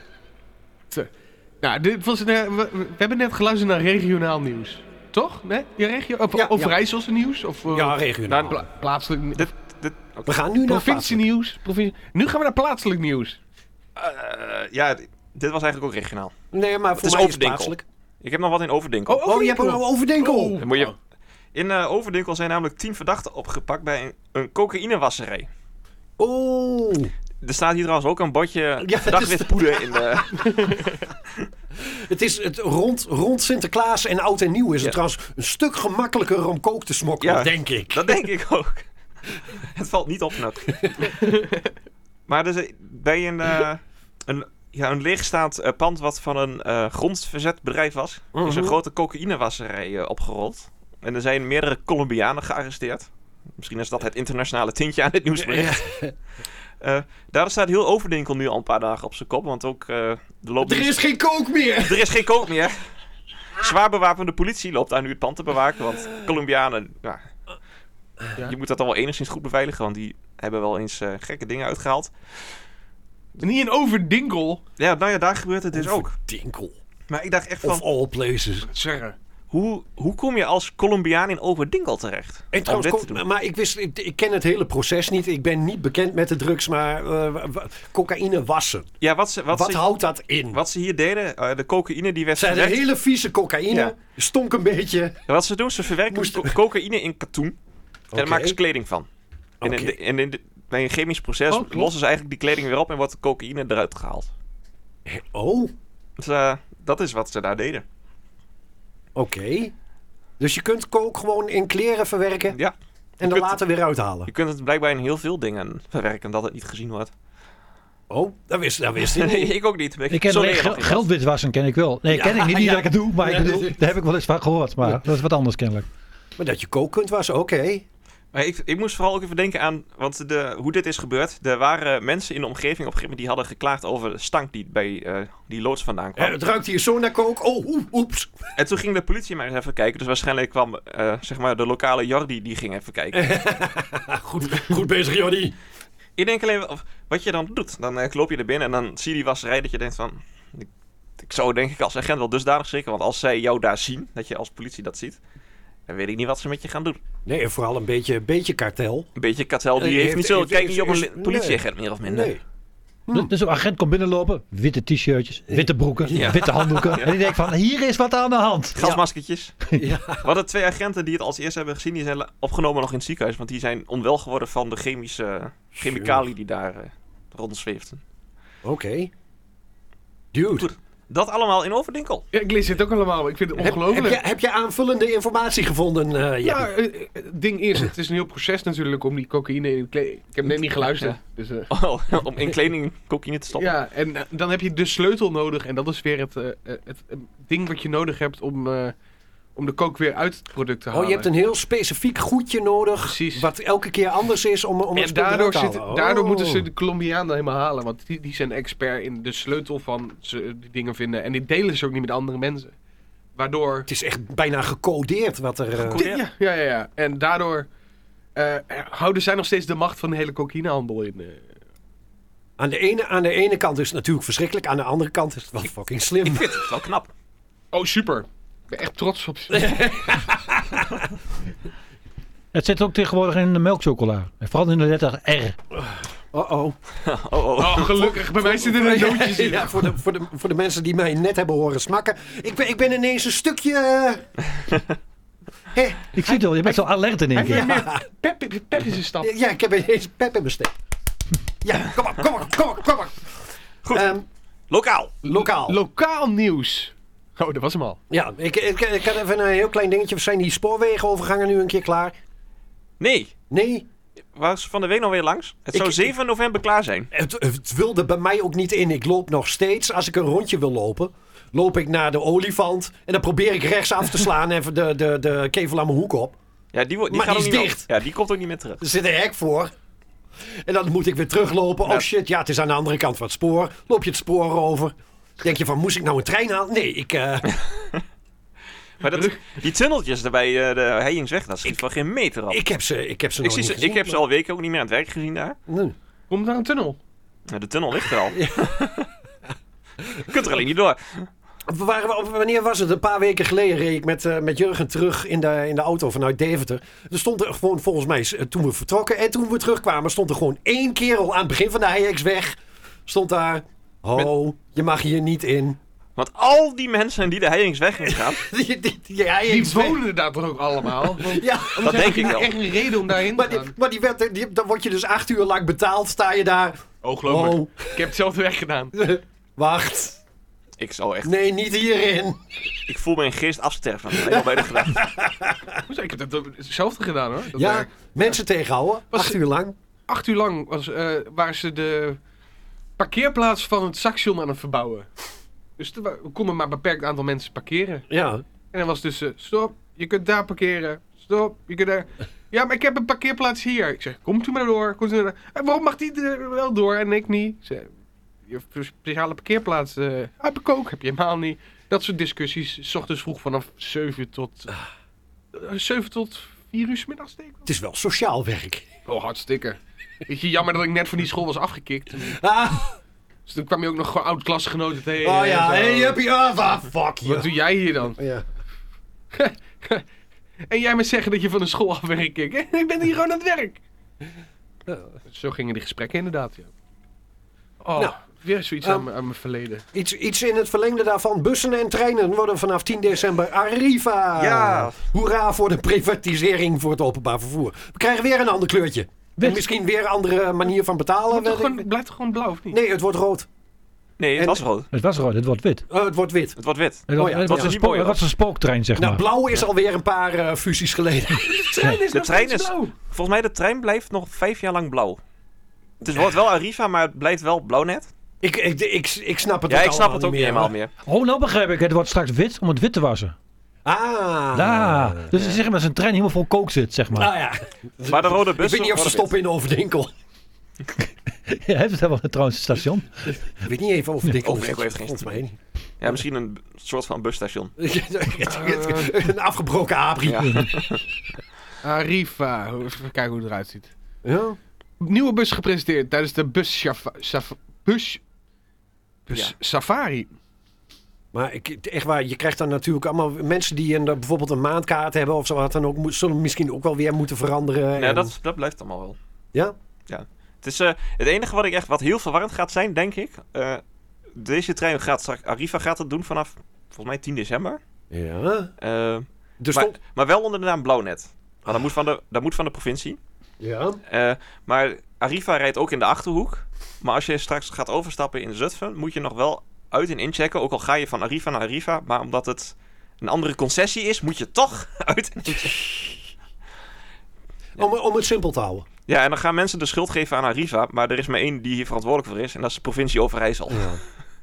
Nou, we hebben net geluisterd naar regionaal nieuws. Toch? Nee? Ja, Overijsselse nieuws? Of, Ja, regionaal. plaatselijk nieuws. We gaan nu naar Provincienieuws. Nu gaan we naar plaatselijk nieuws. Ja, dit was eigenlijk ook regionaal. Nee, maar voor is mij is het Overdinkel. plaatselijk. Ik heb nog wat in Overdinkel. Oh, je hebt een Overdenkel. Dan moet je... In Overdinkel zijn namelijk 10 verdachten opgepakt bij een cocaïnewasserij. Oh. Er staat hier trouwens ook een bordje Ja, verdacht het is- wit poeder in de... Het is rond Sinterklaas en Oud en Nieuw is het Ja. trouwens een stuk gemakkelijker om kook te smokkelen, Ja. denk ik. Dat denk ik ook. Het valt niet op nog. Maar dus, bij een leegstaand pand wat van een grondverzetbedrijf was, is een grote cocaïnewasserij opgerold. En er zijn meerdere Colombianen gearresteerd. Misschien is dat het internationale tintje aan dit nieuwsbericht. Daar staat heel Overdinkel nu al een paar dagen op zijn kop, want ook de loopt... Er is geen kook meer. Er is geen kook meer. Zwaar bewapende politie loopt daar nu het pand te bewaken, want Colombianen... Ja, je moet dat dan wel enigszins goed beveiligen, want die hebben wel eens gekke dingen uitgehaald. Niet in Overdinkel. Ja, nou ja, daar gebeurt het dus ook. Dinkel. Maar ik dacht echt Of van, all places. Zeggen. hoe kom je als Colombiaan in Overdinkel terecht? En Om trouwens, dit te doen? maar ik ken het hele proces niet. Ik ben niet bekend met de drugs, maar cocaïne wassen. Ja, Wat houdt dat in? wat ze hier deden, de cocaïne die werd Zijn er verwerkt. hele vieze cocaïne? Ja. Stonk een beetje. Wat ze doen, ze verwerken cocaïne in katoen. En daar Oké. maken ze kleding van. En, Oké. bij een chemisch proces klopt. lossen ze eigenlijk die kleding weer op en wordt de cocaïne eruit gehaald. Oh, Dus dat is wat ze daar deden. oké. Dus je kunt kook gewoon in kleren verwerken Ja, en dan kunt- later weer uithalen. je kunt het blijkbaar in heel veel dingen verwerken dat het niet gezien wordt. Oh, dat wist ik Nee, niet. ik ook niet. Ik ken alleen geld witwassen, ken ik wel. Nee, Ja, ken ik niet, niet ja. dat ik het doe, maar Ja, ik bedoel, dus- daar heb ik wel eens van gehoord. Maar dat is wat anders kennelijk. Maar dat je kook kunt wassen, oké. Maar ik moest vooral ook even denken aan hoe dit is gebeurd. Er waren mensen in de omgeving op een gegeven moment die hadden geklaagd over de stank die bij die loods vandaan kwam. Het ruikt hier zo naar kook. Oh, oeps. En toen ging de politie maar eens even kijken. Dus waarschijnlijk kwam zeg maar de lokale Jordi, die ging even kijken. Goed bezig, Jordi. Ik denk alleen, wat je dan doet. Dan loop je er binnen en dan zie je die wasserij dat je denkt van... Ik zou denk ik als agent wel dusdanig zeker. Want als zij jou daar zien, dat je als politie dat ziet... Dan weet ik niet wat ze met je gaan doen. Nee, en vooral een beetje kartel. Een beetje kartel, die heeft niet zo... Kijk niet op een politieagent meer of minder. Nee. Dus zo'n agent komt binnenlopen, witte t-shirtjes, witte broeken, Ja. witte handdoeken. En die denkt van, hier is wat aan de hand. Gasmaskertjes. Ja. We hadden 2 agenten die het als eerste hebben gezien. Die zijn opgenomen nog in het ziekenhuis. Want die zijn onwel geworden van de chemicaliën die daar rondzweefden. Oké. Dude. Goed. Dat allemaal in Overdinkel. Ja, ik lees het ook allemaal. Ik vind het ongelooflijk. Heb je aanvullende informatie gevonden? Ja, het ding is, het is een heel proces natuurlijk om die cocaïne in kleding... Ik heb net niet geluisterd. Dus, Om in kleding cocaïne te stoppen. ja, en dan heb je de sleutel nodig. En dat is weer het ding wat je nodig hebt om de kook weer uit het product te halen. Oh, je hebt een heel specifiek goedje nodig. Precies. Wat elke keer anders is om het En spul eruit daardoor, te halen. daardoor Oh. moeten ze de Colombianen helemaal halen. Want die zijn expert in de sleutel van die dingen vinden. En die delen ze ook niet met andere mensen. Waardoor... Het is echt bijna gecodeerd wat er... Ja. En daardoor houden zij nog steeds de macht van de hele cocaïnehandel in. Aan de ene kant is het natuurlijk verschrikkelijk. Aan de andere kant is het wel fucking slim. Ik vind het wel knap. Oh, super. Ik ben echt trots op ze. Het zit ook tegenwoordig in de melkchocola. En vooral in de letter R. Oh. Oh, gelukkig. Bij mij zitten er nootjes in. Ja, voor de mensen die mij net hebben horen smakken. Ik ben ineens een stukje... Ik zie het wel, je bent zo alert in één keer. Meer pep in zijn stap. Ja, ik heb ineens pep in mijn steek. Ja, kom maar. Goed. Lokaal. Lokaal nieuws. Oh, dat was hem al. Ja, ik had even een heel klein dingetje. Zijn die spoorwegenovergangen nu een keer klaar? Nee. Nee? Was van de week nog weer langs? Het zou 7 november klaar zijn. Het wilde bij mij ook niet in. Ik loop nog steeds, als ik een rondje wil lopen, loop ik naar de Olifant. En dan probeer ik rechtsaf te slaan even de kevel aan mijn hoek op. Ja, die Maar gaat die ook is niet dicht. Ja, die komt ook niet meer terug. Er zit een hek voor. En dan moet ik weer teruglopen. Ja. Oh shit, ja, het is aan de andere kant van het spoor. Loop je het spoor over. Denk je van, moest ik nou een trein halen? Nee, ik... Maar die tunneltjes erbij, de Heijingsweg, dat schiet van geen meter af. Ik heb ze nog niet gezien. Ik heb ze al weken ook niet meer aan het werk gezien daar. Nee. Komt daar een tunnel? Ja, de tunnel ligt er al. Je kunt er alleen niet door. Wanneer was het? Een paar weken geleden reed ik met Jurgen terug in de auto vanuit Deventer. Er stond er gewoon volgens mij, toen we vertrokken en toen we terugkwamen, stond er gewoon 1 kerel aan het begin van de Heijingsweg. Stond daar, je mag hier niet in. Want al die mensen die de Heijingsweg gaan, Die wonen daar toch ook allemaal? Want Ja, dat denk ik wel. echt een reden om daarheen te gaan. maar dan word je dus 8 uur lang betaald, sta je daar. Oh, geloof me. Oh, Ik heb hetzelfde weg gedaan. wacht. Ik zou echt... Nee, niet hierin. Ik voel me in geest afsterven. Dat heb ik al bij de gedaan. Hoezo? Ik heb hetzelfde gedaan hoor. Dat Ja, werkt. mensen tegenhouden, 8 uur lang. 8 uur lang waren ze de parkeerplaats van het station aan het verbouwen. Dus we konden maar een beperkt aantal mensen parkeren. Ja. En dan was dus, stop, je kunt daar parkeren. Stop, je kunt daar... Ja, maar ik heb een parkeerplaats hier. Ik zeg, komt u maar door. Komt u maar door. En waarom mag die er wel door en ik niet? Ik zeg, je hebt een speciale parkeerplaats. Heb ik ook, heb je helemaal niet. Dat soort discussies. 's Ochtends vroeg vanaf 7 tot 4 uur 's middags. Het is wel sociaal werk. Oh, hartstikke. Weet je, jammer dat ik net van die school was afgekikt. Ah, Dus toen kwam je ook nog gewoon oud-klasgenoten tegen. oh ja, en zo. hey, je fuck je. Wat doe jij hier dan? Ja. En jij me zeggen dat je van de school afwerkt. Ik ben hier gewoon aan het werk. Zo gingen die gesprekken inderdaad, ja. Oh, Nou, weer zoiets aan mijn verleden. Iets in het verlengde daarvan. Bussen en treinen worden vanaf 10 december Arriva. Ja. Hoera voor de privatisering voor het openbaar vervoer. We krijgen weer een ander kleurtje. En misschien weer een andere manier van betalen. Blijft het gewoon blauw of niet? Nee, het wordt rood. Nee, het was rood. Het was rood, het wordt wit. Het wordt wit. Het wordt wit. Het Oh ja, was dat is een niet mooi, het was een spooktrein, zeg Nou, maar. blauw is alweer een paar fusies geleden. De trein is De nog trein steeds is... blauw. Volgens mij de trein blijft nog 5 jaar lang blauw. Het wordt wel Arriva, maar het blijft wel blauw net. Ik snap het Ja, ook ik snap het ook niet niet helemaal meer. meer. Oh, nou begrijp ik. Het wordt straks wit om het wit te wassen. Ah. Dus zeg maar dat zijn trein helemaal vol kook zit, zeg maar. Ah ja. Maar de rode Ik bussen weet niet of ze worden stoppen in Overdenkel. Ja, heeft het wel trouwens een station. Ik weet niet even Overdenkel. Overdenkel heeft geen Volgens mij niet. wit. Ja, misschien een soort van busstation. Een afgebroken abri. Ja. Arriva. Even kijken hoe het eruit ziet. Ja. Nieuwe bus gepresenteerd tijdens de bus Ja. Safari. Maar echt waar, je krijgt dan natuurlijk allemaal mensen die bijvoorbeeld een maandkaart hebben of zo wat dan ook, zullen misschien ook wel weer moeten veranderen. Ja, en- dat blijft allemaal wel. Ja? Het is het enige wat heel verwarrend gaat zijn, denk ik. Deze trein gaat straks... Arriva gaat het doen vanaf, volgens mij 10 december. Ja. Dus Maar wel onder de naam Blauwnet. Maar dat moet van de provincie. Ja. Maar Arriva rijdt ook in de Achterhoek. Maar als je straks gaat overstappen in Zutphen, moet je nog wel uit- en inchecken. Ook al ga je van Arriva naar Arriva. Maar omdat het een andere concessie is, moet je toch uit- en inchecken. Om het simpel te houden. Ja, en dan gaan mensen de schuld geven aan Arriva. Maar er is maar één die hier verantwoordelijk voor is. En dat is de provincie Overijssel. Ja.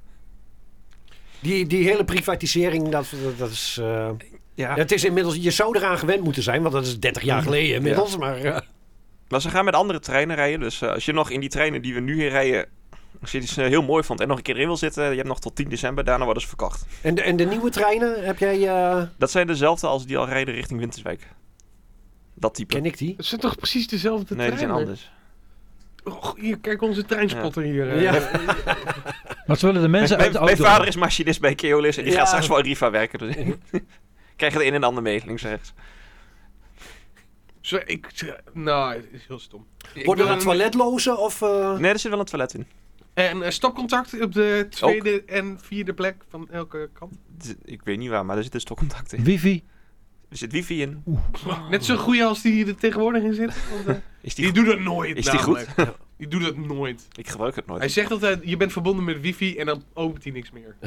Die hele privatisering, dat is... Ja. Het is inmiddels, je zou eraan gewend moeten zijn, want dat is 30 jaar geleden inmiddels. Maar Maar ze gaan met andere treinen rijden. Dus als je nog in die treinen die we nu hier rijden Als je het heel mooi vond en nog een keer in wil zitten, je hebt nog tot 10 december, daarna worden ze verkocht. En de nieuwe treinen, heb jij... Dat zijn dezelfde als die al rijden richting Winterswijk. Dat type. Ken ik die? Het zijn toch precies dezelfde Nee, die zijn treinen? anders. Och, hier, kijk onze treinspotter hier. Ja. Maar ze willen de mensen uit de Mijn auto... vader is machinist bij Keolis en die Ja. gaat straks voor Arriva werken. Dus krijg je de een en ander mee, links en rechts. Nou, het is heel stom. Worden dat toiletlozen of... Nee, er zit wel een toilet in. En stopcontact op de tweede en vierde plek van elke kant. Ik weet niet waar, maar er zit een stopcontact in. Wifi. Er zit wifi in. Net zo goed als die er tegenwoordig in zit. Want, Is die die doet dat nooit. Is die goed? namelijk. Die doet dat nooit. Ik gebruik het nooit. Hij zegt altijd, je bent verbonden met wifi en dan opent hij niks meer.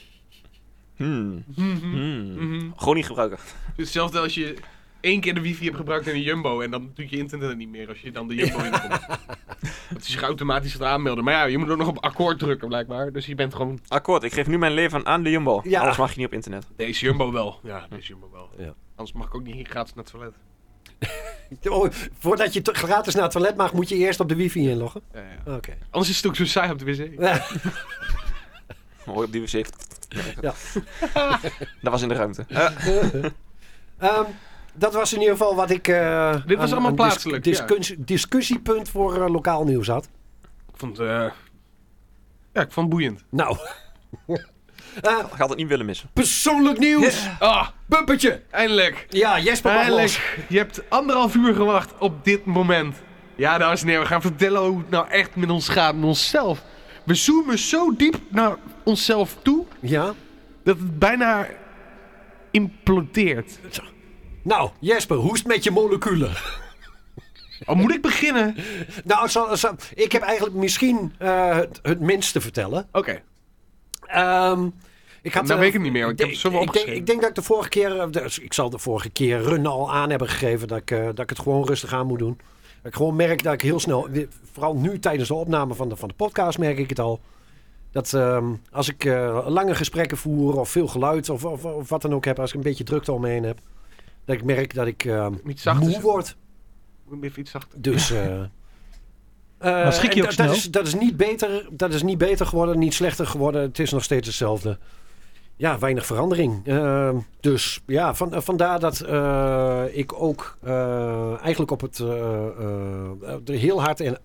Gewoon niet gebruiken. Hetzelfde als je 1 keer de wifi hebt gebruikt in een Jumbo en dan doet je internet niet meer als je dan de Jumbo inkomt. Dat is zich automatisch gaat aanmelden. Maar ja, je moet ook nog op akkoord drukken blijkbaar. Dus je bent gewoon... Akkoord, ik geef nu mijn leven aan de Jumbo. Ja. Anders mag je niet op internet. Deze Jumbo wel. Ja, deze Jumbo wel. Ja. Anders mag ik ook niet gratis naar het toilet. Oh, voordat je gratis naar het toilet mag, moet je eerst op de wifi inloggen? Ja. Oké. Anders is het ook zo saai op de wc. Mooi op die wc. Ja. Dat was in de ruimte. Dat was in ieder geval wat ik... Dit was allemaal plaatselijk, ja. Discussiepunt voor lokaal nieuws had. Ik vond het boeiend. Nou. Ik had het niet willen missen. Persoonlijk nieuws. Ah, Bumpertje. eindelijk. Ja, Jesper mag los. Eindelijk. Je hebt 1,5 uur gewacht op dit moment. Ja, dames en heren, we gaan vertellen hoe het nou echt met ons gaat, met onszelf. We zoomen zo diep naar onszelf toe, Ja. dat het bijna implodeert. Nou, Jesper, hoe is het met je moleculen? Oh, moet ik beginnen? Nou, ik heb eigenlijk misschien het minst te vertellen. Oké. Ik had, Nou weet ik het niet meer, want ik heb het zo wel opgeschreven. Ik denk dat ik de vorige keer... ik zal de vorige keer Run al aan hebben gegeven dat ik het gewoon rustig aan moet doen. Dat ik gewoon merk dat ik heel snel... Vooral nu tijdens de opname van de podcast merk ik het al. Dat als ik lange gesprekken voer of veel geluid of wat dan ook heb... Als ik een beetje drukte om me heen heb... Dat ik merk dat ik Iets zachter moe word. Moet even iets zachter. Dus... Maar schrik je ook snel? Dat is niet beter geworden, niet slechter geworden. Het is nog steeds hetzelfde. Ja, weinig verandering. Dus ja, vandaar dat ik ook eigenlijk op het er heel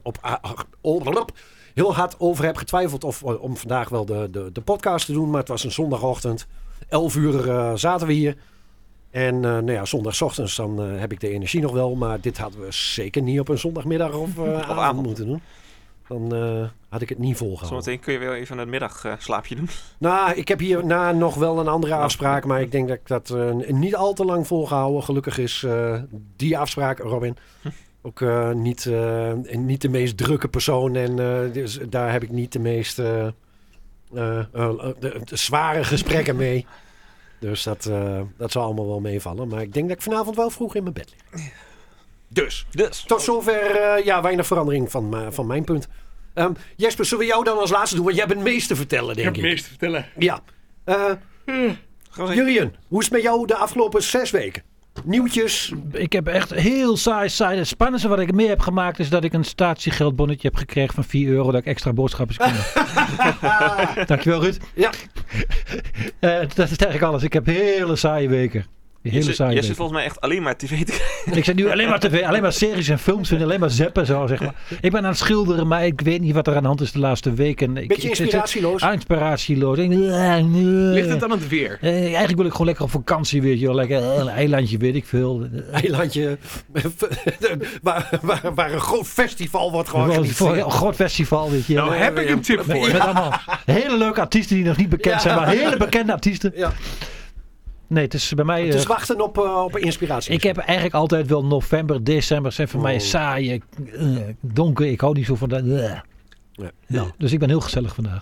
hard over heb getwijfeld om vandaag wel de podcast te doen. Maar het was een zondagochtend. 11 uur zaten we hier. En nou ja, zondagochtends dan heb ik de energie nog wel. Maar dit hadden we zeker niet op een zondagmiddag of avond moeten doen. Dan had ik het niet volgehouden. Zometeen kun je weer even een middagslaapje doen. Nou, ik heb hierna nog wel een andere afspraak. Maar ik denk dat ik dat niet al te lang volgehouden. Gelukkig is die afspraak, Robin, ook niet de meest drukke persoon. En dus daar heb ik niet de meest de zware gesprekken mee. Dus dat zal allemaal wel meevallen. Maar ik denk dat ik vanavond wel vroeg in mijn bed lig. Dus. Tot zover weinig verandering van mijn punt. Jesper, zullen we jou dan als laatste doen? Want jij hebt het meest te vertellen, denk ik. Ik heb het meest te vertellen. Ja. Jurien, hoe is het met jou de afgelopen 6 weken? Nieuwtjes? Ik heb echt heel saai. Het spannendste wat ik mee heb gemaakt is dat ik een statiegeldbonnetje heb gekregen van €4 dat ik extra boodschappen kan doen. Dankjewel, Ruud. Ja. Dat is eigenlijk alles. Ik heb hele saaie weken. Je zit volgens mij echt alleen maar tv te kijken. Ik zit nu alleen maar tv, alleen maar series en films en alleen maar zappen zo, zeg maar. Ik ben aan het schilderen, maar ik weet niet wat er aan de hand is de laatste weken. Beetje inspiratieloos? Inspiratieloos. Ligt het aan het weer? Eigenlijk wil ik gewoon lekker op vakantie, weet je wel. Lekker een eilandje, weet ik veel. Eilandje waar een groot festival wordt georganiseerd. Een groot festival, weet je. Nou heb ik een tip voor. Met allemaal hele leuke artiesten die nog niet bekend zijn, maar hele bekende artiesten. Ja. Nee, het is bij mij... Het is wachten op inspiratie. Ik heb eigenlijk altijd wel november, december zijn voor mij saai, donker. Ik hou niet zo van dat. Nou, dus ik ben heel gezellig vandaag.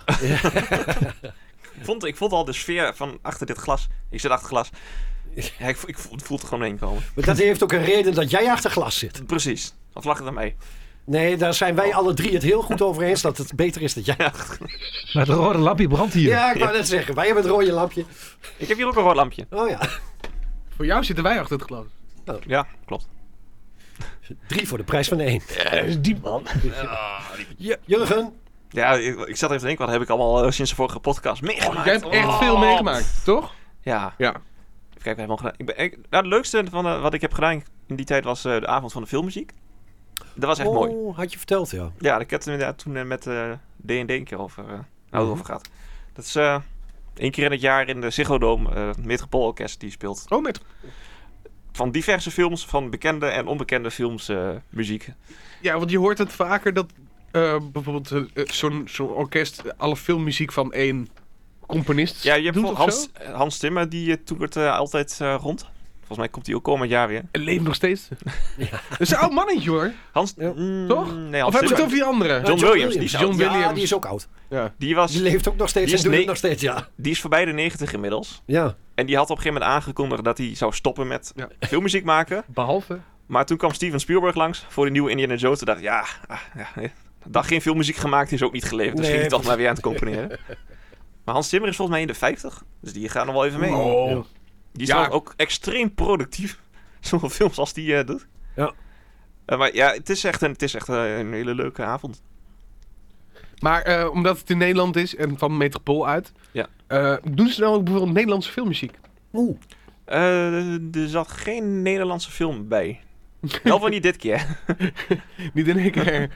Ik vond al de sfeer van achter dit glas. Ik zit achter glas. Ja, ik voel het gewoon heen komen. Maar dat heeft ook een reden dat jij achter glas zit. Precies. Of lag het aan mij? Nee, daar zijn wij alle drie het heel goed over eens dat het beter is dat jij... Maar het rode lampje brandt hier. Ja, ik wou net zeggen. Wij hebben het rode lampje. Ik heb hier ook een rood lampje. Oh ja. Voor jou zitten wij achter het glas. Ja, klopt. 3 voor de prijs van 1. Ja, dat is diep, man. Jurgen, Ja, ik zat even te denken, wat heb ik allemaal sinds de vorige podcast meegemaakt? Jij hebt echt veel meegemaakt, toch? Ja. Ja. Even kijken, wat heb ik allemaal gedaan. Het leukste van wat ik heb gedaan in die tijd was de avond van de filmmuziek. Dat was echt mooi. Had je verteld, ja. Ja, ik heb het inderdaad toen met D&D een keer over gehad. Dat is 1 keer in het jaar in de Ziggo Dome, Metropoolorkest die speelt. Oh, met... Van diverse films, van bekende en onbekende films, muziek. Ja, want je hoort het vaker dat bijvoorbeeld zo'n orkest alle filmmuziek van één componist Ja, je hebt doet bijvoorbeeld Hans Timmer, die toert altijd rond. Volgens mij komt hij ook komend jaar weer. en leeft nog steeds. Dat is een oud mannetje hoor. Hans, Ja. Toch? Nee, Of Hans heb ik het Timmer. over die andere? John Williams, die is John oud. Williams. Ja, die is ook oud. Ja. Die Die leeft ook nog steeds die en is doet nee- het nog steeds, ja. Die is voorbij de 90 inmiddels. Ja. En die had op een gegeven moment aangekondigd dat hij zou stoppen met Ja. filmmuziek maken. Behalve... Maar toen kwam Steven Spielberg langs voor de nieuwe Indiana Jones. Toen dacht ik, dat geen filmmuziek gemaakt is ook niet geleverd. Dus Nee, ging hij toch maar weer aan het componeren. Maar Hans Timmer is volgens mij in de 50. Dus die gaat nog wel even mee. Oh. Ja. Die is Ja. trouwens ook extreem productief. Zoveel films als die doet. Ja. Maar ja, het is echt een hele leuke avond. Maar omdat het in Nederland is en van Metropool uit... Ja. doen ze dan ook bijvoorbeeld Nederlandse filmmuziek? Oeh. Er zat geen Nederlandse film bij. Wel van niet dit keer. Niet in één keer...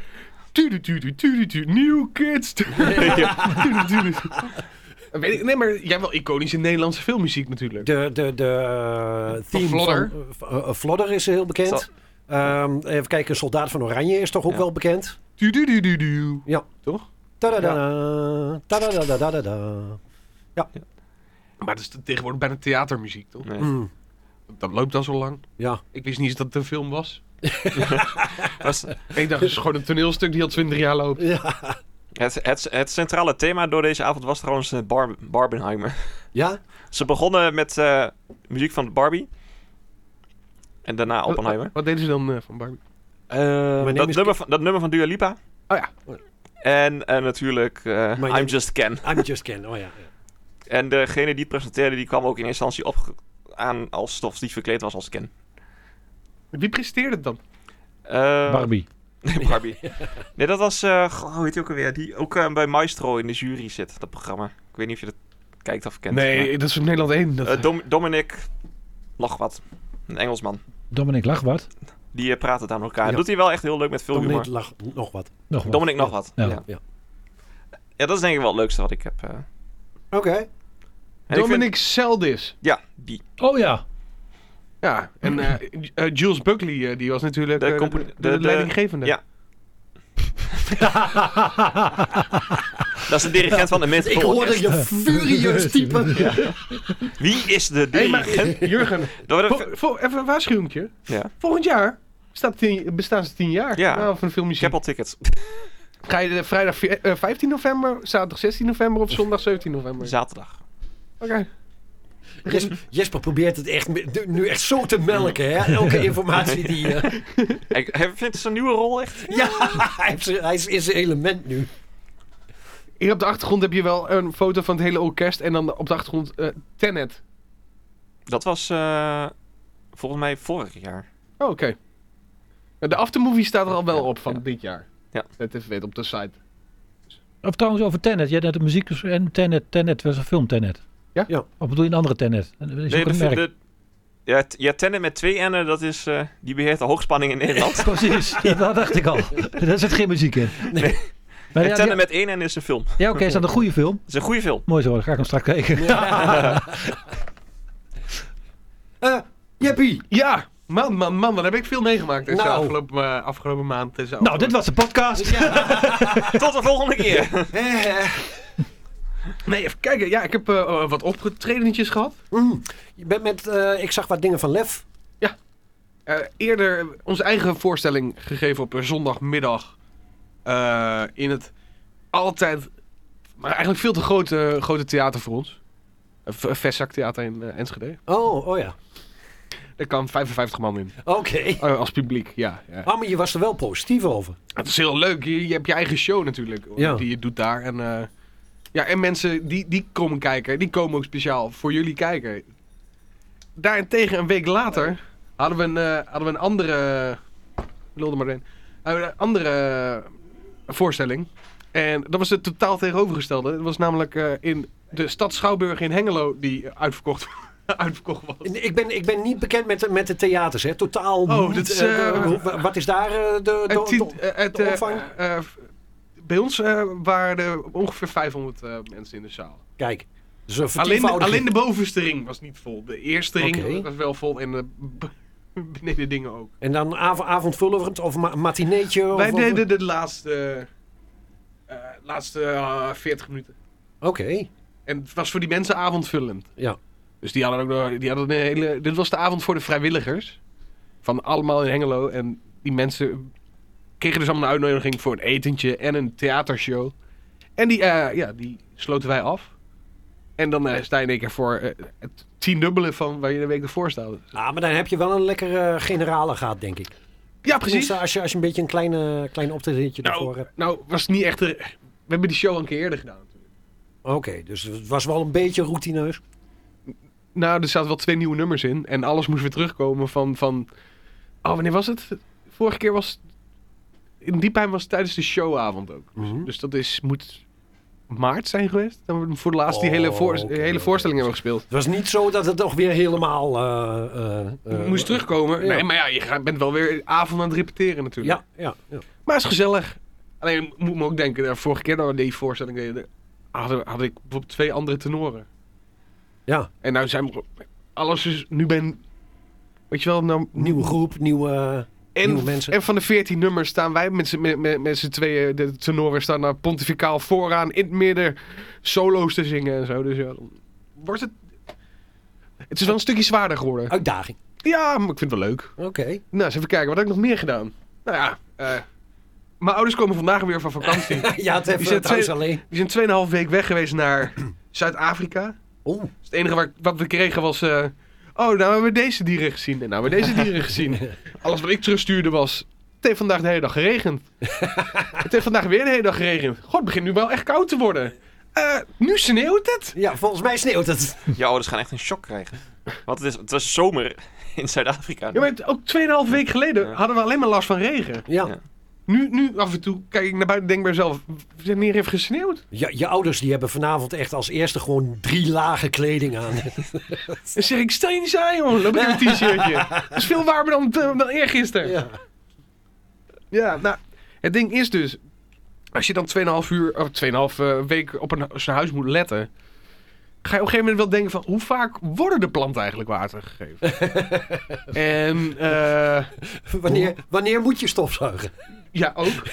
New kids. Weet ik, nee, maar jij hebt wel iconische Nederlandse filmmuziek natuurlijk. De theme Vlodder. van Vlodder is heel bekend. Even kijken, Soldaat van Oranje is toch ook wel bekend? Ja. Toch? Tadadada, tadadadadada. Maar dat is tegenwoordig bijna theatermuziek, toch? Nee. Mm, Dat loopt al zo lang. ja. Ik wist niet eens dat het een film was. Was- Ik dacht, het is gewoon een toneelstuk die al 20 jaar loopt. Ja. Het centrale thema door deze avond was trouwens Barbenheimer. Ja? Ze begonnen met muziek van Barbie. En daarna Oppenheimer. Wat deden ze dan van Barbie? Dat nummer van Dua Lipa. Oh ja. En natuurlijk I'm Just Ken. I'm Just Ken. Oh ja. En degene die het presenteerde, die kwam ook in eerste instantie aan alsof die verkleed was als Ken. Wie presenteerde het dan? Barbie. Nee, Barbie. Nee, dat was, hoe heet die ook alweer? Die ook bij Maestro in de jury zit, dat programma. Ik weet niet of je dat kijkt of kent. Nee, dat is op Nederland 1. Dominic nog wat. Een Engelsman. Dominic Lachwat. Die praat het aan elkaar. Ja. Doet hij wel echt heel leuk met veel Dominic humor. lag nog wat. Nog wat. Dominic nog wat. Ja. Ja. Ja. Ja, dat is denk ik wel het leukste wat ik heb. Oké. En ik Dominic Seldis. ja, die. Oh ja. Ja, en Jules Buckley, die was natuurlijk de de leidinggevende. ja. Dat is de dirigent van de Ik Metropool hoorde je furieus typen. Wie is de Hey, maar dirigent? Jurgen, Door even een waarschuwingje. Ja. Volgend jaar bestaan ze 10 jaar Ja. van de Ik filmmuziek. heb al tickets. Ga je de vrijdag 15 november, zaterdag 16 november of zondag 17 november? Zaterdag. Oké. Jesper probeert het echt nu echt zo te melken, hè? Elke informatie die... Vindt het zijn nieuwe rol echt? Ja, hij is in zijn element nu. Hier op de achtergrond heb je wel een foto van het hele orkest en dan op de achtergrond Tenet. Dat was volgens mij vorig jaar. Oh, oké. De aftermovie staat er al wel op van Ja. dit jaar. Ja. Net even weten op de site. Of trouwens over Tenet. Jij net de muziek en Tenet was een film Tenet. Ja? Ja. Of bedoel je een andere Tenet? Dat is Nee, ook een merk. ja, Tenet met 2 N'en, dat is, die beheert de hoogspanning in Nederland. Precies, ja, dat dacht ik al. Daar zit geen muziek in. Nee. Maar En ja, Tenet met 1 N is een film. ja, oké, is dat een goede film? Het is een goede film. Mooi zo, dan ga ik hem straks kijken. Jeppie. Ja! Man, wat heb ik veel meegemaakt deze Nou. afgelopen maand. Nou, dit was de podcast. Tot de volgende keer. Nee, even kijken. Ja, ik heb wat opgetredentjes gehad. Je bent met... ik zag wat dingen van Lef. Eerder onze eigen voorstelling gegeven op een zondagmiddag. In het altijd... Maar eigenlijk veel te grote theater voor ons. Vestzak Theater in Enschede. Oh ja. Daar kan 55 man in. Oké. Als publiek, ja. Oh, maar je was er wel positief over. Het is heel leuk. Je hebt je eigen show natuurlijk. Ja. Die je doet daar. En, en mensen die komen kijken. Die komen ook speciaal voor jullie kijken. Daarentegen een week later hadden we een andere... Lulde maar in. Een andere voorstelling. En dat was het totaal tegenovergestelde. Het was namelijk in de stad Schouwburg in Hengelo die uitverkocht was. Ik ben niet bekend met de theaters, hè? Totaal niet. Dat is, wat is daar de opvang? Bij ons waren er ongeveer 500 mensen in de zaal. Kijk, dus alleen de bovenste ring was niet vol. De eerste ring was wel vol en de beneden dingen ook. En dan avondvullend of matineetje? Wij deden de laatste 40 minuten. Oké. En het was voor die mensen avondvullend. Ja. Dus die hadden een hele... Dit was de avond voor de vrijwilligers. Van allemaal in Hengelo. En die mensen kregen dus allemaal een uitnodiging voor een etentje en een theatershow. En die sloten wij af. En dan sta je in één keer voor het 10-dubbele van waar je de week ervoor staat. Ah, maar dan heb je wel een lekkere generale gehad, denk ik. Ja, precies. Als je een beetje een klein optredentje ervoor hebt. Nou, was het niet echt... We hebben die show al een keer eerder gedaan. Oké, dus het was wel een beetje routineus. Nou, er zaten wel 2 nieuwe nummers in. En alles moest weer terugkomen van... Oh, wanneer was het? Vorige keer was... In Diepheim was het tijdens de showavond ook. Mm-hmm. Dus dat moet maart zijn geweest. Dan we voor de laatste die hele voorstelling hebben gespeeld. Het was niet zo dat het nog weer helemaal... moest terugkomen. Ja. Nee, maar ja, je bent wel weer avond aan het repeteren natuurlijk. Ja. Maar het is gezellig. Alleen moet me ook denken, de vorige keer dat we die voorstelling deden... Had ik bijvoorbeeld 2 andere tenoren. Ja. En nou zijn alles is nu weet je wel, nou, Nieuwe groep, nieuwe mensen. En van de 14 nummers staan wij met z'n tweeën, de tenoren staan daar pontificaal vooraan, in het midden, solo's te zingen en zo. Dus ja, dan wordt het... Het is wel een stukje zwaarder geworden. Uitdaging. Ja, maar ik vind het wel leuk. Oké. Nou, eens even kijken, wat heb ik nog meer gedaan? Nou ja, mijn ouders komen vandaag weer van vakantie. Ja, het heeft het huis alleen. Die zijn 2,5 week weg geweest naar Zuid-Afrika. Oeh. Dus het enige wat we kregen was... nou hebben we deze dieren gezien. En nou hebben we deze dieren gezien. Alles wat ik terugstuurde was... Het heeft vandaag de hele dag geregend. Het heeft vandaag weer de hele dag geregend. God, het begint nu wel echt koud te worden. Nu sneeuwt het. Ja, volgens mij sneeuwt het. Je ouders gaan echt een shock krijgen. Want het was zomer in Zuid-Afrika. Ja, maar ook 2,5 week geleden hadden we alleen maar last van regen. Ja. Ja. Nu af en toe kijk ik naar buiten en denk bij mezelf... Wanneer heeft gesneeuwd? Ja, je ouders die hebben vanavond echt als eerste gewoon 3 lagen kleding aan. Dan zeg ik, stel je niet zo aan, jongen. Loop ik in een t-shirtje. Dat is veel warmer dan eergisteren. Ja. Ja, nou, het ding is dus... Als je dan 2,5 week op zijn huis moet letten... Ga je op een gegeven moment wel denken van... Hoe vaak worden de planten eigenlijk water gegeven? En... Wanneer moet je stofzuigen? Ja, ook.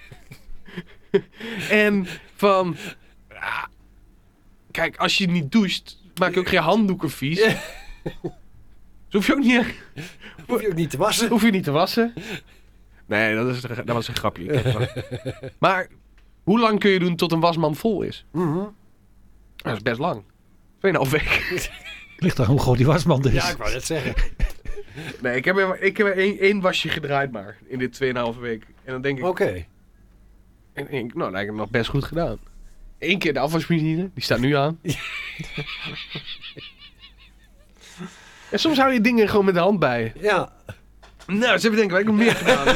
En van... kijk, als je niet doucht... Maak je ook geen handdoeken vies. Dus hoef je ook niet... Hoef je ook niet te wassen. Hoef je niet te wassen. Nee, dat was een grapje. Maar hoe lang kun je doen tot een wasmand vol is? Mm-hmm. Dat is best lang. 2,5 weken. Ligt daar hoe groot die wasmand is. Ja, ik wou net zeggen. Nee, ik heb er één wasje gedraaid maar. In dit 2,5 week. En dan denk ik... Oké. En denk ik, nou, dat heb ik nog best goed gedaan. 1 keer de afwasmachine. Die staat nu aan. En soms hou je dingen gewoon met de hand bij. Ja. Nou, eens even denken, wat heb ik nog meer gedaan?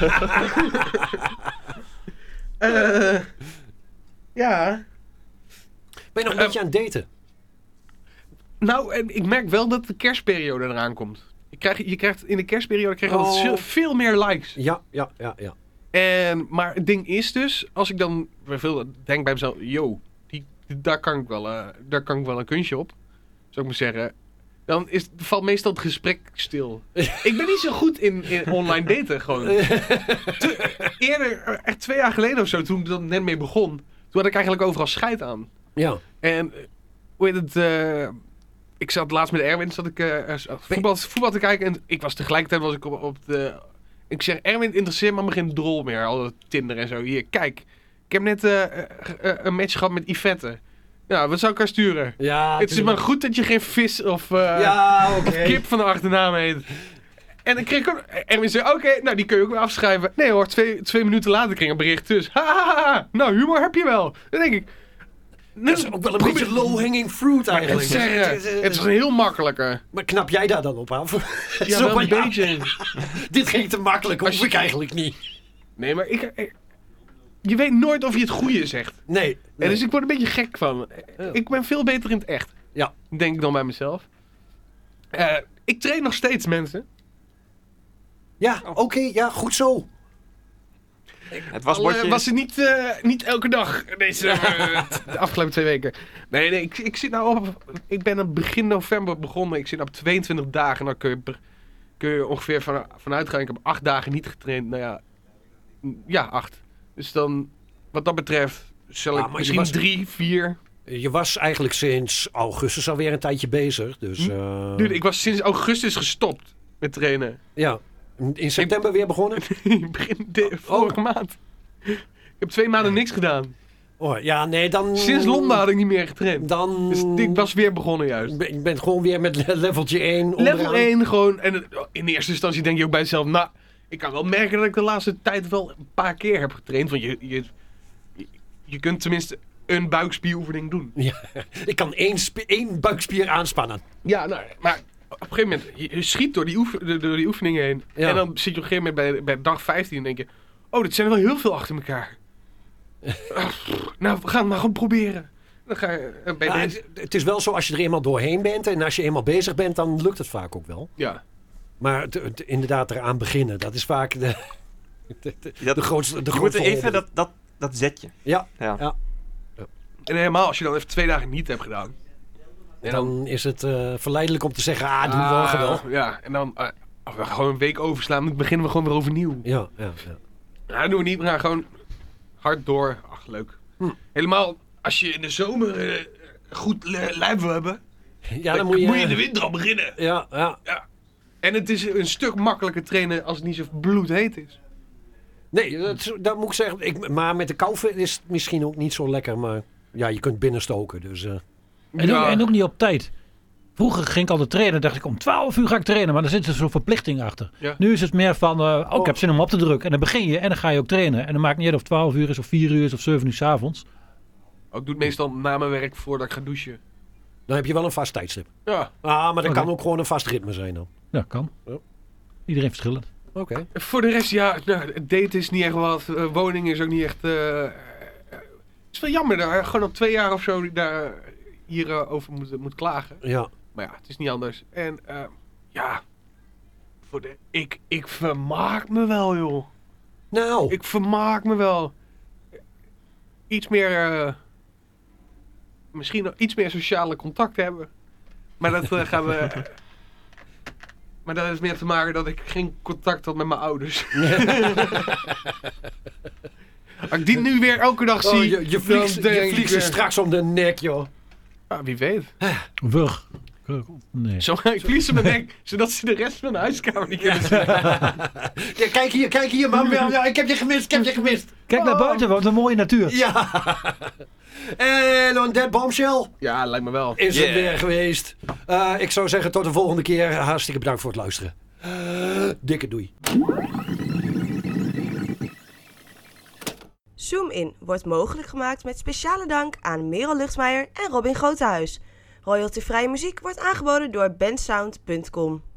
Ja. Ben je nog een beetje aan het daten? Nou, en ik merk wel dat de kerstperiode eraan komt. Je krijgt in de kerstperiode altijd veel meer likes. Ja. Maar het ding is dus, als ik dan denk bij mezelf... daar kan ik wel een kunstje op. Zou ik maar zeggen. Dan valt meestal het gesprek stil. Ik ben niet zo goed in online daten gewoon. Eerder, echt 2 jaar geleden of zo, toen ik er net mee begon... Toen had ik eigenlijk overal scheid aan. Ja. En, hoe heet het... ik zat laatst met Erwin, voetbal te kijken en tegelijkertijd was ik op de... Ik zeg, Erwin interesseert me geen drol meer, al dat Tinder en zo. Hier, kijk, ik heb net een match gehad met Yvette. Ja, wat zou ik haar sturen? Ja, het is maar goed dat je geen vis of kip van de achternaam heet. En dan kreeg ik ook... Erwin zei, oké, nou die kun je ook weer afschrijven. Nee hoor, 2 minuten later kreeg ik een bericht dus. Ha, nou humor heb je wel. Dan denk ik... Dat is ook wel een beetje low-hanging fruit eigenlijk. Het is een heel makkelijke. Maar knap jij daar dan op af? Ja, wel een beetje. Dit ging te makkelijk, hoef ik eigenlijk niet. Nee, maar je weet nooit of je het goede zegt. Nee. En dus ik word een beetje gek van. Ja. Ik ben veel beter in het echt. Ja. Denk ik dan bij mezelf. Ik train nog steeds, mensen. Ja, oké, ja, goed zo. Het wasbordje... was het niet elke dag deze de afgelopen 2 weken. Nee, ik zit nou op... Ik ben begin november begonnen. Ik zit op 22 dagen. Dan kun je ongeveer vanuit gaan. Ik heb 8 dagen niet getraind. Nou ja, 8. Dus dan, wat dat betreft, zal ik misschien 3, 4... Je was eigenlijk sinds augustus alweer een tijdje bezig. Dus, Dude, ik was sinds augustus gestopt met trainen. Ja, in september weer begonnen? Begin vorige maand. Ik heb 2 maanden niks gedaan. Oh, ja, nee, dan... Sinds Londen had ik niet meer getraind. Dan... Dus ik was weer begonnen juist. Je bent gewoon weer met leveltje 1 onderaan. Level 1 gewoon. En in eerste instantie denk je ook bij jezelf... Nou, ik kan wel merken dat ik de laatste tijd wel een paar keer heb getraind. Want je kunt tenminste een buikspieroefening doen. Ja, ik kan 1 buikspier aanspannen. Ja, nou, maar op een gegeven moment... Je schiet door die oefeningen heen. Ja. En dan zit je op een gegeven moment bij dag 15 en denk je... Oh, dit zijn er wel heel veel achter elkaar. Nou, we gaan het maar gewoon proberen. Dan ga je bij deze... Het is wel zo, als je er eenmaal doorheen bent... en als je eenmaal bezig bent, dan lukt het vaak ook wel. Ja. Maar inderdaad eraan beginnen, dat is vaak de grootste... Je moet even dat zetje. Ja. En helemaal als je dan even 2 dagen niet hebt gedaan. En dan is het verleidelijk om te zeggen... doe morgen wel. Ja, en dan we gewoon een week overslaan... dan beginnen we gewoon weer overnieuw. Ja. Nou, dat doen we niet. We gaan gewoon hard door. Ach, leuk. Helemaal als je in de zomer goed lijf wil hebben... Ja, dan moet je in de winter al beginnen. Ja. En het is een stuk makkelijker trainen als het niet zo bloedheet is. Nee, dat moet ik zeggen. Maar met de kou is het misschien ook niet zo lekker. Maar ja, je kunt binnenstoken. Dus, En ook niet op tijd. Vroeger ging ik altijd trainen. Dacht ik om 12 uur ga ik trainen. Maar dan zit er zo'n verplichting achter. Ja. Nu is het meer van, ik heb zin om op te drukken. En dan begin je en dan ga je ook trainen. En dan maakt niet uit of 12 uur is of 4 uur is of 7 uur 's avonds. Ik doe het meestal na mijn werk voordat ik ga douchen. Dan heb je wel een vast tijdstip. Ja. Maar dat kan ook gewoon een vast ritme zijn dan. Ja, kan. Ja. Iedereen verschillend. Oké. Voor de rest, het daten is niet echt wat. Woning is ook niet echt... Het is wel jammer dat gewoon op 2 jaar of zo daar hierover moet klagen. Ja. Maar ja, het is niet anders. En ik vermaak me wel, joh. Nou. Ik vermaak me wel. Iets meer... misschien nog iets meer sociale contact hebben. Maar dat gaan we... Maar dat heeft meer te maken dat ik geen contact had met mijn ouders. Als ik die nu weer elke dag zie... Je vliegt ze straks om de nek, joh. Ja, wie weet. Wurg. Nee. Ik vlieg ze mijn nek, zodat ze de rest van de huiskamer niet kunnen zien. Ja, kijk hier, man. Ja, ik heb je gemist. Kijk naar buiten, wat een mooie natuur. Ja. En on that bombshell. Ja, lijkt me wel. Is het weer geweest. Ik zou zeggen tot de volgende keer. Hartstikke bedankt voor het luisteren. Dikke doei. Zoom In wordt mogelijk gemaakt met speciale dank aan Merel Luchtmeijer en Robin Grotehuis. Royalty-vrije muziek wordt aangeboden door bensound.com.